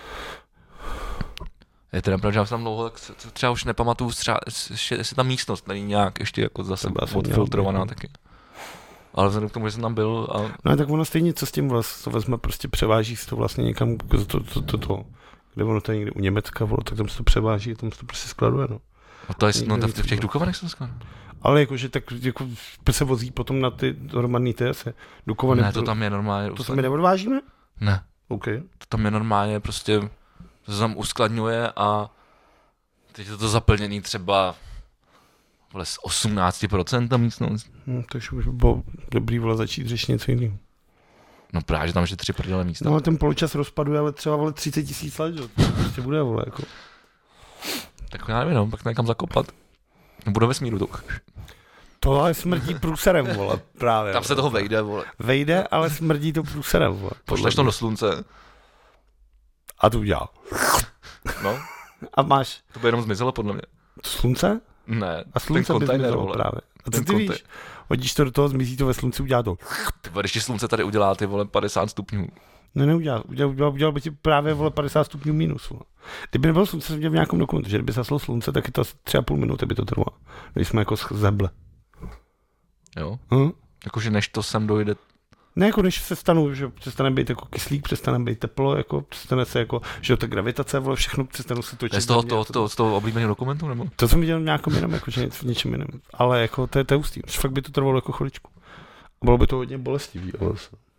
Speaker 1: Je teda pravda, že já jsem tam dlouho, tak třeba už nepamatuju, třeba, jestli ta místnost není nějak ještě jako zase odfiltrovaná taky. ale vzhledem k tomu, že jsem tam byl a...
Speaker 2: No tak ono stejně, co s tím vlastně, to vezme, prostě převáží se to vlastně někam, to, to, to, to, to. Kde ono to je někde u Německa, vole, tak tam se to převáží, tam se to prostě skladuje, no.
Speaker 1: A to je, no v, v těch Dukovanech se to skladuje.
Speaker 2: Ale jakože tak jako se vozí potom na ty hromadný T S. Dukovany.
Speaker 1: Ne, to tam je normálně.
Speaker 2: To tam my neodvážíme?
Speaker 1: Ne.
Speaker 2: OK.
Speaker 1: To tam je normálně prostě, to se tam uskladňuje a teď je to zaplněný třeba vole z osmnáct procent tam místnost.
Speaker 2: Hmm, takže už by bylo dobrý vole začít řešit něco jiného.
Speaker 1: No právě, že tam ještě tři prdele místa.
Speaker 2: No a ten poločas rozpaduje, ale třeba vole třicet tisíc let, že? To prostě bude vole jako.
Speaker 1: Tak já nevím, no, pak někam zakopat. Bude vesmíru to.
Speaker 2: To ale smrdí průserem, vole, právě.
Speaker 1: Tam se toho vejde, vole.
Speaker 2: Vejde, ale smrdí to průserem, vole.
Speaker 1: Pošleš to do slunce.
Speaker 2: A to udělal.
Speaker 1: No.
Speaker 2: A máš.
Speaker 1: To by jenom zmizelo, podle mě.
Speaker 2: To slunce?
Speaker 1: Ne,
Speaker 2: a slunce
Speaker 1: ten
Speaker 2: by zmizelo
Speaker 1: vole.
Speaker 2: Právě. A co
Speaker 1: ten
Speaker 2: ty
Speaker 1: konte...
Speaker 2: víš? Hodíš to do toho, zmizí to ve slunci, udělá to.
Speaker 1: Ty vole, když ti slunce tady udělá, ty vole, padesát stupňů.
Speaker 2: Ne, neudělal. Udělal, udělal, udělal by ti právě, vole, padesát stupňů minus, vole. Kdyby nebylo slunce, jsem viděl v nějakém dokumentu, že kdyby zaslo slunce, tak je to tři a půl minuty by to trvalo. Když jsme jako zeble.
Speaker 1: Jo?
Speaker 2: Hm?
Speaker 1: Jakože než to sem dojde.
Speaker 2: Ne, jako než se stanu, že přestane být jako kyslík, přestane být teplo, jako přestane se jako, že ta gravitace, vole, všechno přestane se točit.
Speaker 1: Z toho, to, to, to, z toho oblíbeného dokumentu, nebo?
Speaker 2: To jsem viděl nějakom jiném, jako, že v něčem jiném. Ale jako to je, to je ústý. Fakt by to trvalo jako chviličku. Bylo by to hodně bolestivý, ale...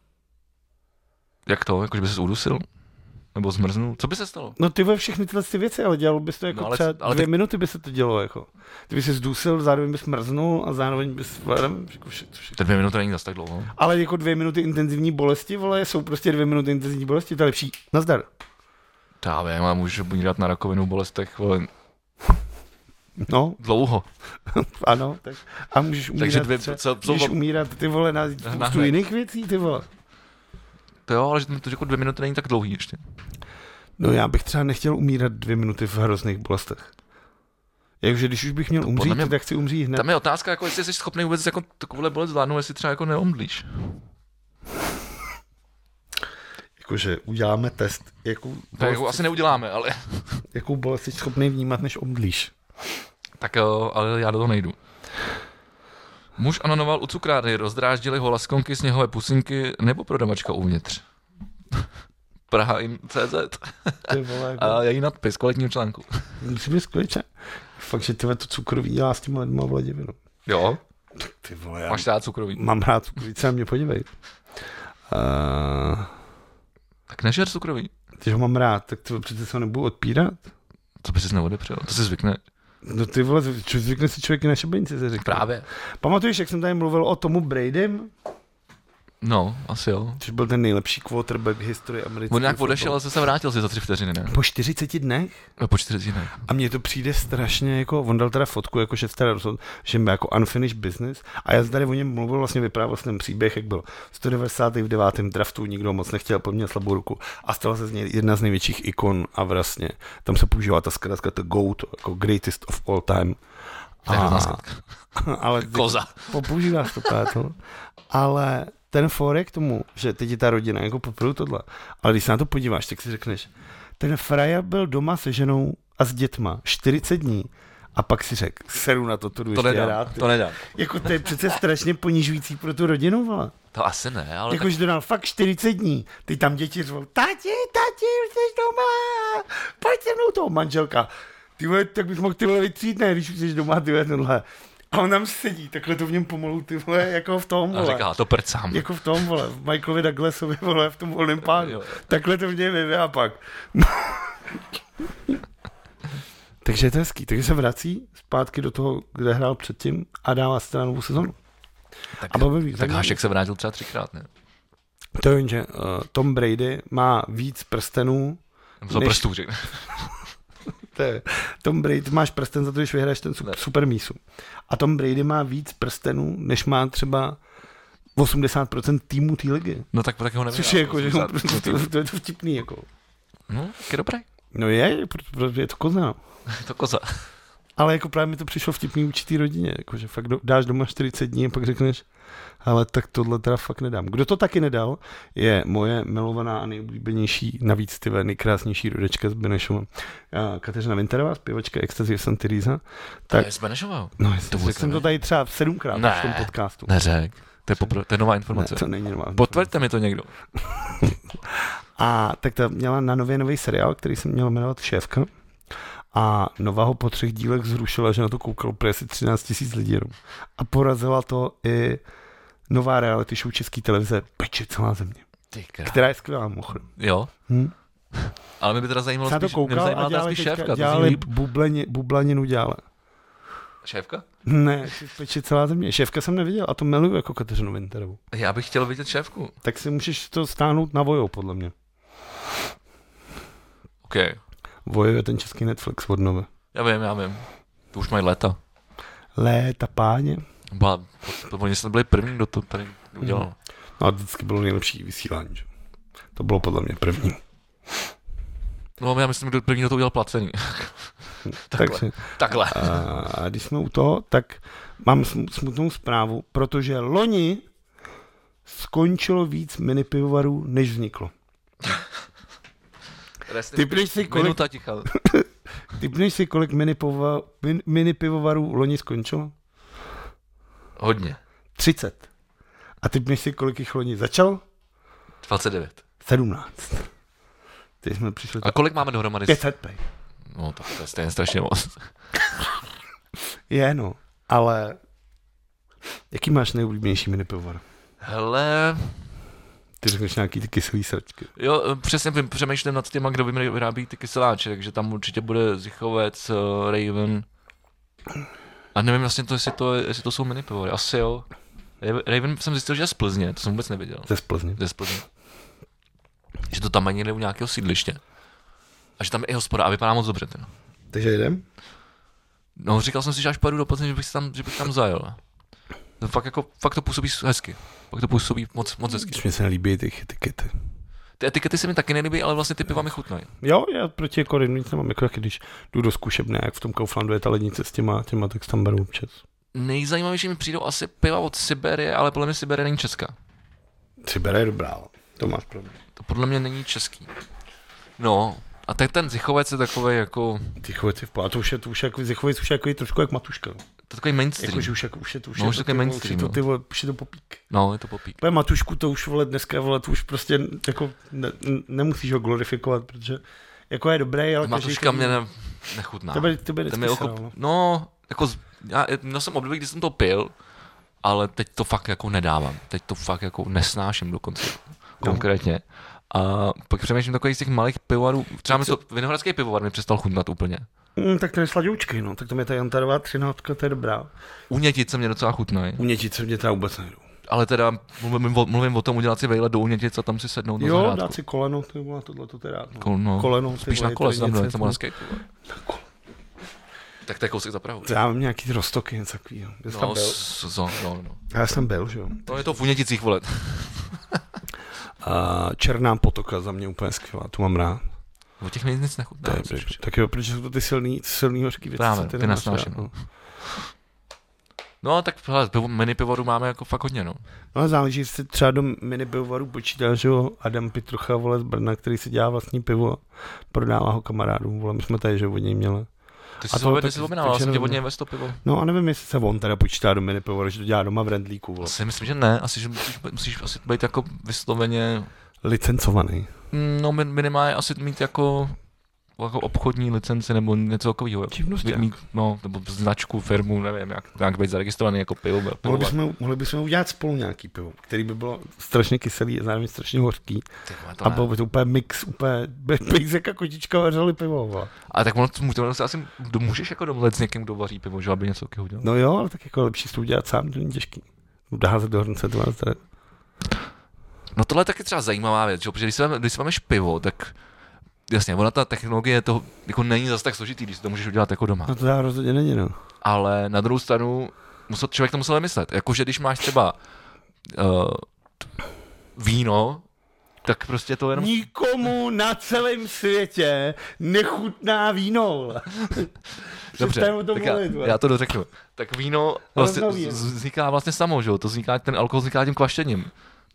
Speaker 1: Jak to? Jakože by ses udusil? Nebo zmrznul? Co by se stalo?
Speaker 2: No ty ve všechny tyhle ty věci, ale dělalo bys to jako no, ale, třeba ale dvě ty... minuty by se to dělo, jako. Ty bys se zdusil, zároveň bys mrznul a zároveň bys, nevím, jako vše, vše.
Speaker 1: To dvě minuty není zase tak dlouho.
Speaker 2: Ale jako dvě minuty intenzivní bolesti, vole, jsou prostě dvě minuty intenzivní bolesti, to je lepší. Nazdar.
Speaker 1: Já vím, já můžu umírat na rakovinu bolestech, vole.
Speaker 2: No.
Speaker 1: Dlouho.
Speaker 2: Ano, tak. A můžeš umírat,
Speaker 1: takže dvě,
Speaker 2: třeba,
Speaker 1: co, co,
Speaker 2: můžeš umírat, ty vole, na spoustu jiných věcí, ty vole.
Speaker 1: To jo, ale že to jako dvě minuty není tak dlouhý ještě.
Speaker 2: No já bych třeba nechtěl umírat dvě minuty v hrozných bolestech. Jakože když už bych měl to umřít, mě, tak chci umřít hned.
Speaker 1: Tam je otázka, jako jestli jsi schopný vůbec jako takovouhle bolest zvládnout, jestli třeba jako neomdlíš.
Speaker 2: Jakože uděláme test. Jakou
Speaker 1: tak jako asi neuděláme, ale...
Speaker 2: Jakou bolest jsi schopný vnímat, než omdlíš?
Speaker 1: Tak jo, ale já do toho nejdu. Muž anonoval u cukrárny, rozdráždili ho laskonky, sněhové pusinky nebo prodavačka uvnitř. Praha in C Z.
Speaker 2: Vole,
Speaker 1: a její nadpis kvalitního článku.
Speaker 2: Musím být skvělče. Fakt, že tyhle to cukroví dělá s těma lidma v divinu.
Speaker 1: Jo?
Speaker 2: Ty vole, já...
Speaker 1: Máš rád cukroví?
Speaker 2: Mám rád cukroví, se na mě podívej. Uh...
Speaker 1: Tak nežer cukroví.
Speaker 2: Když ho mám rád, tak to přece se ho nebudu odpírat.
Speaker 1: To by si neodepřel, to si zvykne.
Speaker 2: No ty vole, zvykne si člověk i na šabeňce, se říká.
Speaker 1: Právě.
Speaker 2: Pamatuješ, jak jsem tady mluvil o Tomu Bradym?
Speaker 1: No, asi jo.
Speaker 2: Což byl ten nejlepší quarterback historie americké.
Speaker 1: On nějak odešel, ale se vrátil si za tři vteřiny, ne?
Speaker 2: Po čtyřiceti dnech?
Speaker 1: No, po čtyřiceti dnech.
Speaker 2: A mně to přijde strašně, jako, on dal teda fotku, jako, že teda rozhodl, že má jako unfinished business. A já jsem tady o něm mluvil, vlastně vyprávěl jsem příběh, jak byl sto devadesát devátém draftu, nikdo moc nechtěl, po mně slabou ruku. A stala se z něj jedna z největších ikon a vlastně tam se používá ta zkratka, to GOAT, jako greatest of all time. A, ale
Speaker 1: koza.
Speaker 2: Používá to to. Ale ten for je k tomu, že teď je ta rodina jako poprvé tohle. Ale když se na to podíváš, tak si řekneš, ten fraja byl doma se ženou a s dětma čtyřicet dní a pak si řekl, seru na to, to jdu
Speaker 1: to
Speaker 2: ještě
Speaker 1: nedám,
Speaker 2: rád.
Speaker 1: To nedám.
Speaker 2: Jako to je přece strašně ponižující pro tu rodinu, vole.
Speaker 1: To asi ne, ale...
Speaker 2: Jakože tak... dodal fakt čtyřicet dní. Ty tam děti řvou, tati, tati, už jsi doma, pojď se mnou toho, manželka. Ty vole, tak bys mohl ty vole vytřít, ne, když už jsi doma, ty vole, tenhle. A on tam sedí, takhle to v něm pomalu, ty vole, jako v tom, vole.
Speaker 1: A říká, to prcám.
Speaker 2: Jako v tom, vole, v Michaelovi Douglasovi, vole, v tom volném pádu. Takhle to v něm je a pak. Takže je to hezký. Takže se vrací zpátky do toho, kde hrál předtím a dává se na novou sezonu.
Speaker 1: Tak, a baví, tak Hašek se vrátil třeba třikrát, ne?
Speaker 2: To je, že uh, Tom Brady má víc prstenů.
Speaker 1: Než... prstů, řekne.
Speaker 2: To je, Tom Brady, máš prsten za to, když vyhraješ ten super, super mísu. A Tom Brady má víc prstenů, než má třeba osmdesát procent týmu té ligy.
Speaker 1: No tak tak ho nevyhrál.
Speaker 2: Což je jako, že to, to, to je to vtipný, jako.
Speaker 1: No, je dobré.
Speaker 2: No je, protože je to koza, no.
Speaker 1: Je to koza.
Speaker 2: Ale jako právě mi to přišlo vtipný určitý rodině, jako, že fakt do, dáš doma čtyřicet dní a pak řekneš, ale tak tohle teda fakt nedám. Kdo to taky nedal, je moje milovaná a nejoblíbenější, navíc ty nejkrásnější rodečka z Benešova. Kateřina Winterová, zpěvačka Ecstasy of Santa Teresa.
Speaker 1: Tak, to je z Benešova?
Speaker 2: No, jestli, to jsem to tady třeba sedmkrát v tom podcastu.
Speaker 1: Neřek. To je, popr- to je nová informace.
Speaker 2: Ne, to není nová.
Speaker 1: Potvrďte mi to někdo.
Speaker 2: A tak ta měla na nově nový seriál, který se měl jmenovat Šéfka. A Nova ho po třech dílech zrušila, že na to koukalo úplně asi třináct tisíc lidí. Jenom. A porazila to i nová reality show České televize Peče celá země. Která je skvělá, mimochodem.
Speaker 1: Jo?
Speaker 2: Hm?
Speaker 1: Ale mě by teda zajímalo
Speaker 2: spíš,
Speaker 1: zajímala
Speaker 2: a dělali,
Speaker 1: spíš Šéfka.
Speaker 2: dělali bubleni, bublaninu dělala.
Speaker 1: Šéfka?
Speaker 2: Ne, Peče celá země. Šéfka jsem neviděl a to miluju jako Kateřinu Winterovou.
Speaker 1: Já bych chtěl vidět Šéfku.
Speaker 2: Tak si můžeš to stáhnout na Vojo, podle mě.
Speaker 1: OK.
Speaker 2: Vojo je ten český Netflix od Nové.
Speaker 1: Já vím, já vím. To už mají léta.
Speaker 2: Léta, páně.
Speaker 1: Ba, oni jsme byli první, kdo to tady udělal. Hmm.
Speaker 2: No a vždycky bylo nejlepší vysílání, že? To bylo podle mě první.
Speaker 1: No já myslím, kdo první kdo to udělal placený. Takhle.
Speaker 2: Takže,
Speaker 1: Takhle.
Speaker 2: A když jsme u toho, tak mám smutnou zprávu, protože loni skončilo víc minipivovarů, než vzniklo. Typneš si, kolik, typneš si, kolik minipivovarů min, mini loni skončilo?
Speaker 1: Hodně.
Speaker 2: třicet. A typneš si, kolik jich loni začalo?
Speaker 1: dvacet devět.
Speaker 2: sedmnáct. Teď jsme přišli...
Speaker 1: A kolik máme dohromady?
Speaker 2: pět set pej.
Speaker 1: No to, to je stejně strašně moc.
Speaker 2: Je no, ale... Jaký máš nejoblíbenější minipivovar?
Speaker 1: Hele...
Speaker 2: Ty řekneš nějaký ty kyselý sračky.
Speaker 1: Jo, přesně přemýšlím nad těma, kdo vyrábí ty kyseláče, takže tam určitě bude Zichovec, uh, Raven. A nevím vlastně, to, jestli, to, jestli to jsou minipivovary. Asi jo. Raven jsem zjistil, že je z Plzně, to jsem vůbec nevěděl.
Speaker 2: Ze z Plzně.
Speaker 1: Ze z Plzně. Že to tam mají někde u nějakého sídliště. A že tam je i hospoda a vypadá moc dobře ten.
Speaker 2: Takže jdem?
Speaker 1: No, říkal jsem si, že až pojedu do Plzně, že bych tam, že bych tam zajel. To fakt, jako, fakt to působí hezky. Fakt to působí moc, moc hezky.
Speaker 2: Mně se nelíbí ty etikety.
Speaker 1: Ty etikety se mi taky nelíbí, ale vlastně ty piva mi chutnají.
Speaker 2: Jo, já proti jako nic nemám, jako když jdu do zkušebny, jak v tom Kauflandu je ta lednice s těma, těma tak tam beru občas.
Speaker 1: Nejzajímavější mi přijdou asi piva od Siberie, ale podle mě Siberie není česká.
Speaker 2: Siberie je dobrá, to máš pravdu.
Speaker 1: To podle mě není český. No, a tak ten Zichovec je takovej jako...
Speaker 2: Zichovec je v plátu, už je to už jako, Zichovec už je jako trošku jak Matuška.
Speaker 1: To je takový mainstream.
Speaker 2: Jako, už, jako, už je to, už
Speaker 1: no,
Speaker 2: je
Speaker 1: už
Speaker 2: to,
Speaker 1: takový mainstream,
Speaker 2: už je to, ty vole, už je to popík.
Speaker 1: No, je to popík.
Speaker 2: Pojď Matušku, to už vole dneska, vole, to už prostě jako ne, nemusíš ho glorifikovat, protože jako je dobrý, ale...
Speaker 1: Matuška mě ne, nechutná.
Speaker 2: Tebe, tebe
Speaker 1: vždycky jako, no. no, jako, já měl jsem období, kdy jsem to pil, ale teď to fakt jako nedávám. Teď to fakt jako nesnáším dokonce. Konkrétně. A pak přemýšlím takových z těch malých pivovarů, třeba mi to Vinohradský pivovar mi přestal chutnat úplně.
Speaker 2: Mm, tak to je sladoučkej, no, tak to je ta Jantarová třináctka, to je dobrá.
Speaker 1: Unětice mě docela chutnají.
Speaker 2: Unětice mě teda vůbec nejdu.
Speaker 1: Ale teda mluvím o, mluvím o tom udělat si vejlet do Unětic a tam si sednout do zahrádku.
Speaker 2: Jo, dát si koleno, to bylo tohle to teda. No.
Speaker 1: Kol, no.
Speaker 2: Koleno,
Speaker 1: spíš na kole, tam dojde, na skate.
Speaker 2: Na
Speaker 1: tak to je kousek za Prahu.
Speaker 2: Já mám nějaký roztoky, něco takovýho.
Speaker 1: No, no, no, no.
Speaker 2: Já jsem byl, že jo.
Speaker 1: No je to v Uněticích, vole.
Speaker 2: A Černá potoka za mě úplně skvělá, tu mám rád.
Speaker 1: O těch mi nic nechutná.
Speaker 2: Tak jo, protože jsou to ty silný, silný hořký věci.
Speaker 1: Právě, ty nesnáším. No. no tak hele, mini pivovaru máme jako fakt hodně, no.
Speaker 2: No ale záleží, jestli třeba do mini pivovaru počítá, že jo, Adam Pitrucha, vole, z Brna, který si dělá vlastní pivo a prodává ho kamarádům, vole, my jsme tady, že od něj měli.
Speaker 1: Ty jsi to, si objednal, vlastně tě od něj vez to pivo.
Speaker 2: No a nevím, jestli se on teda počítá do mini pivovaru, že to dělá doma v Rendlíku, vole.
Speaker 1: Asi myslím, že ne, asi, že musíš, musíš asi být jako vysloveně...
Speaker 2: Licencovaný.
Speaker 1: No minimálně asi mít jako... jako obchodní licenci nebo něco takového. Mít, no, nebo značku, firmu, nevím, jak, jak být zaregistrovaný jako pivo.
Speaker 2: Mohli bychom, mohli bychom udělat spolu nějaký pivo, který by bylo strašně kyselý a zároveň strašně hořký. A bylo by to úplně mix, úplně pejsek a kotička vařili pivo.
Speaker 1: A tak ono, to se asi můžeš jako domluvit s někým, kdo vaří pivo, že aby něco takového udělal.
Speaker 2: No jo, ale tak jako lepší to udělat sám, to není těžký. Daházet do hrnce, to vás tady.
Speaker 1: No tohle je taky třeba zajímavá věc, že? Protože když si, když si máš pivo, tak jasně, ona ta technologie to jako není zase tak složitý, když si to můžeš udělat jako doma.
Speaker 2: No to já rozhodně není, no.
Speaker 1: Ale na druhou stranu musel, člověk to musel myslet. Jakože když máš třeba uh, víno, tak prostě to jenom...
Speaker 2: Nikomu na celém světě nechutná víno.
Speaker 1: Dobře, tak já, já to dořeknu. Tak víno vlastně vzniká vlastně samo, že jo? To vzniká, ten alkohol vzniká tím kvaštěním.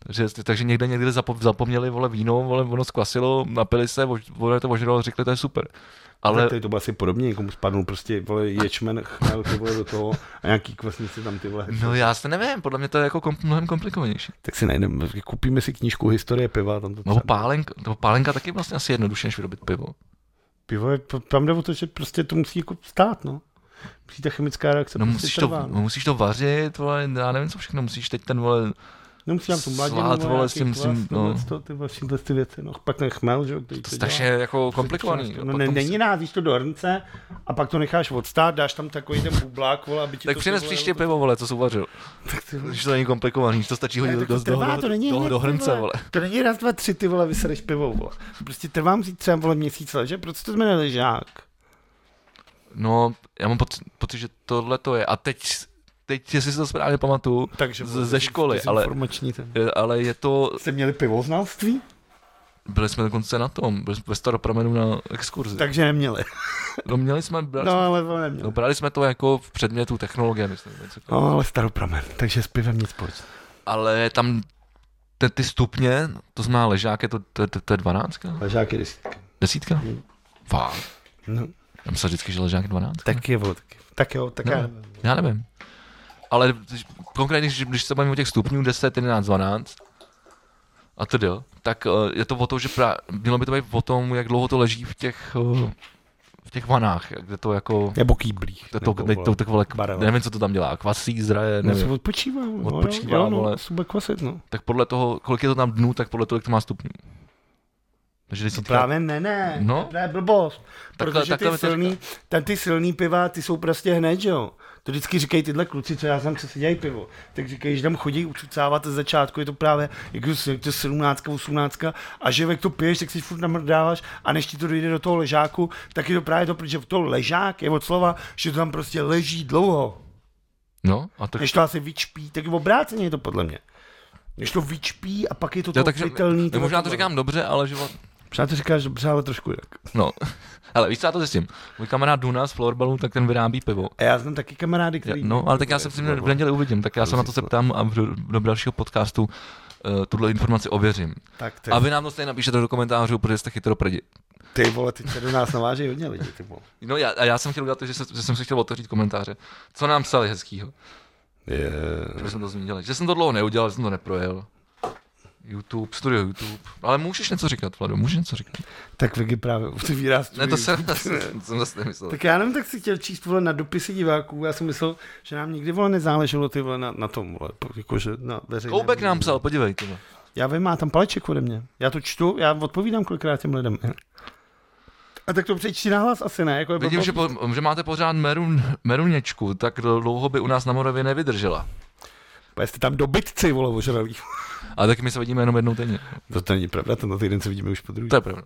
Speaker 1: Takže, takže někde někde zapomněli, vole, víno, vole, ono zkvasilo, napili se, vole, to ožralo, řekli, to je super.
Speaker 2: Ale tady to bylo asi podobně, někomu spadnul prostě, vole, ječmen, chmel, ty vole, do toho a nějaký kvasnici tam, ty vole.
Speaker 1: No já se nevím, podle mě to je jako kom, mnohem komplikovanější.
Speaker 2: Tak si najdeme, koupíme si knížku Historie piva. Tam to
Speaker 1: no pálenka, to pálenka taky vlastně asi jednoduše, než vyrobit pivo.
Speaker 2: Pivo je, tam jde o to, že prostě to musí jako stát, no. Musí ta chemická reakce
Speaker 1: no,
Speaker 2: prostě
Speaker 1: musíš
Speaker 2: trvá,
Speaker 1: to,
Speaker 2: no.
Speaker 1: musíš to vařit, vole, já nevím, co všechno, musíš teď ten, vole,
Speaker 2: no musí tam tu mladinu,
Speaker 1: slát, vole, s tím,
Speaker 2: kvas,
Speaker 1: no.
Speaker 2: to, ty vlastně ty věci, no, pak ten chmel, že jo,
Speaker 1: to je strašně jako komplikovaný.
Speaker 2: No ne, není názíš to do hrnce a pak to necháš odstát, dáš tam takový ten bublák, vole, aby ti
Speaker 1: tak
Speaker 2: to...
Speaker 1: přines příště pivo, vole, co jsi uvařil.
Speaker 2: Tak ty,
Speaker 1: když to není komplikovaný, to stačí hodit do,
Speaker 2: trvá,
Speaker 1: do,
Speaker 2: to není
Speaker 1: do,
Speaker 2: hned,
Speaker 1: do hrnce, vole. vole.
Speaker 2: To není raz, dva, tři, ty vole, vysereš pivo, vole. Prostě trvám si třeba, vole, měsíc leže, proč to jmenuje ležák?
Speaker 1: No, já mám pocit, pocit, že tohle to je. A teď, teď jestli si to správně pamatuju,
Speaker 2: takže,
Speaker 1: z, ze školy, ale, ale je to...
Speaker 2: Jste měli pivoznalství?
Speaker 1: Byli jsme dokonce na tom, byli jsme ve Staropramenu na exkurzi.
Speaker 2: Takže neměli.
Speaker 1: No měli jsme, brali,
Speaker 2: no,
Speaker 1: jsme,
Speaker 2: ale to neměli.
Speaker 1: No, brali jsme to jako v předmětu technologie, myslím.
Speaker 2: No, ale Staropramen, takže s pivem nic pojď.
Speaker 1: Ale tam te, ty stupně, to znamená ležák, je to, to, to, to je dvanáctka?
Speaker 2: Ležák je desítka.
Speaker 1: Desítka?
Speaker 2: Hmm.
Speaker 1: Fakt.
Speaker 2: No.
Speaker 1: Já myslím vždycky, že ležák je dvanáct.
Speaker 2: Tak je, tak, tak jo, tak
Speaker 1: no,
Speaker 2: já nevím.
Speaker 1: Já nevím. Ale konkrétně, když se bavíme o těch stupňů deset, jedenáct, dvanáct a tedy, tak je to o tom, že pra, mělo by to být o tom, jak dlouho to leží v těch, v těch vanách, kde to jako...
Speaker 2: Nebo kýblích.
Speaker 1: To, to, to, to, to, vole, nevím, co to tam dělá, kvasí, zraje, nevím.
Speaker 2: No, odpočívá,
Speaker 1: odpočívá,
Speaker 2: jo, jo,
Speaker 1: vole.
Speaker 2: No, kvasit, no.
Speaker 1: Tak podle toho, kolik je to tam dnů, tak podle toho, jak to má stupňů. Takže
Speaker 2: to právě ne, ne,
Speaker 1: no?
Speaker 2: to je blbost,
Speaker 1: takhle,
Speaker 2: protože ty silný, ten ty silný piva, ty jsou prostě hned, že jo. To vždycky říkají tyhle kluci, co já znám, co si dělají pivo. Tak říkají, že tam chodí ucucávat ze začátku, je to právě jako to sedmnáctka, osmnáctka a že jak to piješ, tak si furt namrdáváš a než ti to dojde do toho ležáku, tak je to právě to, protože v toho ležák je od slova, že to tam prostě leží dlouho.
Speaker 1: No, a to...
Speaker 2: Než to asi vyčpí, tak obráceně je to podle mě. Než to vyčpí a pak je to
Speaker 1: jo,
Speaker 2: to pitelný.
Speaker 1: To možná to říkám dobře, ale že...
Speaker 2: Možná to říkáš dobře, ale trošku jak.
Speaker 1: No, ale víš, co já to zjistím. Můj kamarád Duna z Florbalu, tak ten vyrábí pivo.
Speaker 2: A já znám taky kamarády, který...
Speaker 1: No, ale tak já se v v neděli uvidím, tak já se na to zeptám a do, do dalšího podcastu uh, tuhle informaci ověřím. Tak ty... A vy nám to stejně napíšete do komentářů, protože jste chytroprdi.
Speaker 2: Ty vole, ty se do nás naváží hodně lidí, ty vole.
Speaker 1: No já, a já jsem chtěl udělat to, že, se, že jsem si chtěl otevřít komentáře. Co nám psali hezkýho?
Speaker 2: Yeah.
Speaker 1: Že jsem to zmínil. Že jsem to dlouho neudělal, že jsem to neprojel. YouTube, studio YouTube. Ale můžeš něco říkat, Vlado, můžeš něco říkat.
Speaker 2: Tak Vicky právě otevírá studio.
Speaker 1: Ne, to jsem, jsem zase nemyslel.
Speaker 2: Tak já nevím, tak si chtěl číst vole na dopisy diváků. Já jsem myslel, že nám nikdy vole nezáleželo ty vole na, na tom, vole, jakože na veřejné.
Speaker 1: Koubek nám psal, podívejte. Vole.
Speaker 2: Já vím, má tam paleček ode mě. Já to čtu, já odpovídám kolikrát těm lidem. A tak to přečti nahlas asi ne. Jako
Speaker 1: vidím, že, po, že máte pořád merun, meruněčku, tak dlouho by u nás na Moravě nevydržela.
Speaker 2: Jste tam dobytci, vole, ožralí.
Speaker 1: Ale taky my se vidíme jenom jednou denně.
Speaker 2: To, to není pravda, tenhle týden se vidíme už po druhý.
Speaker 1: To je pravda.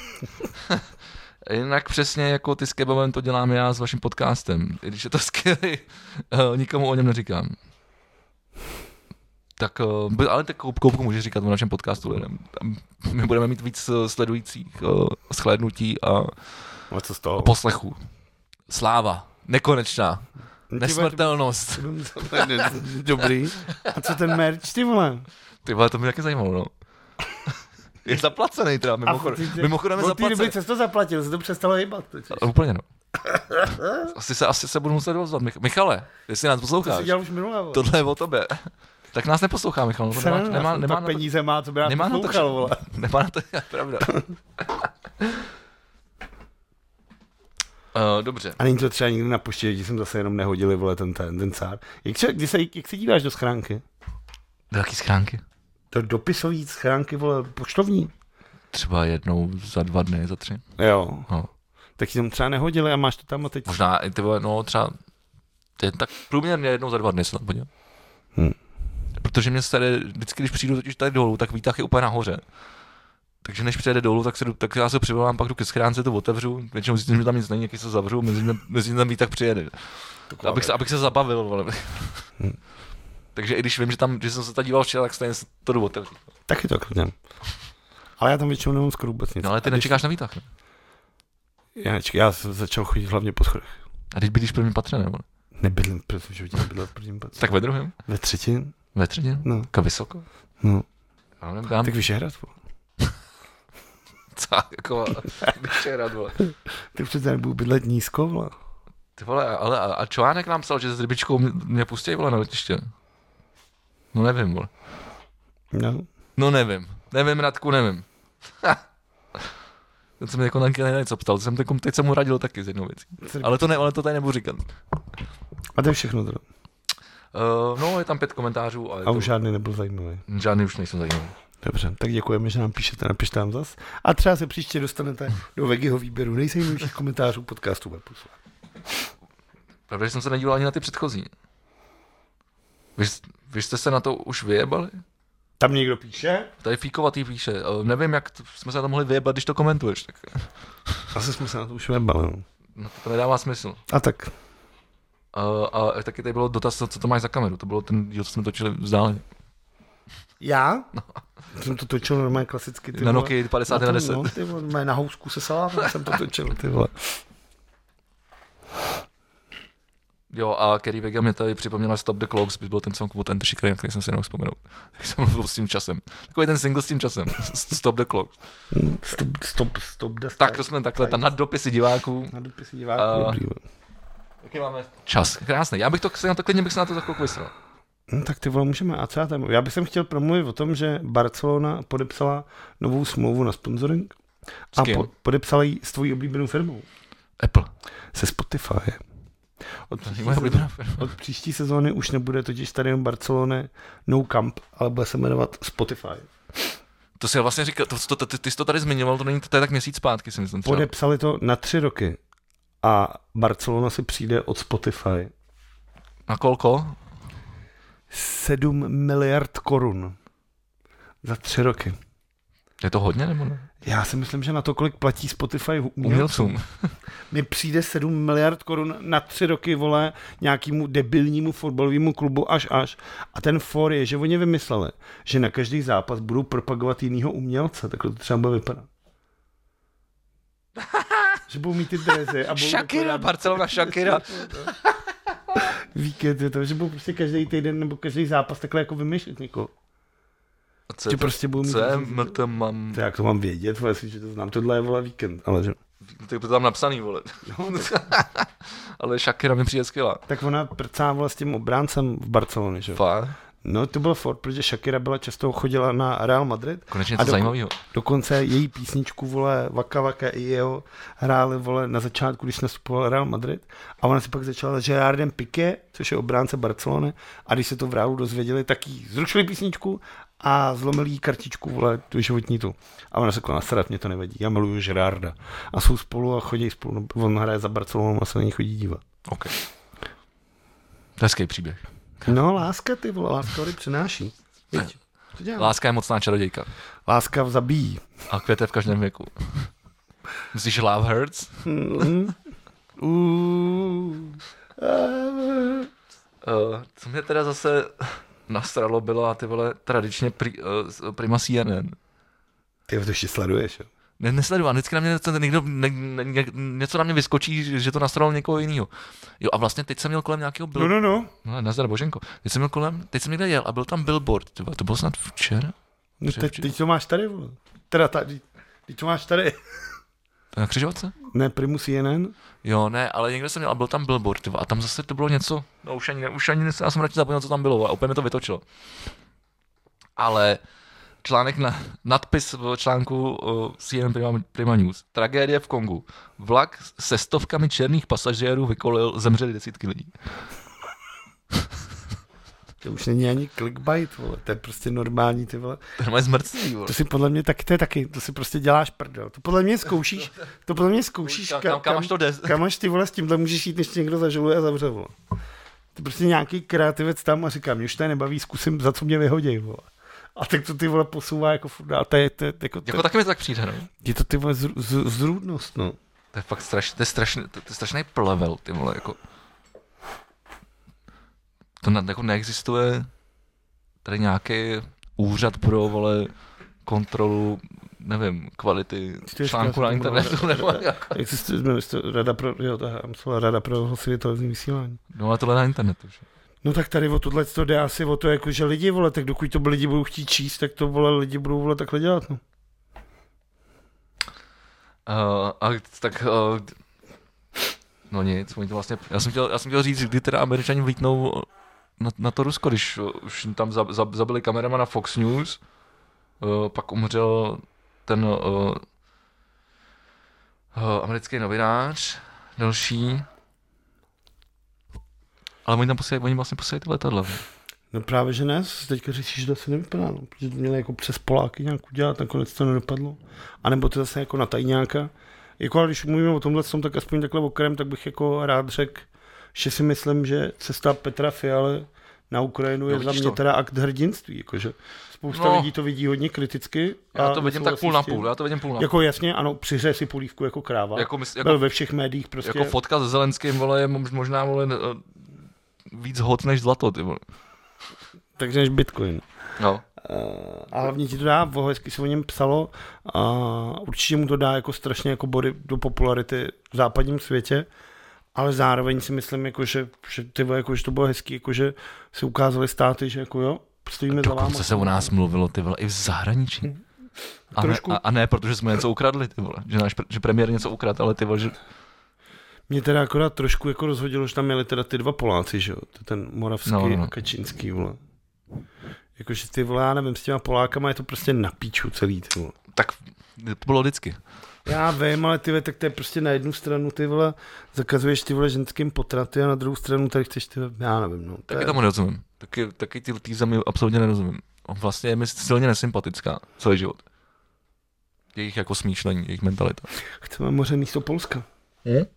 Speaker 1: Jinak přesně jako ty s kebabem to dělám já s vaším podcastem. I když je to skvělý, uh, nikomu o něm neříkám. Tak, uh, ale tak koupku můžeš říkat o našem podcastu lidem. Tam my budeme mít víc sledujících, uh, shlédnutí a,
Speaker 2: a, co z toho?
Speaker 1: a poslechů. Sláva, nekonečná. Nesmrtelnost.
Speaker 2: Dobrý. A co ten merch, ty vole?
Speaker 1: Ty vole, to mě taky zajímalo, no. Je zaplacený teda, mimochodem. Mimochodem je zaplacený.
Speaker 2: Od té doby, co jsi to zaplatil, se to přestalo hýbat.
Speaker 1: A, úplně no. Asi se, asi se budu muset dozvat. Michale, jestli nás posloucháš.
Speaker 2: To jsi dělal už minulé.
Speaker 1: Tohle je o tobě. Tak nás neposlouchá, Michal.
Speaker 2: No, nemá, nemá, nemá na peníze má, co by nás
Speaker 1: nemá
Speaker 2: poslouchal, vole.
Speaker 1: Nemá na to, pravda. Uh, dobře.
Speaker 2: A není to třeba nikdy na poště, že jsem zase jenom nehodili, vole, ten, ten, ten cár. Jak se, kdy se, jak se díváš do schránky?
Speaker 1: Do jaký schránky?
Speaker 2: Do dopisový schránky, vole, poštovní.
Speaker 1: Třeba jednou za dva dny, za tři.
Speaker 2: Jo.
Speaker 1: No.
Speaker 2: Tak ti tam třeba nehodili a máš to tam a teď...
Speaker 1: Možná, ty vole, no třeba, ty, tak průměrně jednou za dva dny se tam podívám.
Speaker 2: Hmm.
Speaker 1: Protože mě se tady, vždycky, když přijdu totiž tady dolů, tak výtah je úplně nahoře. Takže než přijede dolů, tak, se, tak já se přivolám, pak jdu ke schránce, to otevřu, většinou zjistím, že tam nic není, jaký se zavřu, mezi tím tam výtah přijede. Abych se, abych se zabavil, vole. Hmm. Takže i když vím, že tam, že jsem se tady díval včera, tak stejně se to jdu otevřít.
Speaker 2: Taky to klidně. Ale já tam většinou nemám skoro vůbec nic.
Speaker 1: No ale ty když... nečekáš na výtah, ne?
Speaker 2: Já nečekám, já jsem začal chodit hlavně po schodech.
Speaker 1: A teď bydlíš v prvním patře, nebo?
Speaker 2: Nebydlím, protože bych nebydlel v prvním patře.
Speaker 1: Tak ve druhém?
Speaker 2: Ve třetím?
Speaker 1: Ve třetím?
Speaker 2: No.
Speaker 1: Ka vysoko?
Speaker 2: No.
Speaker 1: Já nevím, kam.
Speaker 2: Tak Vyšehrad, vole.
Speaker 1: Co, jako Vyšehrad, vole.
Speaker 2: Ty přece nebudu bydlet nízko, vole.
Speaker 1: Ty vole, ale a, a Čovánek nám psal, že s rybičkou mě, mě pustí, vole, na letiště. No nevím, vole.
Speaker 2: No.
Speaker 1: No nevím. Nevím, Radku, nevím. Teď jsem jako taky něco ptal, jsem teď, teď jsem mu radil taky z jednou věcí. Ale to, ne, ale to tady nebudu říkat.
Speaker 2: A to je všechno teda.
Speaker 1: Uh, no, je tam pět komentářů. A,
Speaker 2: a
Speaker 1: to...
Speaker 2: už žádný nebyl zajímavý.
Speaker 1: Žádný už nejsou zajímavý.
Speaker 2: Dobře, tak děkujeme, že nám píšete, napište nám zas. A třeba se příště dostanete do Vegiho výběru nejzajímavějších komentářů podcastu Webpusla.
Speaker 1: Pravda, že jsem se nedíval ani na ty předchozí. Vy, vy jste se na to už vyjebali?
Speaker 2: Tam někdo píše?
Speaker 1: Tady Fíkovatý píše. Uh, nevím, jak to, jsme se na to mohli vyjebat, když to komentuješ. Tak...
Speaker 2: Asi jsme se na to už vyjebali. No.
Speaker 1: No to, to nedává smysl.
Speaker 2: A tak.
Speaker 1: Uh, a taky tady bylo dotaz, co to máš za kameru. To bylo ten díl, co jsme točili vzdáleně.
Speaker 2: Já? No. Jsem to točil normálně klasicky. Ty
Speaker 1: na Nokia padesát na deset.
Speaker 2: No, ty vole, na housku se salámem jsem to točil, ty vole.
Speaker 1: Jo, a Kerry Vega mě tady připomněla Stop the Clocks, by byl ten song od Enter Shikari, na který jsem si jenom vzpomenul. Tak jsem mluvil s tím časem. Takový ten single s tím časem. Stop the Clocks.
Speaker 2: Stop, stop, stop the
Speaker 1: Tak to jsme takhle, ta naddopisy diváků.
Speaker 2: Naddopisy diváků, uh,
Speaker 1: Jaký máme čas? Krásný. Já bych to, na to klidně bych se na to za chvilku vysral.
Speaker 2: No, tak ty vole, můžeme. A co já tam? Já bych chtěl promluvit o tom, že Barcelona podepsala novou smlouvu na sponsoring. A po, podepsala ji s tvojí oblíbenou firmou.
Speaker 1: Apple.
Speaker 2: Se Spotify. Od příští, sezóny, od příští sezóny už nebude totiž stadion Barcelony No Camp, ale bude se jmenovat Spotify.
Speaker 1: To si vlastně říkal, to, to, ty, ty jsi to tady zmiňoval, to není to, to je tak měsíc zpátky, si myslím. Třeba.
Speaker 2: Podepsali to na tři roky a Barcelona si přijde od Spotify.
Speaker 1: Na kolko?
Speaker 2: sedm miliard korun za tři roky.
Speaker 1: Je to hodně, nebo ne?
Speaker 2: Já si myslím, že na to, kolik platí Spotify
Speaker 1: umělcům,
Speaker 2: mi přijde sedm miliard korun na tři roky, vole, nějakému debilnímu fotbalovému klubu až až. A ten for je, že oni vymysleli, že na každý zápas budou propagovat jinýho umělce. Takhle to třeba bude vypadat. Že budou mít ty drezy. A
Speaker 1: Shakira, Barcelona, Shakira.
Speaker 2: Víkend je to, že budou prostě každý týden nebo každý zápas takhle jako vymýšlet někoho.
Speaker 1: Co je, prostě mít co je mrtem mám...
Speaker 2: To jak to mám vědět, vole, že to znám, tohle je, vole, víkend, ale že...
Speaker 1: Tak to tam napsaný, vole. No, ale Shakira mi přijde skvělá.
Speaker 2: Tak ona prcá, vole, s tím obráncem v Barceloně, že jo?
Speaker 1: Fakt?
Speaker 2: No, to byl fort, protože Shakira byla často chodila na Real Madrid.
Speaker 1: Konečně to
Speaker 2: do,
Speaker 1: zajímavého.
Speaker 2: Dokonce její písničku, vole, Waka Waka i jeho hráli, vole, na začátku, když nastupoval Real Madrid. A ona si pak začala s Gerardem Piqué, což je obránce Barcelony. A když se to v Realu dozvěděli, tak jí zrušili písničku a zlomili jí kartičku, vole, tu životní tu. A ona řekla, nasrat, mě to nevadí, já miluju Gerarda. A jsou spolu a chodí spolu, on hraje za Barcelonu a se na ní chodí dívat.
Speaker 1: OK. To je hezký příběh.
Speaker 2: No, láska, ty vole, láska hory přináší. Víď,
Speaker 1: láska je mocná čarodějka.
Speaker 2: Láska zabíjí.
Speaker 1: A květe v každém věku. Myslíš, že love hurts?
Speaker 2: Mm-hmm. uh, uh.
Speaker 1: Uh, co mě teda zase nastralo, byla ty vole tradičně pri, uh, Prima C N N.
Speaker 2: Ty to ještě sleduješ, jo?
Speaker 1: Ne, nesleduji, vždycky na mě někdo, ne, ne, něco na mě vyskočí, že to nastralo někoho jiného. Jo a vlastně teď jsem měl kolem nějakého billboardu.
Speaker 2: No, no,
Speaker 1: no. No, nazdar Boženko. Teď jsem měl kolem, teď jsem někde jel a byl tam billboard. Tyba, to bylo snad včera?
Speaker 2: No teď, teď to máš tady, vole. Teda tady, teď to máš tady.
Speaker 1: Na křižovatce?
Speaker 2: Ne, Primu C N N?
Speaker 1: Jo, ne, ale někde jsem měl a byl tam billboard. Tyba, a tam zase to bylo něco, no už ani, už ani já jsem radši zapomněl, co tam bylo a úplně mi to vytočilo. Ale článek na nadpis v článku uh, C N N Prima, Prima News. Tragédie v Kongu. Vlak se stovkami černých pasažérů vykolil, zemřeli desítky lidí.
Speaker 2: To už není ani clickbait, vole. To je prostě normální, ty vole.
Speaker 1: To je zmrcný, vole.
Speaker 2: To si podle mě taky, to je taky, to si prostě děláš prdel. To podle mě zkoušíš, to podle mě zkoušíš,
Speaker 1: kam, kam, kam, až to jde.
Speaker 2: Kam až ty vole s tímhle můžeš jít, než tě někdo zažaluje a zavře, vole. To prostě nějaký kreativec tam a říká, mě už to nebaví, zkusím, za co mě vyhodí, vole. A tak to ty vole posouvá jako furt dál. To je, to je, jako, to,
Speaker 1: jako taky mi to tak přijde, no.
Speaker 2: Je to ty vole zr, z, zrůdnost, no.
Speaker 1: To je fakt strašný, to je strašný, to je strašný plevel, ty vole, jako. To ne, jako neexistuje tady nějaký úřad pro, vole, kontrolu, nevím, kvality článku na internetu, nebo jako.
Speaker 2: Existuje rada pro, jo, to je rada pro hlasově televizní vysílání.
Speaker 1: No ale tohle na internetu, že?
Speaker 2: No tak tady o tohle to jde asi o to, jako, že lidi, vole, tak dokud to lidi budou chtít číst, tak to, vole, lidi budou, vole, takhle dělat, no.
Speaker 1: Uh, a tak, uh, no nic, oni to vlastně, já jsem chtěl, já jsem chtěl říct, kdy teda Američani vlítnou na, na to Rusko, když už tam zab, zab, zabili kamerama na Fox News, uh, pak umřel ten uh, uh, americký novinář, další, ale oni tam posílají, oni vlastně posílají ty letadla.
Speaker 2: No právě, že ne, teďka řešíš, že to asi nevypadá, no, protože to měli jako přes Poláky nějak udělat, nakonec to nedopadlo. A nebo to zase jako na tajňáka. Jako, ale když mluvíme o tomhle, tak aspoň takhle okrem, tak bych jako rád řekl, že si myslím, že cesta Petra Fialy na Ukrajinu je no, za mě to. teda akt hrdinství, jakože spousta no. lidí to vidí hodně kriticky.
Speaker 1: Já to vidím tak půl na půl, já to vidím půl na půl.
Speaker 2: Jako jasně, ano, přihřeje si polívku jako kráva.
Speaker 1: Jako, mysl, jako,
Speaker 2: byl ve všech médiích prostě.
Speaker 1: Jako fotka s Zelenským, vole, je možná, vole, víc hot než zlato, ty vole.
Speaker 2: Takže než Bitcoin.
Speaker 1: No.
Speaker 2: A hlavně ti to dá, hezky se o něm psalo, a určitě mu to dá jako strašně jako body do popularity v západním světě, ale zároveň si myslím, jako, že, že, ty, jako, že to bylo hezký, jako, že se ukázaly státy, že jako jo, stojíme za vámi.
Speaker 1: Dokonce se o nás mluvilo, ty vole, i v zahraničí. Hmm. A, Trošku... ne, a, a ne, protože jsme něco ukradli, ty vole, že náš že premiér něco ukradl, ale ty vole, že...
Speaker 2: Mě teda akorát trošku jako rozhodilo, že tam měli teda ty dva Poláci, že jo, ten Moravský no, no. a Kačínský, vole. Jakože ty vole, já nevím, s těma Polákama je to prostě na píču celý, ty vole.
Speaker 1: Tak to bylo vždycky.
Speaker 2: Já vím, ale ty vole, tak to je prostě na jednu stranu, ty vole, zakazuješ ty vole ženským potraty a na druhou stranu tady chceš ty, já nevím, no.
Speaker 1: Taky je... tomu nerozumím. Taky, taky ty týzami absolutně nerozumím. On vlastně je mi silně nesympatická celý život. Jejich jako smýšlení, jejich mentalita.
Speaker 2: Chceme moře místo Polska.
Speaker 1: Hm?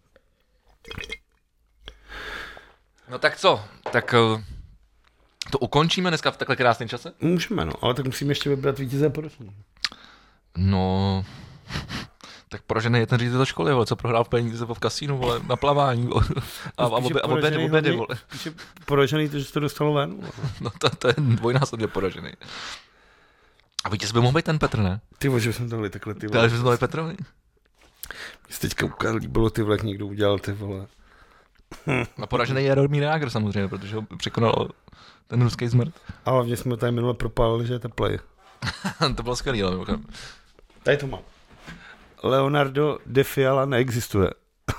Speaker 1: No tak co? Tak to ukončíme dneska v takhle krásném čase?
Speaker 2: Můžeme, no, ale tak musíme ještě vybrat vítěze a poražený.
Speaker 1: No, tak poražený je ten ředitel školy, vole, co prohrál v peníze v kasínu, vole, na plavání, vole, a, a, obě, a obědy, obědy, vole.
Speaker 2: Píše poražený to, že to dostalo ven, vole.
Speaker 1: No to, to je dvojnásobně poražený. A vítěz by mohl být ten Petr, ne?
Speaker 2: Ty vole, že jsme dali takhle, ty vole.
Speaker 1: Ale že jsme dali Petrovi? Mně
Speaker 2: se teďka ukázal, líbilo, ty vole, jak někdo udělal, ty vole.
Speaker 1: A poražený je Jaromír Jágr samozřejmě, protože ho překonal ten ruský zmrt.
Speaker 2: A hlavně jsme tady minule propálili, že je teplej.
Speaker 1: To bylo skvělý, ale mimochodem.
Speaker 2: Tady to mám. Leonardo de Fiala neexistuje.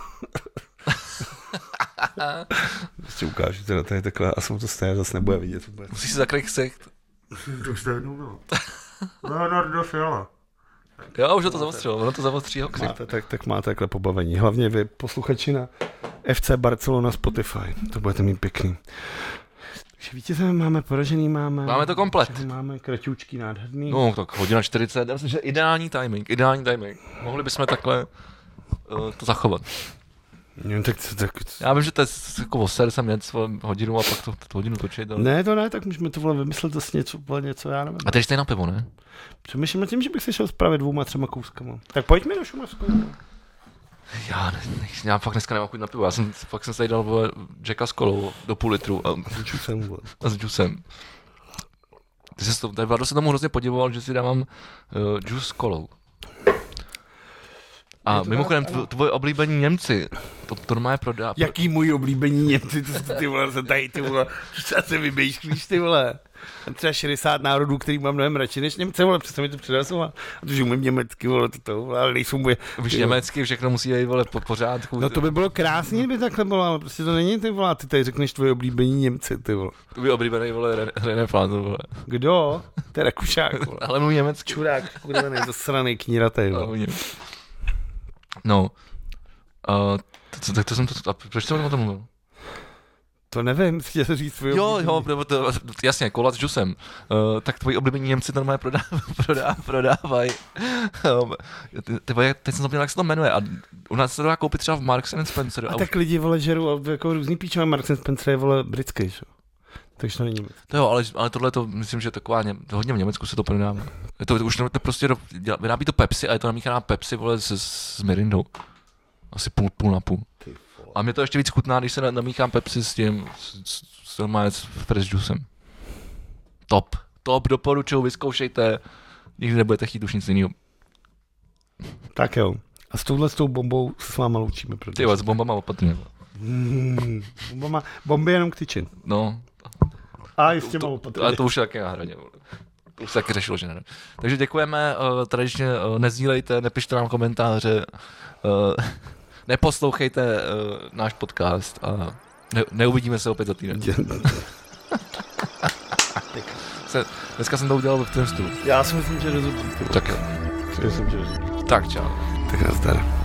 Speaker 2: Ještě ukážu, teda tady takhle, a jsem to stejně zase nebude vidět. Vůbec.
Speaker 1: Musíš si zakrýt ksicht.
Speaker 2: To už to jednou bylo. Leonardo Fiala.
Speaker 1: Jo, už to zavostřilo, ono to zavostří ho
Speaker 2: máte, tak, tak máte takhle pobavení. Hlavně vy, posluchači na F C Barcelona Spotify. To budete mít pěkný. Takže vítěze máme, poražený máme.
Speaker 1: Máme to komplet.
Speaker 2: Máme kraťoučký, nádherný.
Speaker 1: No, tak hodina čtyřicet, já myslím, že ideální timing, ideální timing. Mohli bychom takhle uh, to zachovat.
Speaker 2: No, tak, tak...
Speaker 1: Já vím, že to je jako oser sem něco hodinu a pak to, to hodinu točit. Ale...
Speaker 2: Ne, to ne, tak můžeme to vole vymyslet zase něco, něco, já nevím.
Speaker 1: A teď jste na pivo, ne?
Speaker 2: Přemýšlím nad tím, že bych se šel spravit dvouma, třema kouskama. Tak pojďme do Šumavskou.
Speaker 1: Já, ne, ne, já fakt dneska nemám chuť na pivo, já jsem, fakt jsem se tady dal vole, Jacka s kolou do půl litru. A
Speaker 2: s džusem, vole.
Speaker 1: A s džusem. Ty se to, tady Vlado se tomu hrozně podivoval, že si dávám uh, džus s kolou. A mimochodem, tvo, tvoje oblíbení Němci, to, to normálně prodá.
Speaker 2: Jaký můj oblíbení Němci, to jsi ty vole, se tady ty vole, co se vybejšklíš ty vole. Mám třeba šedesát národů, který mám mnohem radši než Němce, vole, přesto mi to předasovat. A to, že umím německy, vole, to, vole, ale nejsou moje...
Speaker 1: Víš, německy všechno musí být, vole, po pořádku.
Speaker 2: No to by bylo krásný, kdyby takhle bylo, ale prostě to není, ty vole, ty tady řekneš tvoje oblíbení Němci, ty vole.
Speaker 1: To by oblíbený, vole, René Fláto, vole.
Speaker 2: Kdo? To je Rakušák, vole.
Speaker 1: Ale mluví německy.
Speaker 2: Čurák, kurva, nejzasranej kníratej, vole.
Speaker 1: No, uh, to, tak to jsem to, a proč jsem o tom mluvil?
Speaker 2: To nevím, chtěl jsem říct svůj
Speaker 1: Jo, jo, to, to, jasně, kola s džusem. Uh, tak tvoji oblíbení Němci normálně prodá, prodá, prodávají. Um, teď jsem zapomněl, jak se to jmenuje. A u nás se to dá koupit třeba v Marks and Spencer.
Speaker 2: A, a tak už... lidi, vole, žerou jako různý píčové. Marks and Spencer je, vole, britský, že? Takže to není.
Speaker 1: To jo, ale, ale tohle to, myslím, že taková, hodně v Německu se to prodává. Je to, to už to prostě, vyrábí to Pepsi a je to namíchaná Pepsi, vole, s, s Mirindou. Asi půl, půl na půl. A mě to ještě víc chutná, když se namíchám Pepsi s tím, s, s, s, s fresh juicem. Top, top, doporučuju, vyzkoušejte. Nikdy nebudete chtít už nic jiného.
Speaker 2: Tak jo. A s touhle s tou bombou se s váma loučíme.
Speaker 1: Ty jo, s bombama opatrně.
Speaker 2: Mm, bomba má, bomby jenom k tyčin.
Speaker 1: No.
Speaker 2: A jistě mám opatrně.
Speaker 1: Ale to už je taky na hraně. To už se taky řešilo, že ne. Takže děkujeme, uh, tradičně uh, nezdílejte, nepište nám komentáře, uh, neposlouchejte uh, náš podcast a ne, neuvidíme se opět za týden. se, dneska jsem to udělal v tom stůl.
Speaker 2: Já si myslím, že rozhodně.
Speaker 1: Tak jo.
Speaker 2: Myslím, že rozhodně.
Speaker 1: Tak čau.
Speaker 2: Tak nazdar.